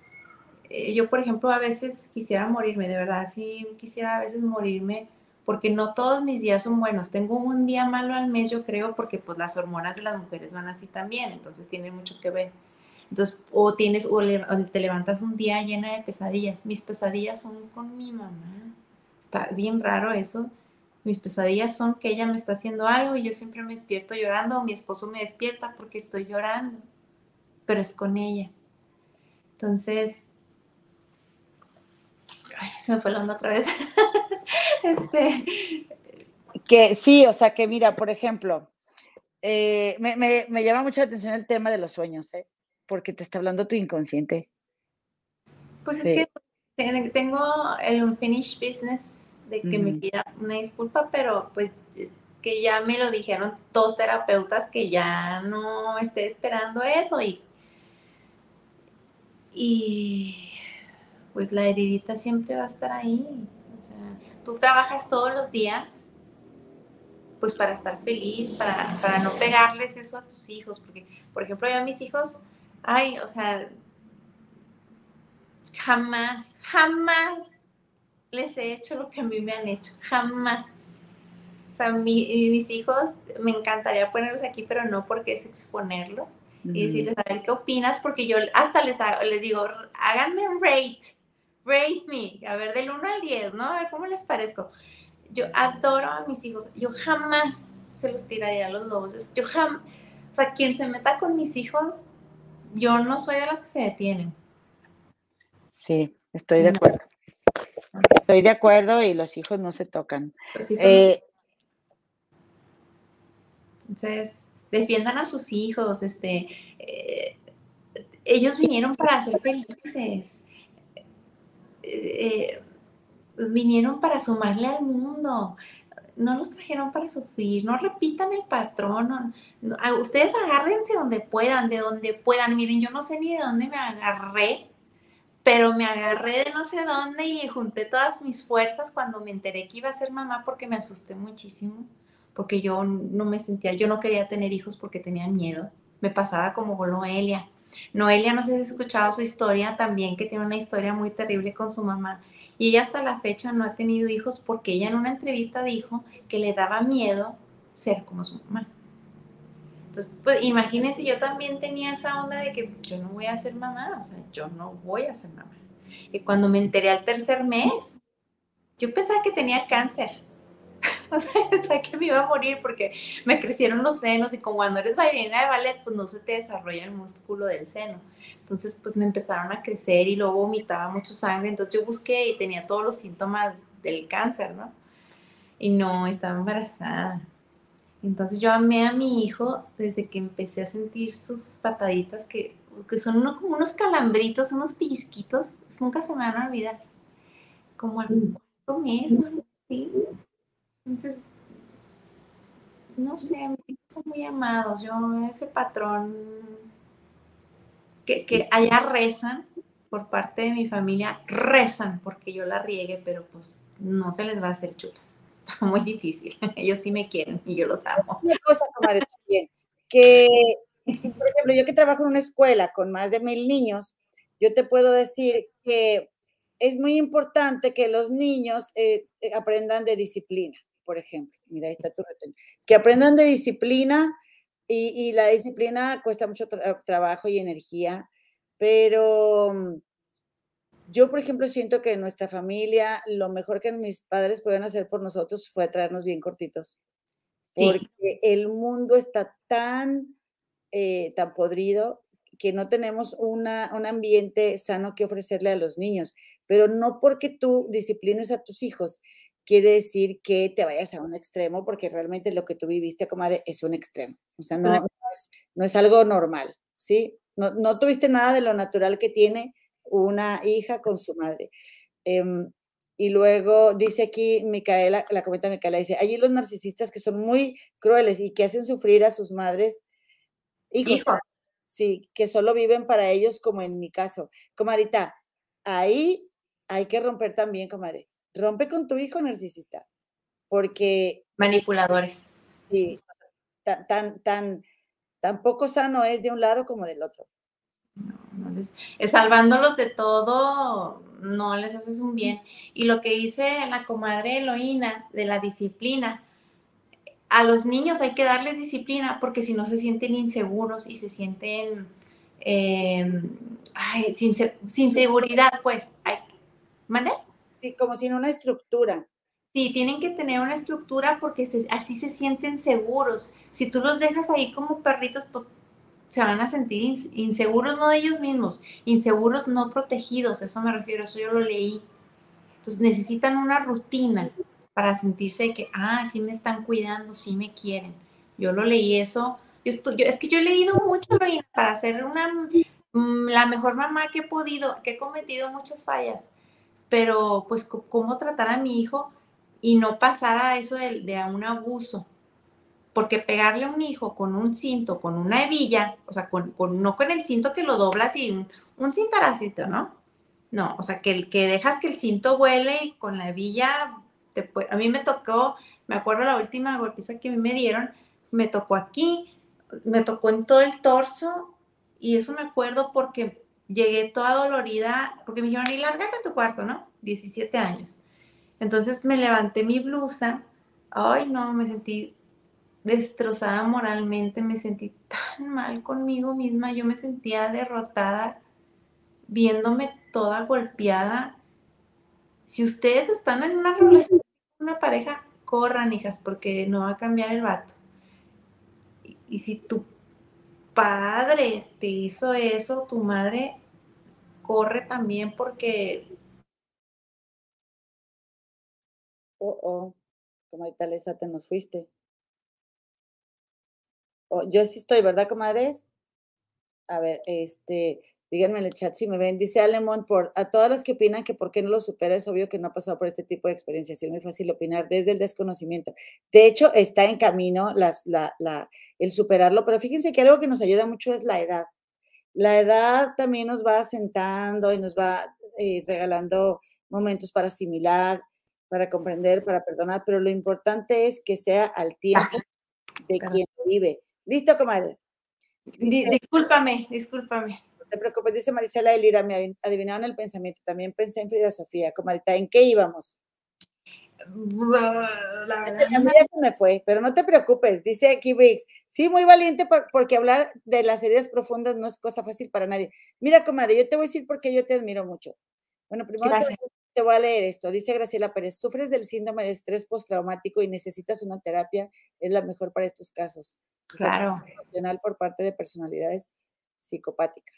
Eh, yo, por ejemplo, a veces quisiera morirme, de verdad, sí quisiera a veces morirme, porque no todos mis días son buenos. Tengo un día malo al mes, yo creo, porque pues las hormonas de las mujeres van así también, entonces tiene mucho que ver. Entonces, o tienes, o, le, o te levantas un día llena de pesadillas. Mis pesadillas son con mi mamá. Está bien raro eso. Mis pesadillas son que ella me está haciendo algo y yo siempre me despierto llorando, o mi esposo me despierta porque estoy llorando, pero es con ella. Entonces, ay, se me fue la onda otra vez. este... Que sí, o sea, que mira, por ejemplo, eh, me, me, me llama mucho la atención el tema de los sueños, ¿eh? Porque te está hablando tu inconsciente. Pues sí. Es que tengo el unfinished business de que uh-huh. me pida una disculpa, pero pues es que ya me lo dijeron dos terapeutas que ya no esté esperando eso y, y pues la heridita siempre va a estar ahí. O sea, tú trabajas todos los días pues para estar feliz, para, para no pegarles eso a tus hijos, porque por ejemplo yo a mis hijos, ay, o sea, jamás, jamás les he hecho lo que a mí me han hecho, jamás. O sea, mi, mis hijos, me encantaría ponerlos aquí, pero no porque es exponerlos uh-huh. y decirles, a ver, ¿qué opinas? Porque yo hasta les, hago, les digo, háganme un rate, rate me, a ver, del uno al diez, ¿no? A ver, ¿cómo les parezco? Yo adoro a mis hijos, yo jamás se los tiraría a los lobos, yo jamás, o sea, quien se meta con mis hijos, yo no soy de las que se detienen. Sí, estoy de acuerdo. No. Estoy de acuerdo y los hijos no se tocan. Los hijos eh, no se... Entonces, defiendan a sus hijos, este, eh, ellos vinieron para ser felices, eh, pues vinieron para sumarle al mundo, no los trajeron para sufrir, no repitan el patrón, no, no, a ustedes agárrense donde puedan, de donde puedan. Miren, yo no sé ni de dónde me agarré, pero me agarré de no sé dónde y junté todas mis fuerzas cuando me enteré que iba a ser mamá, porque me asusté muchísimo, porque yo no me sentía, yo no quería tener hijos porque tenía miedo, me pasaba como con Noelia. Noelia, no sé si has escuchado su historia también, que tiene una historia muy terrible con su mamá. Y ella hasta la fecha no ha tenido hijos porque ella en una entrevista dijo que le daba miedo ser como su mamá. Entonces, pues imagínense, yo también tenía esa onda de que yo no voy a ser mamá, o sea, yo no voy a ser mamá. Y cuando me enteré al tercer mes, yo pensaba que tenía cáncer. O sea, pensaba que me iba a morir porque me crecieron los senos y como cuando eres bailarina de ballet, pues no se te desarrolla el músculo del seno. Entonces, pues me empezaron a crecer y luego vomitaba mucho sangre. Entonces yo busqué y tenía todos los síntomas del cáncer, ¿no? Y no, estaba embarazada. Entonces yo amé a mi hijo desde que empecé a sentir sus pataditas que, que son uno, como unos calambritos, unos pellizquitos, nunca se me van a olvidar. Como al cuarto mes o algo así. Entonces, no sé, mis hijos son muy amados. Yo, ese patrón que, que allá rezan por parte de mi familia, rezan porque yo la riegue, pero pues no se les va a hacer chulas. Está muy difícil. Ellos sí me quieren y yo los amo. Una cosa, comadre, también, que, por ejemplo, yo que trabajo en una escuela con más de mil niños, yo te puedo decir que es muy importante que los niños eh, aprendan de disciplina, por ejemplo. Mira, ahí está tu retoño. Que aprendan de disciplina y, y la disciplina cuesta mucho tra trabajo y energía, pero yo, por ejemplo, siento que en nuestra familia lo mejor que mis padres pueden hacer por nosotros fue traernos bien cortitos. Porque sí, el mundo está tan, eh, tan podrido que no tenemos una, un ambiente sano que ofrecerle a los niños. Pero no porque tú disciplines a tus hijos quiere decir que te vayas a un extremo, porque realmente lo que tú viviste, comadre, es un extremo. O sea, no, no, es, no es algo normal, ¿sí? No, no tuviste nada de lo natural que tiene una hija con su madre. Eh, y luego dice aquí Micaela, la comenta Micaela, dice, allí los narcisistas que son muy crueles y que hacen sufrir a sus madres, hijos, Hijo. sí, que solo viven para ellos, como en mi caso. Comadita, ahí hay que romper también, comadre. Rompe con tu hijo narcisista, porque... Manipuladores. Sí, tan, tan, tan, tan poco sano es de un lado como del otro. No, no les, salvándolos de todo, no les haces un bien. Y lo que dice la comadre Eloína de la disciplina, a los niños hay que darles disciplina porque si no se sienten inseguros y se sienten eh, ay, sin, sin seguridad, pues. Ay, ¿mande? Sí, como sin una estructura. Sí, tienen que tener una estructura porque se, así se sienten seguros. Si tú los dejas ahí como perritos, pues se van a sentir inseguros, no de ellos mismos, inseguros no protegidos, a eso me refiero, eso yo lo leí. Entonces necesitan una rutina para sentirse que, ah, sí me están cuidando, sí me quieren. Yo lo leí eso, yo estoy, yo, es que yo he leído mucho para ser una, la mejor mamá que he podido, que he cometido muchas fallas, pero pues cómo tratar a mi hijo y no pasar a eso de, de a un abuso. Porque pegarle a un hijo con un cinto, con una hebilla, o sea, con, con, no con el cinto que lo doblas y un, un cintaracito, ¿no? No, o sea, que, que dejas que el cinto vuele y con la hebilla, te puede, a mí me tocó, me acuerdo la última golpiza que a mí me dieron, me tocó aquí, me tocó en todo el torso y eso me acuerdo porque llegué toda dolorida, porque me dijeron, y lárgate a tu cuarto, ¿no? diecisiete años. Entonces me levanté mi blusa, ay no, me sentí destrozada moralmente, me sentí tan mal conmigo misma, yo me sentía derrotada, viéndome toda golpeada. Si ustedes están en una relación con una pareja, corran, hijas, porque no va a cambiar el vato. Y, y si tu padre te hizo eso, tu madre corre también porque... Oh, oh, comadita Lesa, te nos fuiste. Oh, yo sí estoy, ¿verdad, comadres? A ver, este, díganme en el chat si me ven. Dice Alemón, por, a todas las que opinan que por qué no lo supera, es obvio que no ha pasado por este tipo de experiencias. Es muy fácil opinar desde el desconocimiento. De hecho, está en camino las, la, la, el superarlo, pero fíjense que algo que nos ayuda mucho es la edad. La edad también nos va asentando y nos va eh, regalando momentos para asimilar, para comprender, para perdonar, pero lo importante es que sea al tiempo de quien vive. ¿Listo, comadre? Dice, discúlpame, discúlpame. No te preocupes, dice Marisela Elira, me adivinaron el pensamiento. También pensé en Frida Sofía. Comadita, ¿en qué íbamos? La verdad, a mí ya se me fue, pero no te preocupes, dice aquí Briggs. Sí, muy valiente por, porque hablar de las heridas profundas no es cosa fácil para nadie. Mira, comadre, yo te voy a decir porque yo te admiro mucho. Bueno, primero te voy, te voy a leer esto. Dice Graciela Pérez, sufres del síndrome de estrés postraumático y necesitas una terapia, es la mejor para estos casos. Claro. Emocional por parte de personalidades psicopáticas.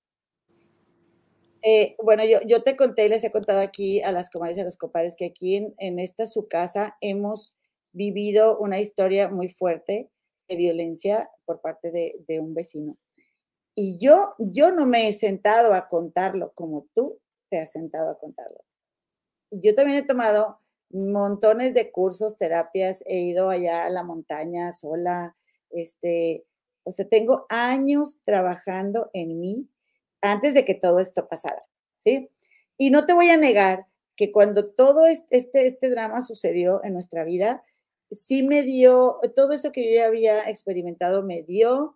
Eh, bueno, yo, yo te conté y les he contado aquí a las comadres y a los compadres que aquí en, en esta su casa hemos vivido una historia muy fuerte de violencia por parte de, de un vecino. Y yo, yo no me he sentado a contarlo como tú te has sentado a contarlo. Yo también he tomado montones de cursos, terapias, he ido allá a la montaña sola, este, o sea, tengo años trabajando en mí antes de que todo esto pasara, ¿sí? Y no te voy a negar que cuando todo este, este drama sucedió en nuestra vida, sí me dio, todo eso que yo ya había experimentado me dio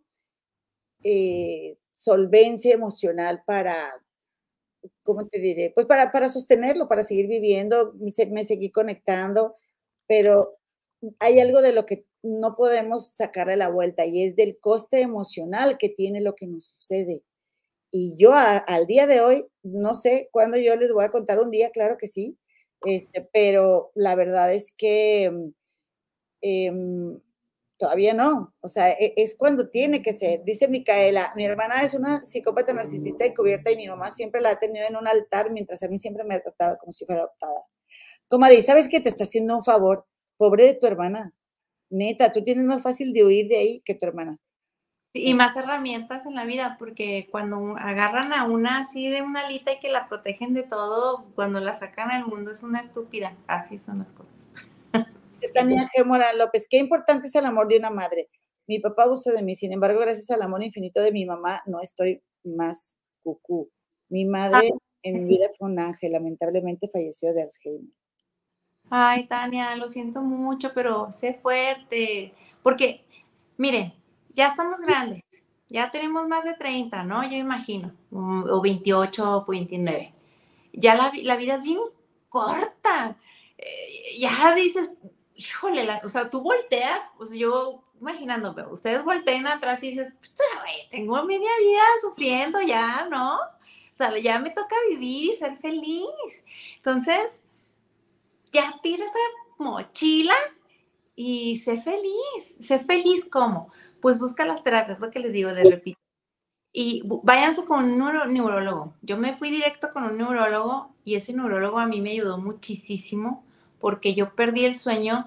eh, solvencia emocional para, ¿cómo te diré? Pues para, para sostenerlo, para seguir viviendo, me, me seguí conectando, pero hay algo de lo que no podemos sacarle la vuelta y es del coste emocional que tiene lo que nos sucede. Y yo a, al día de hoy, no sé cuándo yo les voy a contar un día, claro que sí, este, pero la verdad es que eh, todavía no, o sea, es cuando tiene que ser. Dice Micaela, mi hermana es una psicópata narcisista encubierta y mi mamá siempre la ha tenido en un altar mientras a mí siempre me ha tratado como si fuera adoptada. Comadre, ¿sabes qué? Te está haciendo un favor, pobre de tu hermana. Neta, tú tienes más fácil de huir de ahí que tu hermana. Sí, y más herramientas en la vida, porque cuando agarran a una así de una alita y que la protegen de todo, cuando la sacan al mundo es una estúpida. Así son las cosas. Sí. Tania G. Morán López, qué importante es el amor de una madre. Mi papá abusó de mí, sin embargo, gracias al amor infinito de mi mamá, no estoy más cucú. Mi madre ah. en mi vida fue un ángel, lamentablemente falleció de Alzheimer. Ay, Tania, lo siento mucho, pero sé fuerte, porque, miren, ya estamos grandes, ya tenemos más de treinta, ¿no? Yo imagino, o veintiocho, o veintinueve. Ya la, la vida es bien corta. Eh, ya dices, híjole, la, o sea, tú volteas, pues yo imaginándome, ustedes voltean atrás y dices, tengo media vida sufriendo ya, ¿no? O sea, ya me toca vivir y ser feliz. Entonces, ya tira esa mochila y sé feliz. Sé feliz, ¿cómo? Pues busca las terapias, lo que les digo, les repito. Y váyanse con un neuro, neurólogo. Yo me fui directo con un neurólogo y ese neurólogo a mí me ayudó muchísimo porque yo perdí el sueño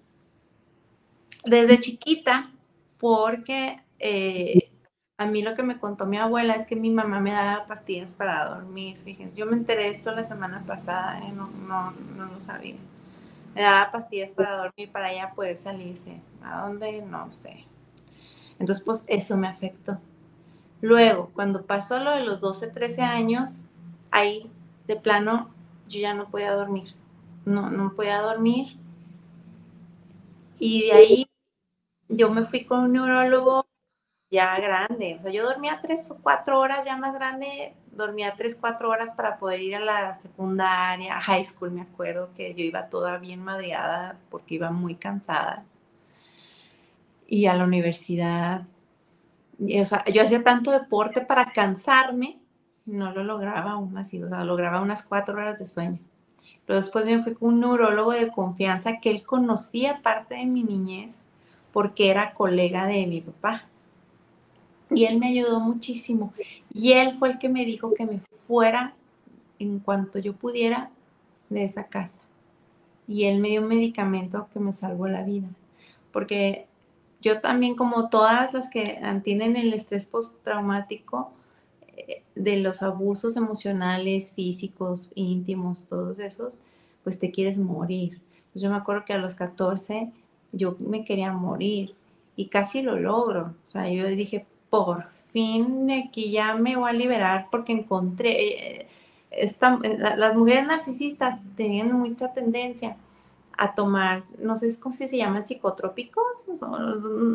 desde chiquita porque eh, a mí lo que me contó mi abuela es que mi mamá me daba pastillas para dormir. Fíjense, yo me enteré de esto la semana pasada, ¿eh? no, no, no lo sabía. Me daba pastillas para dormir para ella poder salirse. ¿A dónde? No sé. Entonces, pues eso me afectó. Luego, cuando pasó lo de los doce, trece años, ahí de plano yo ya no podía dormir. No, no podía dormir. Y de ahí yo me fui con un neurólogo ya grande. O sea, yo dormía tres o cuatro horas ya más grande. Dormía tres, cuatro horas para poder ir a la secundaria, a high school, me acuerdo que yo iba toda bien madreada porque iba muy cansada. Y a la universidad. O sea, yo hacía tanto deporte para cansarme, no lo lograba aún así, o sea, lograba unas cuatro horas de sueño. Pero después me fui con un neurólogo de confianza que él conocía parte de mi niñez porque era colega de mi papá. Y él me ayudó muchísimo. Y él fue el que me dijo que me fuera en cuanto yo pudiera de esa casa. Y él me dio un medicamento que me salvó la vida. Porque yo también, como todas las que tienen el estrés postraumático eh, de los abusos emocionales, físicos, íntimos, todos esos, pues te quieres morir. Entonces yo me acuerdo que a los catorce yo me quería morir y casi lo logro. O sea, yo dije, por fin aquí ya me voy a liberar porque encontré, eh, esta, las mujeres narcisistas tienen mucha tendencia a tomar, no sé cómo se llaman, psicotrópicos,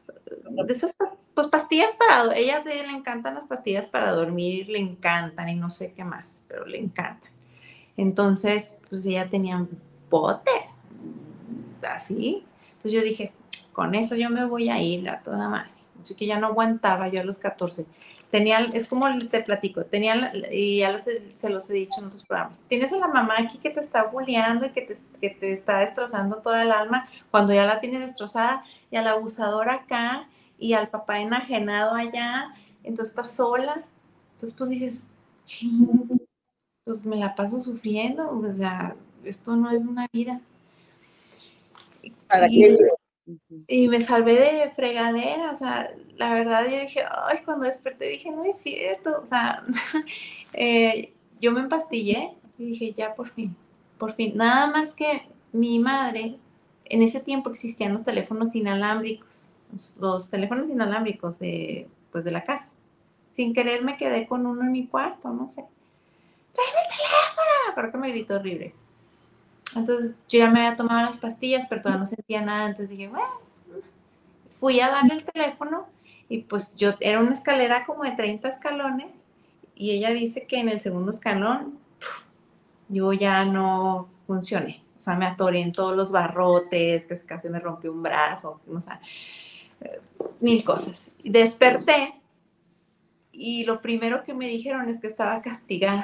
de esas pues, pastillas para, ella de, le encantan las pastillas para dormir, le encantan y no sé qué más, pero le encantan. Entonces, pues ella tenía botes, así. Entonces yo dije, con eso yo me voy a ir a toda madre. Así que ya no aguantaba yo a los catorce. Tenía, es como te platico, tenía, y ya los, se los he dicho en otros programas, tienes a la mamá aquí que te está bulleando y que te, que te está destrozando toda el alma cuando ya la tienes destrozada, y al abusador acá, y al papá enajenado allá, entonces estás sola. Entonces pues dices, ching, pues me la paso sufriendo, o sea, esto no es una vida. ¿Para y, qué? y me salvé de fregadera, o sea, la verdad yo dije, ay, cuando desperté dije, no es cierto, o sea, eh, yo me empastillé y dije, ya por fin, por fin, nada más que mi madre, en ese tiempo existían los teléfonos inalámbricos, los, los teléfonos inalámbricos de, pues de la casa. Sin querer me quedé con uno en mi cuarto, no sé. ¡Tráeme el teléfono! Creo que me gritó horrible. Entonces yo ya me había tomado las pastillas, pero todavía no sentía nada, entonces dije, bueno, fui a darle el teléfono y pues yo, era una escalera como de treinta escalones y ella dice que en el segundo escalón yo ya no funcioné, o sea, me atoré en todos los barrotes, que casi me rompió un brazo, o sea, mil cosas. Desperté y lo primero que me dijeron es que estaba castigada.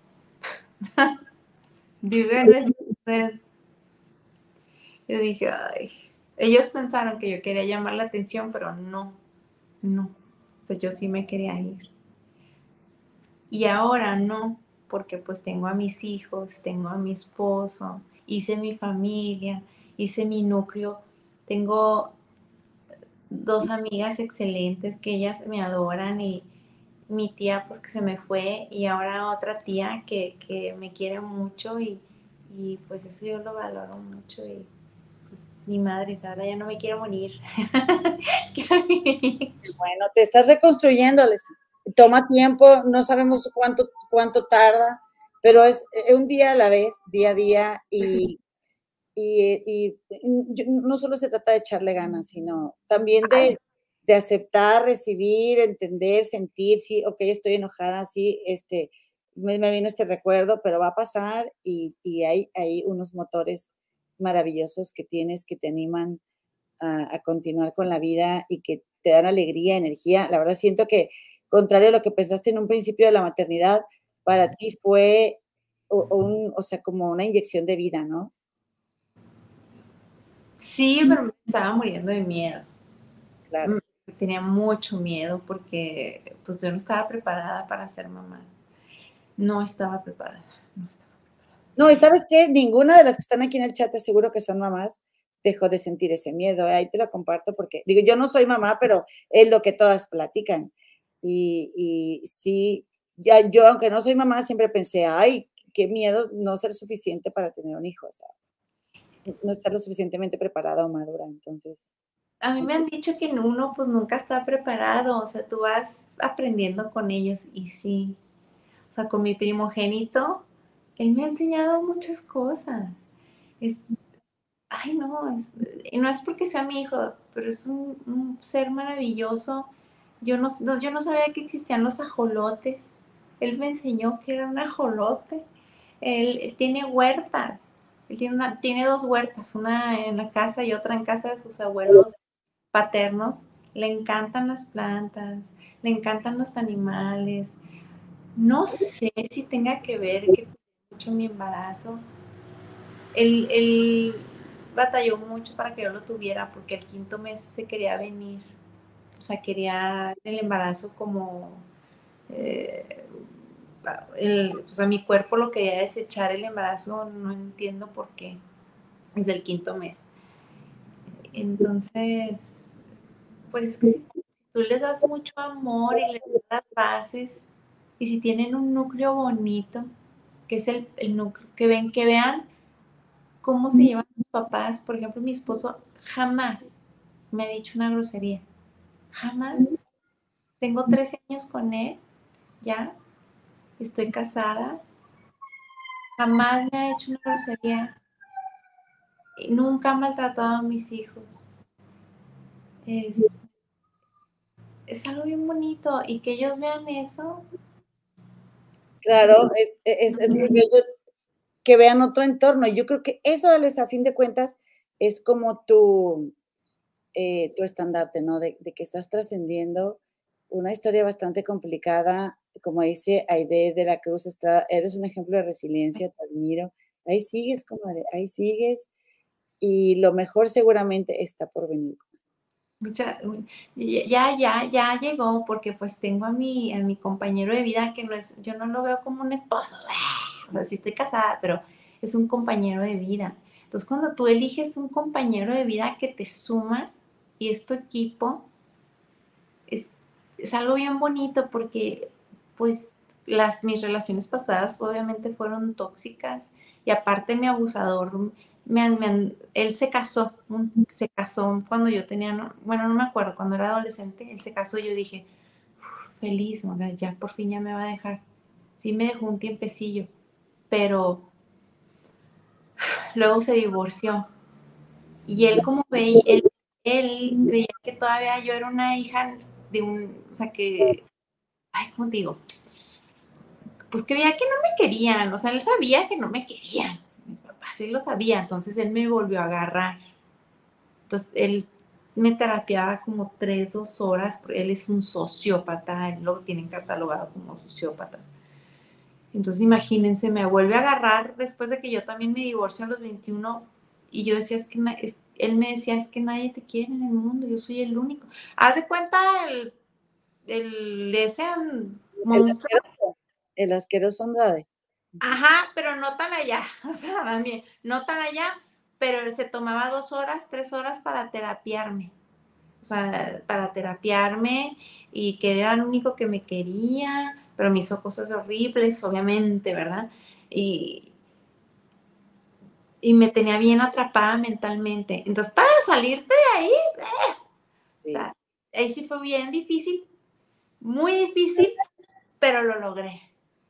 Diversas. Yo dije, ay, ellos pensaron que yo quería llamar la atención, pero no, no. O sea, yo sí me quería ir. Y ahora no, porque pues tengo a mis hijos, tengo a mi esposo, hice mi familia, hice mi núcleo, tengo dos amigas excelentes que ellas me adoran y mi tía pues que se me fue y ahora otra tía que, que me quiere mucho y, y pues eso yo lo valoro mucho y pues mi madre, ahora ya no me quiero morir. Bueno, te estás reconstruyendo, toma tiempo, no sabemos cuánto, cuánto tarda, pero es un día a la vez, día a día, y, y, y, y no solo se trata de echarle ganas, sino también de, de aceptar, recibir, entender, sentir, sí, ok, estoy enojada, sí, este, me, me viene este recuerdo, pero va a pasar y, y hay, hay unos motores maravillosos que tienes que te animan a, a continuar con la vida y que te dan alegría, energía. La verdad siento que, contrario a lo que pensaste en un principio de la maternidad, para ti fue un, o sea, como una inyección de vida, ¿no? Sí, pero me estaba muriendo de miedo. Claro. Tenía mucho miedo porque pues yo no estaba preparada para ser mamá. No estaba preparada, no estaba preparada. No, y ¿sabes qué? Ninguna de las que están aquí en el chat, te aseguro que son mamás, dejó de sentir ese miedo. Ahí te lo comparto porque, digo, yo no soy mamá, pero es lo que todas platican. Y, y sí, ya yo, aunque no soy mamá, siempre pensé, ay, qué miedo no ser suficiente para tener un hijo, o sea, no estar lo suficientemente preparada o madura, entonces. A mí me han dicho que uno pues nunca está preparado, o sea, tú vas aprendiendo con ellos y sí, o sea, con mi primogénito, él me ha enseñado muchas cosas. Es, ay no, es, y no es porque sea mi hijo, pero es un, un ser maravilloso. Yo no, no, yo no sabía que existían los ajolotes. Él me enseñó que era un ajolote. Él, él tiene huertas. Él tiene, una, tiene dos huertas, una en la casa y otra en casa de sus abuelos paternos. Le encantan las plantas, le encantan los animales. No sé si tenga que ver que mucho mi embarazo. Él, él batalló mucho para que yo lo tuviera porque el quinto mes se quería venir. O sea, quería el embarazo como... Eh, el, o sea, mi cuerpo lo quería desechar el embarazo, no entiendo por qué, desde el quinto mes. Entonces, pues es que si, si tú les das mucho amor y les das las bases, y si tienen un núcleo bonito, que es el, el núcleo, que ven, que vean cómo se llevan sus papás. Por ejemplo, mi esposo jamás me ha dicho una grosería, jamás. Tengo trece años con él, ya, estoy casada, jamás me ha hecho una grosería, nunca ha maltratado a mis hijos. Es, es algo bien bonito y que ellos vean eso. Claro, es, es, es muy bello que vean otro entorno. Yo creo que eso, Alex, a fin de cuentas, es como tu, eh, tu estandarte, ¿no? De, de que estás trascendiendo una historia bastante complicada. Como dice Aide de la Cruz, está, eres un ejemplo de resiliencia, te admiro. Ahí sigues, comadre, ahí sigues. Y lo mejor seguramente está por venir. Mucha, ya, ya, ya llegó, porque pues tengo a mi, a mi compañero de vida que no es, yo no lo veo como un esposo, o sea, sí estoy casada, pero es un compañero de vida. Entonces, cuando tú eliges un compañero de vida que te suma y es tu equipo, es, es algo bien bonito porque pues las, mis relaciones pasadas obviamente fueron tóxicas y aparte mi abusador, me, me, él se casó, se casó cuando yo tenía, no, bueno, no me acuerdo, cuando era adolescente, él se casó y yo dije, feliz, o sea, ya por fin ya me va a dejar. Sí me dejó un tiempecillo, pero luego se divorció. Y él como veía, él, él veía que todavía yo era una hija de un, o sea, que, ay, ¿cómo te digo? Pues que veía que no me querían, o sea, él sabía que no me querían, mis papás, él lo sabía, entonces él me volvió a agarrar. Entonces él me terapiaba como tres, dos horas, él es un sociópata, él lo tienen catalogado como sociópata. Entonces imagínense, me vuelve a agarrar después de que yo también me divorcio a los veintiuno y yo decía, es que na- es, él me decía, es que nadie te quiere en el mundo, yo soy el único. Haz de cuenta el, el ese El monstruo. asqueroso, el asqueroso Andrade. Ajá, pero no tan allá, o sea, también, no tan allá, pero se tomaba dos horas, tres horas para terapiarme, o sea, para terapiarme y que era el único que me quería, pero me hizo cosas horribles, obviamente, ¿verdad? Y, y me tenía bien atrapada mentalmente. Entonces, para salirte de ahí, eh, sí. O sea, ahí sí fue bien difícil, muy difícil, pero lo logré.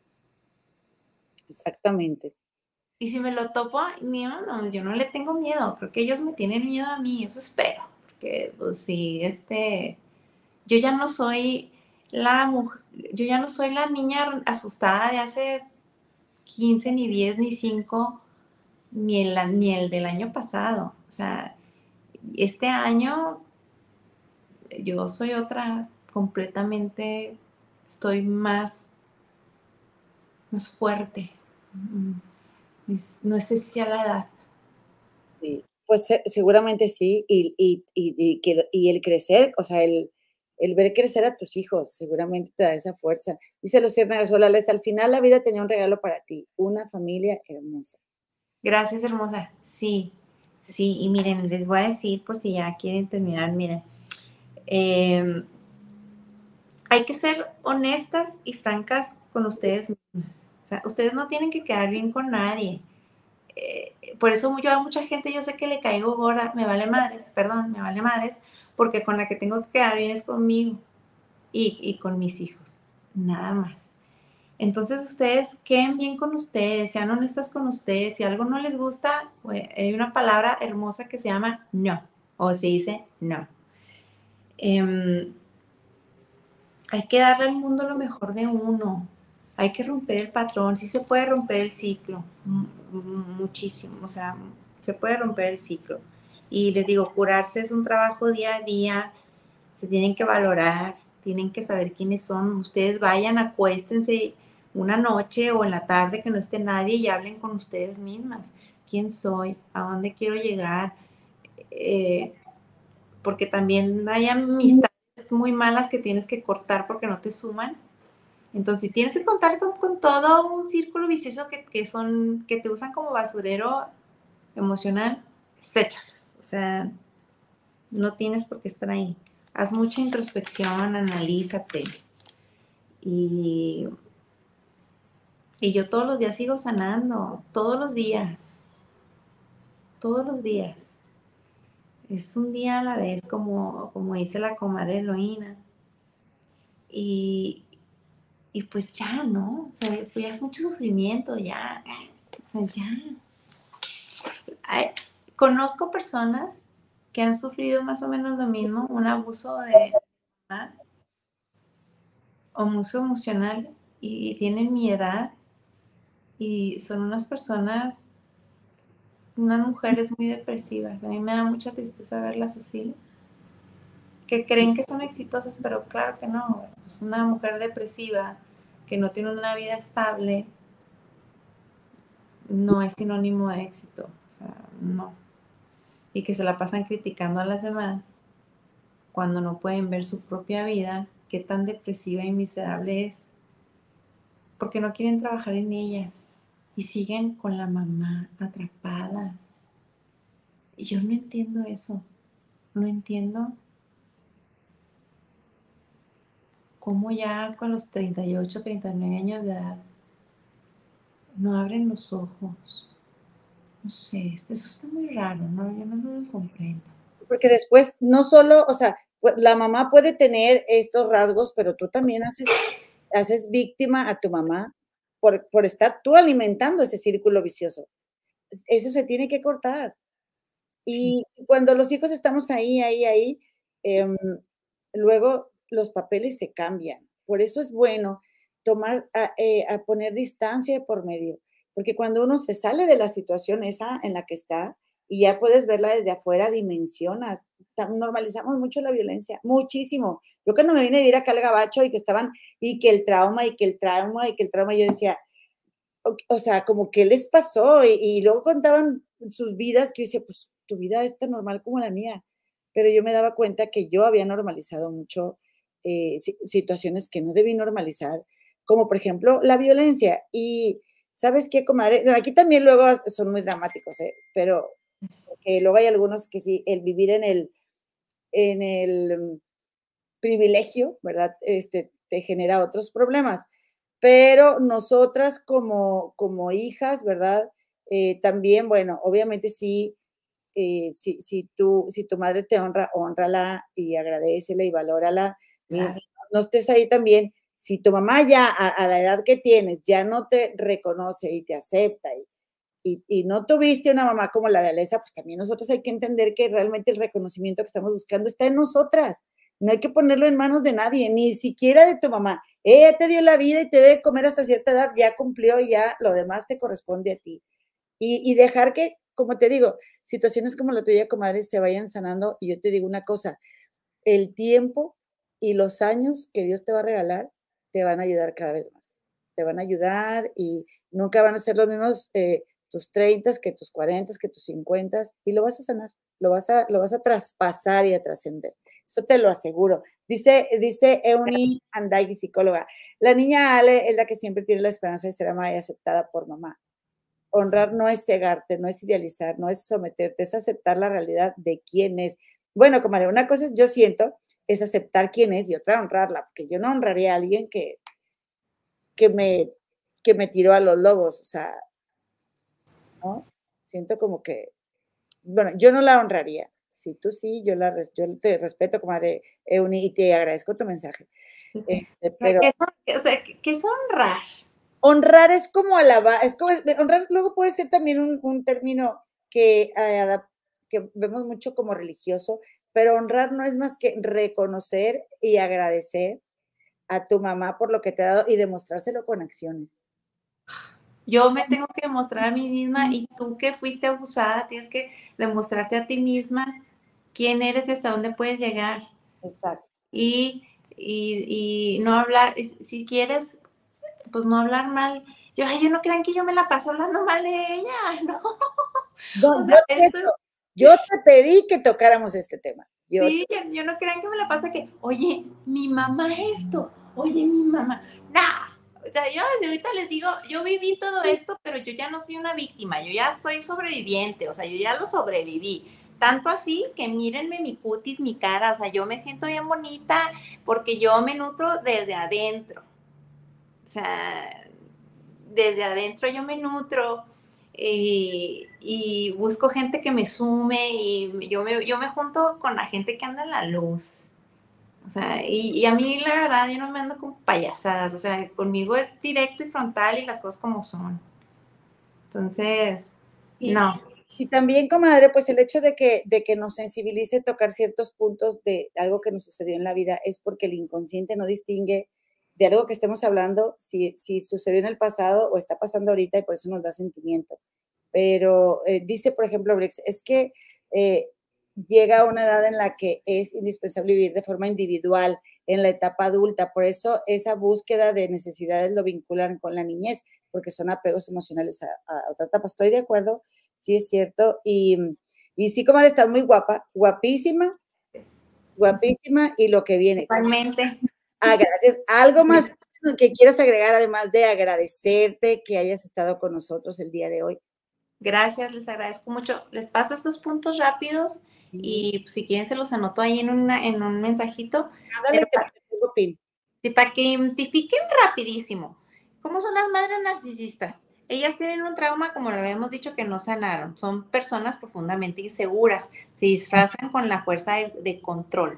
Exactamente. Y si me lo topo, no, no, yo no le tengo miedo, creo que ellos me tienen miedo a mí, eso espero, porque pues sí, este, yo ya no soy la mujer, yo ya no soy la niña asustada de hace quince, ni diez, ni cinco, ni el, ni el del año pasado, o sea, este año yo soy otra completamente, estoy más, más fuerte, no sé si a la edad. Sí, pues se- seguramente sí, y, y, y, y, que- y el crecer, o sea, el, el ver crecer a tus hijos, seguramente te da esa fuerza. Dice Lucierna Sola, hasta el final la vida tenía un regalo para ti, una familia hermosa. Gracias, hermosa. Sí, sí, y miren, les voy a decir, por si ya quieren terminar, miren, eh, hay que ser honestas y francas con ustedes mismas. O sea, ustedes no tienen que quedar bien con nadie. Eh, por eso yo a mucha gente, yo sé que le caigo gorda, me vale madres, perdón, me vale madres, porque con la que tengo que quedar bien es conmigo y, y con mis hijos, nada más. Entonces ustedes queden bien con ustedes, sean honestas con ustedes. Si algo no les gusta, pues, hay una palabra hermosa que se llama no, o se dice no. Eh, hay que darle al mundo lo mejor de uno. Hay que romper el patrón. Sí se puede romper el ciclo, muchísimo. O sea, se puede romper el ciclo. Y les digo, curarse es un trabajo día a día. Se tienen que valorar, tienen que saber quiénes son. Ustedes vayan, acuéstense una noche o en la tarde que no esté nadie y hablen con ustedes mismas. ¿Quién soy? ¿A dónde quiero llegar? Eh, porque también hay amistades muy malas que tienes que cortar porque no te suman. Entonces, si tienes que contar con, con todo un círculo vicioso que, que, son, que te usan como basurero emocional, séchalos. O sea, no tienes por qué estar ahí. Haz mucha introspección, analízate. Y, y yo todos los días sigo sanando, todos los días, todos los días. Es un día a la vez, como, como dice la comadre Eloína. Y, y pues ya, ¿no? O sea, pues ya es mucho sufrimiento, ya. O sea, ya. Hay, conozco personas que han sufrido más o menos lo mismo, un abuso de mamá, o muy emocional y, y tienen mi edad y son unas personas, unas mujeres muy depresivas. A mí me da mucha tristeza verlas así, que creen que son exitosas, pero claro que no. Es una mujer depresiva que no tiene una vida estable, no es sinónimo de éxito, o sea, no. Y que se la pasan criticando a las demás cuando no pueden ver su propia vida, qué tan depresiva y miserable es, porque no quieren trabajar en ellas y siguen con la mamá atrapadas. Y yo no entiendo eso, no entiendo cómo ya con los treinta y ocho, treinta y nueve años de edad no abren los ojos. No sé, eso está muy raro, ¿no? Yo no lo comprendo. Porque después, no solo, o sea, la mamá puede tener estos rasgos, pero tú también haces, haces víctima a tu mamá por, por estar tú alimentando ese círculo vicioso. Eso se tiene que cortar. Y sí. Cuando los hijos estamos ahí, ahí, ahí, eh, luego los papeles se cambian. Por eso es bueno tomar, a, eh, a poner distancia por medio. Porque cuando uno se sale de la situación esa en la que está y ya puedes verla desde afuera, dimensionas. Normalizamos mucho la violencia, muchísimo. Yo cuando me vine a vivir acá al Gabacho y que estaban, y que el trauma, y que el trauma, y que el trauma, yo decía, o, o sea, como qué les pasó, y, y luego contaban sus vidas que yo decía, pues tu vida es tan normal como la mía, pero yo me daba cuenta que yo había normalizado mucho eh, situaciones que no debí normalizar, como por ejemplo la violencia. Y ¿sabes qué, comadre? Aquí también luego son muy dramáticos, ¿eh? Pero que luego hay algunos que sí, el vivir en el, en el privilegio, ¿verdad? Este, te genera otros problemas. Pero nosotras como, como hijas, ¿verdad? Eh, también, bueno, obviamente sí, eh, si, si, tú, si tu madre te honra, honrala y agradécela y valórala. Claro. Y no estés ahí también. Si tu mamá ya a, a la edad que tienes ya no te reconoce y te acepta y, y, y no tuviste una mamá como la de Alesa, pues también nosotros hay que entender que realmente el reconocimiento que estamos buscando está en nosotras. No hay que ponerlo en manos de nadie, ni siquiera de tu mamá. Ella te dio la vida y te debe comer hasta cierta edad, ya cumplió, ya lo demás te corresponde a ti. Y, y dejar que, como te digo, situaciones como la tuya, comadre, se vayan sanando. Y yo te digo una cosa, el tiempo y los años que Dios te va a regalar te van a ayudar cada vez más. Te van a ayudar y nunca van a ser los mismos eh, tus treinta, que tus cuarenta, que tus cincuenta, y lo vas a sanar, lo vas a, lo vas a traspasar y a trascender. Eso te lo aseguro. Dice, dice Euni Andagui, psicóloga, la niña Ale es la que siempre tiene la esperanza de ser amada y aceptada por mamá. Honrar no es cegarte, no es idealizar, no es someterte, es aceptar la realidad de quién es. Bueno, comadre, una cosa yo siento es aceptar quién es y otra honrarla, porque yo no honraría a alguien que, que, me, que me tiró a los lobos, o sea, ¿no? Siento como que, bueno, yo no la honraría. Si tú sí, yo, la, yo te respeto, comadre Euni, y te agradezco tu mensaje. Este, pero, ¿Qué es, o sea, ¿qué es honrar? Honrar es como alabar, es como, honrar luego puede ser también un, un término que, eh, que vemos mucho como religioso, pero honrar no es más que reconocer y agradecer a tu mamá por lo que te ha dado y demostrárselo con acciones. Yo me tengo que demostrar a mí misma y tú que fuiste abusada tienes que demostrarte a ti misma quién eres y hasta dónde puedes llegar. Exacto. Y, y, y no hablar, si quieres, pues no hablar mal. Yo, ay, yo no crean que yo me la paso hablando mal de ella, no. No, o sea, yo, te, esto, yo te pedí que tocáramos este tema. Yo, sí, yo, yo no crean que me la pasa que, oye, mi mamá esto, oye, mi mamá, nah. O sea, yo desde ahorita les digo, yo viví todo esto, pero yo ya no soy una víctima, yo ya soy sobreviviente, o sea, yo ya lo sobreviví. Tanto así que mírenme mi cutis, mi cara, o sea, yo me siento bien bonita porque yo me nutro desde adentro. O sea, desde adentro yo me nutro y, y busco gente que me sume y yo me, yo me junto con la gente que anda en la luz. O sea, y, y a mí la verdad yo no me ando con payasadas, o sea, conmigo es directo y frontal y las cosas como son. Entonces, y, no. Y también, comadre, pues el hecho de que, de que nos sensibilice tocar ciertos puntos de algo que nos sucedió en la vida es porque el inconsciente no distingue de algo que estemos hablando, si, si sucedió en el pasado o está pasando ahorita y por eso nos da sentimiento. Pero eh, dice, por ejemplo, Brex, es que eh, llega a una edad en la que es indispensable vivir de forma individual en la etapa adulta, por eso esa búsqueda de necesidades lo vinculan con la niñez, porque son apegos emocionales a, a otra etapa. Estoy de acuerdo, sí es cierto, y, y sí, comadre, estás muy guapa, guapísima, guapísima, y lo que viene. Totalmente. Ah, gracias. ¿Algo más que quieras agregar, además de agradecerte que hayas estado con nosotros el día de hoy? Gracias, les agradezco mucho. Les paso estos puntos rápidos y pues, si quieren se los anoto ahí en, una, en un mensajito. Ándale, te, te pongo pin. Sí, para que identifiquen rapidísimo cómo son las madres narcisistas. Ellas tienen un trauma, como lo habíamos dicho, que no sanaron. Son personas profundamente inseguras. Se disfrazan con la fuerza de, de control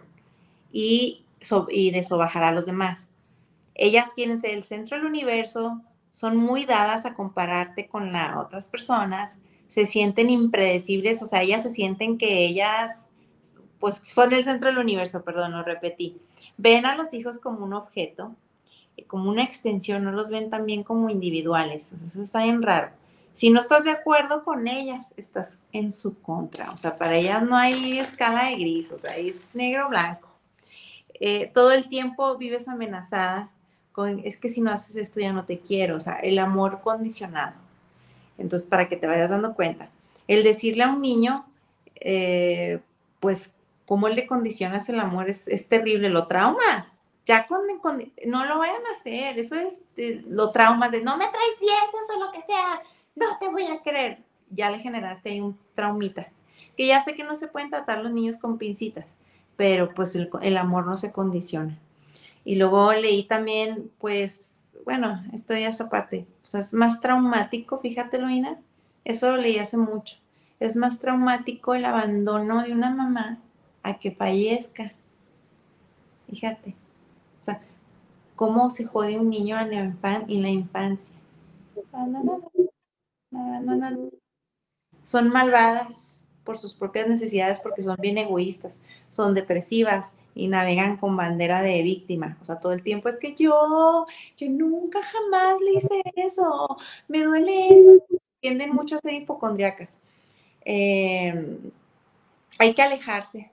y, so, y de sobajar a los demás. Ellas quieren ser el centro del universo, son muy dadas a compararte con las otras personas, se sienten impredecibles, o sea, ellas se sienten que ellas, pues, son el centro del universo, perdón, lo repetí. Ven a los hijos como un objeto, como una extensión, no los ven también como individuales, o sea, eso está bien raro. Si no estás de acuerdo con ellas, estás en su contra, o sea, para ellas no hay escala de gris, o sea, es negro o blanco. Eh, todo el tiempo vives amenazada, con, es que si no haces esto ya no te quiero, o sea, el amor condicionado. Entonces, para que te vayas dando cuenta, el decirle a un niño, eh, pues, cómo le condicionas el amor es, es terrible, lo traumas. Ya con, con, no lo vayan a hacer, eso es, eh, lo traumas de no me traes piezas o lo que sea, no te voy a querer. Ya le generaste ahí un traumita, que ya sé que no se pueden tratar los niños con pincitas, pero pues el, el amor no se condiciona. Y luego leí también, pues, bueno, esto ya es aparte, o sea, es más traumático, fíjate, Loina, eso lo leí hace mucho, es más traumático el abandono de una mamá a que fallezca, fíjate, o sea, cómo se jode un niño en la, infan en la infancia. Son malvadas por sus propias necesidades porque son bien egoístas, son depresivas y navegan con bandera de víctima. O sea, todo el tiempo es que yo, yo nunca jamás le hice eso, me duele eso. Tienden mucho a ser hipocondriacas. Eh, hay que alejarse,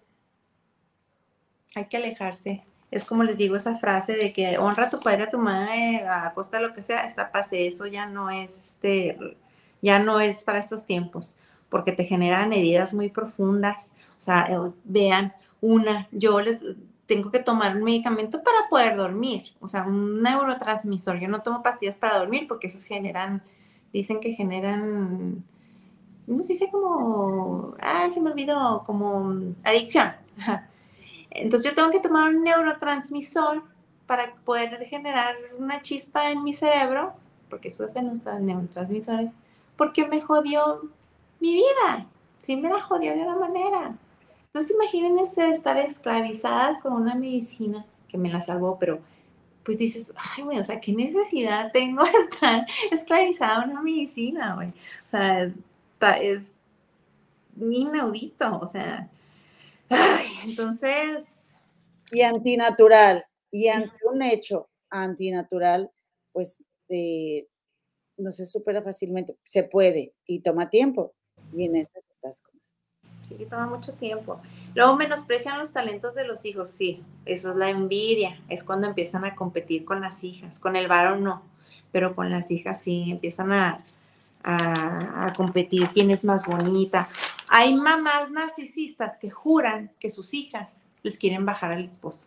hay que alejarse. Es como les digo esa frase de que honra a tu padre, a tu madre, a costa de lo que sea, esta pase, eso ya no es, este, ya no es para estos tiempos, porque te generan heridas muy profundas. O sea, vean, una, yo les tengo que tomar un medicamento para poder dormir, o sea, un neurotransmisor. Yo no tomo pastillas para dormir porque esos generan, dicen que generan, ¿cómo se dice? Como, ah, se me olvidó, como adicción. Entonces yo tengo que tomar un neurotransmisor para poder generar una chispa en mi cerebro, porque eso hacen nuestros neurotransmisores, porque me jodió mi vida, sí me la jodió de una manera. Entonces imagínense estar esclavizadas con una medicina que me la salvó, pero pues dices, ay, güey, o sea, ¿qué necesidad tengo de estar esclavizada a una medicina, güey? O sea, es, es inaudito, o sea, ay, entonces... Y antinatural, y ante un hecho antinatural, pues eh, no se supera fácilmente, se puede y toma tiempo, y en esas estás con... Sí, toma mucho tiempo. Luego menosprecian los talentos de los hijos, sí, eso es la envidia, es cuando empiezan a competir con las hijas, con el varón no, pero con las hijas sí, empiezan a, a, a competir quién es más bonita. Hay mamás narcisistas que juran que sus hijas les quieren bajar al esposo.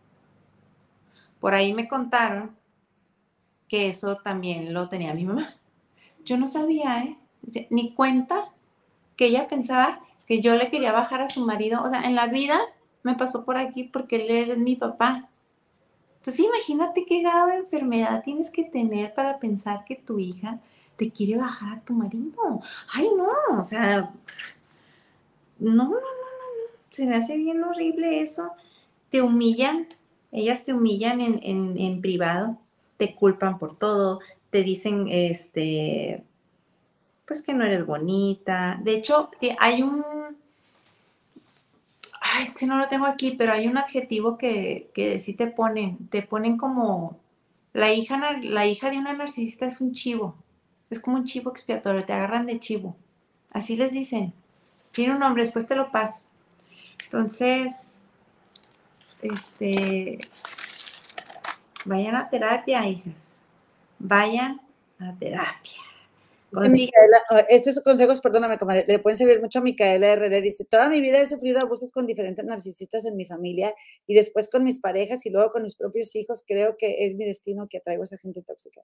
Por ahí me contaron que eso también lo tenía mi mamá. Yo no sabía, ¿eh? Ni cuenta que ella pensaba que yo le quería bajar a su marido. O sea, en la vida me pasó por aquí porque él es mi papá. Entonces, imagínate qué grado de enfermedad tienes que tener para pensar que tu hija te quiere bajar a tu marido. Ay, no, o sea, no, no, no, no, no. Se me hace bien horrible eso. Te humillan, ellas te humillan en, en, en privado, te culpan por todo, te dicen, este, pues que no eres bonita. De hecho, hay un, ay, es que no lo tengo aquí, pero hay un adjetivo que, que sí te ponen, te ponen como La hija, la hija de una narcisista es un chivo, es como un chivo expiatorio, te agarran de chivo, así les dicen. Tiene un nombre, después te lo paso. Entonces, este, vayan a terapia, hijas, vayan a terapia. Dice Micaela, estos consejos, perdóname, comadre, le pueden servir mucho a Micaela R D. Dice, toda mi vida he sufrido abusos con diferentes narcisistas en mi familia y después con mis parejas y luego con mis propios hijos. Creo que es mi destino que atraigo a esa gente tóxica.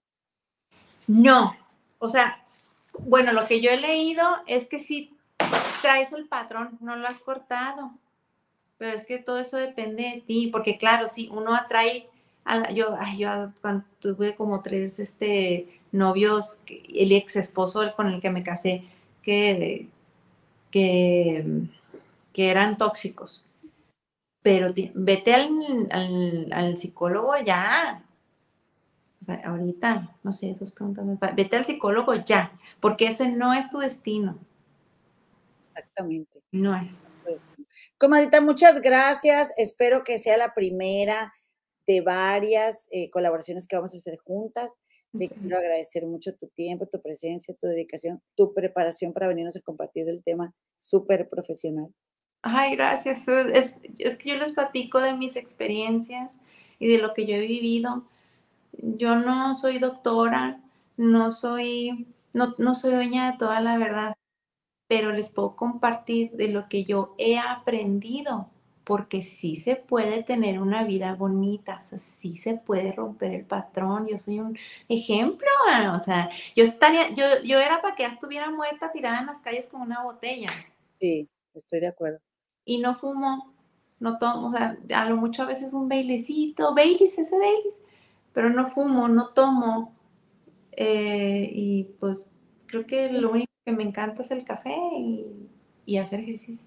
No, o sea, bueno, lo que yo he leído es que sí traes el patrón, no lo has cortado, pero es que todo eso depende de ti, porque claro, sí, uno atrae, a la, yo, ay, yo cuando tuve como tres este, novios, el ex esposo con el que me casé, que, que, que eran tóxicos, pero vete al, al, al psicólogo ya. O sea, ahorita, no sé, dos preguntas más. Vete al psicólogo ya, porque ese no es tu destino. Exactamente. No es. Comadita, muchas gracias. Espero que sea la primera de varias eh, colaboraciones que vamos a hacer juntas. Te sí. quiero agradecer mucho tu tiempo, tu presencia, tu dedicación, tu preparación para venirnos a compartir el tema súper profesional. Ay, gracias. Es, es que yo les platico de mis experiencias y de lo que yo he vivido. Yo no soy doctora, no soy, no, no soy dueña de toda la verdad, pero les puedo compartir de lo que yo he aprendido, porque sí se puede tener una vida bonita, o sea, sí se puede romper el patrón. Yo soy un ejemplo, o sea, yo estaría, yo, yo era para que ya estuviera muerta tirada en las calles con una botella. Sí, estoy de acuerdo. Y no fumo, no tomo, o sea, a lo mucho a veces un Baileysito, Baileys, ese Baileys, pero no fumo, no tomo, eh, y pues creo que lo único que me encanta es el café y, y hacer ejercicio.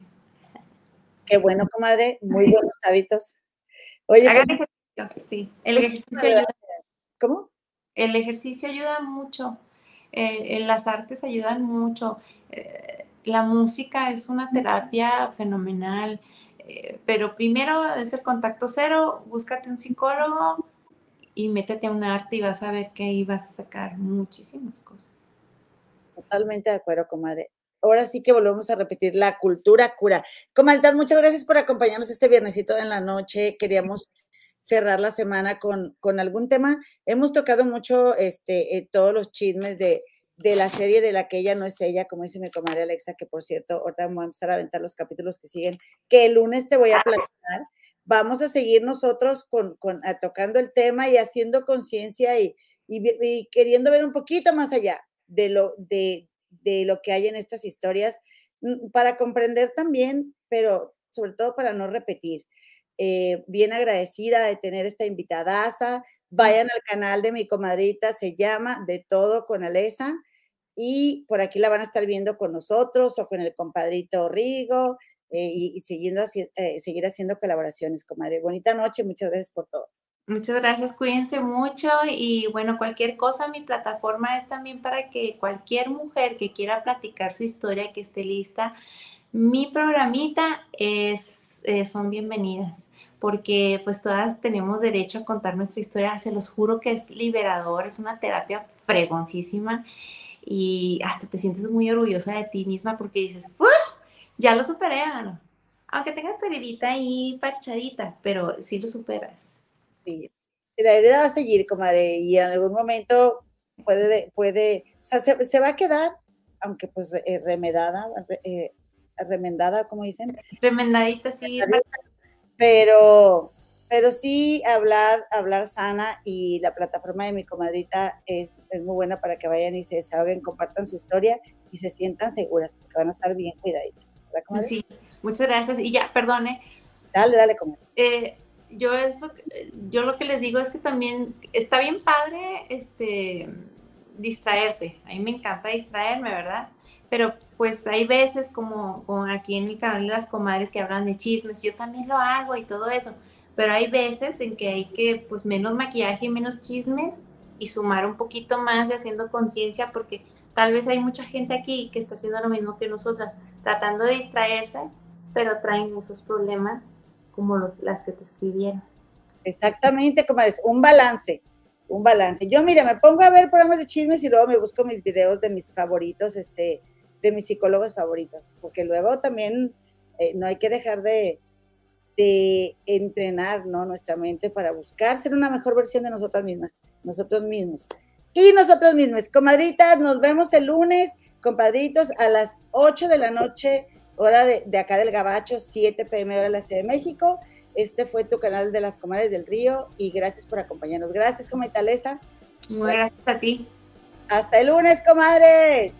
Qué bueno, comadre, muy buenos hábitos. Oye, hagan pues, ejercicio, sí, el ejercicio ayuda. ¿Cómo? El ejercicio ayuda mucho, eh, en las artes ayudan mucho, eh, la música es una terapia fenomenal, eh, pero primero es el contacto cero, búscate un psicólogo y métete a un arte y vas a ver que ahí vas a sacar muchísimas cosas. Totalmente de acuerdo, comadre. Ahora sí que volvemos a repetir, la cultura cura. Comadre, muchas gracias por acompañarnos este viernesito en la noche. Queríamos cerrar la semana con, con algún tema. Hemos tocado mucho este, eh, todos los chismes de, de la serie de La que ella no es ella, como dice mi comadre Alexa, que por cierto, ahorita vamos a empezar a aventar los capítulos que siguen, que el lunes te voy a platicar. Vamos a seguir nosotros con, con, a, tocando el tema y haciendo conciencia y, y, y queriendo ver un poquito más allá de lo, de, de lo que hay en estas historias, para comprender también, pero sobre todo para no repetir. Eh, bien agradecida de tener esta invitadaza. Vayan al canal de mi comadrita, se llama De Todo con Alesa, y por aquí la van a estar viendo con nosotros o con el compadrito Rigo, eh, y, y siguiendo, eh, seguir haciendo colaboraciones, comadre. Bonita noche, muchas gracias por todo. Muchas gracias, cuídense mucho y bueno, cualquier cosa, mi plataforma es también para que cualquier mujer que quiera platicar su historia, que esté lista, mi programita es, eh, son bienvenidas, porque pues todas tenemos derecho a contar nuestra historia, se los juro que es liberador, es una terapia fregoncísima y hasta te sientes muy orgullosa de ti misma porque dices, ¡uh! Ya lo superé, ¿no? Aunque tengas tu heridita ahí parchadita, pero sí lo superas. Sí, la herida va a seguir, comadre, y en algún momento puede, puede, o sea, se, se va a quedar, aunque pues eh, remedada, eh, remendada, como dicen. Remendadita, sí. Remendadita, pero, pero sí hablar, hablar sana, y la plataforma de mi comadrita es, es muy buena para que vayan y se desahoguen, compartan su historia y se sientan seguras, porque van a estar bien cuidaditas. ¿Verdad, comadre? Sí, muchas gracias. Y ya, perdone. Dale, dale, comadre. Eh, yo, es lo que, yo lo que les digo es que también está bien padre este, distraerte. A mí me encanta distraerme, ¿verdad? Pero pues hay veces como, como aquí en el canal de las comadres que hablan de chismes, yo también lo hago y todo eso, pero hay veces en que hay que pues menos maquillaje y menos chismes y sumar un poquito más y haciendo conciencia, porque tal vez hay mucha gente aquí que está haciendo lo mismo que nosotras, tratando de distraerse, pero traen esos problemas como los, las que te escribieron. Exactamente, comadre, un balance. un balance. Yo, mira, me pongo a ver programas de chismes y luego me busco mis videos de mis favoritos, este, de mis psicólogos favoritos, porque luego también eh, no hay que dejar de, de entrenar, ¿no? Nuestra mente para buscar ser una mejor versión de nosotras mismas, nosotros mismos. Y nosotros mismos, comadritas, nos vemos el lunes, compadritos, a las ocho de la noche, hora de, de acá del Gabacho, siete pe eme hora de la Ciudad de México. Este fue tu canal de las Comadres del Río y gracias por acompañarnos. Gracias, comadre Talesa. Muy gracias a ti. Hasta el lunes, comadres.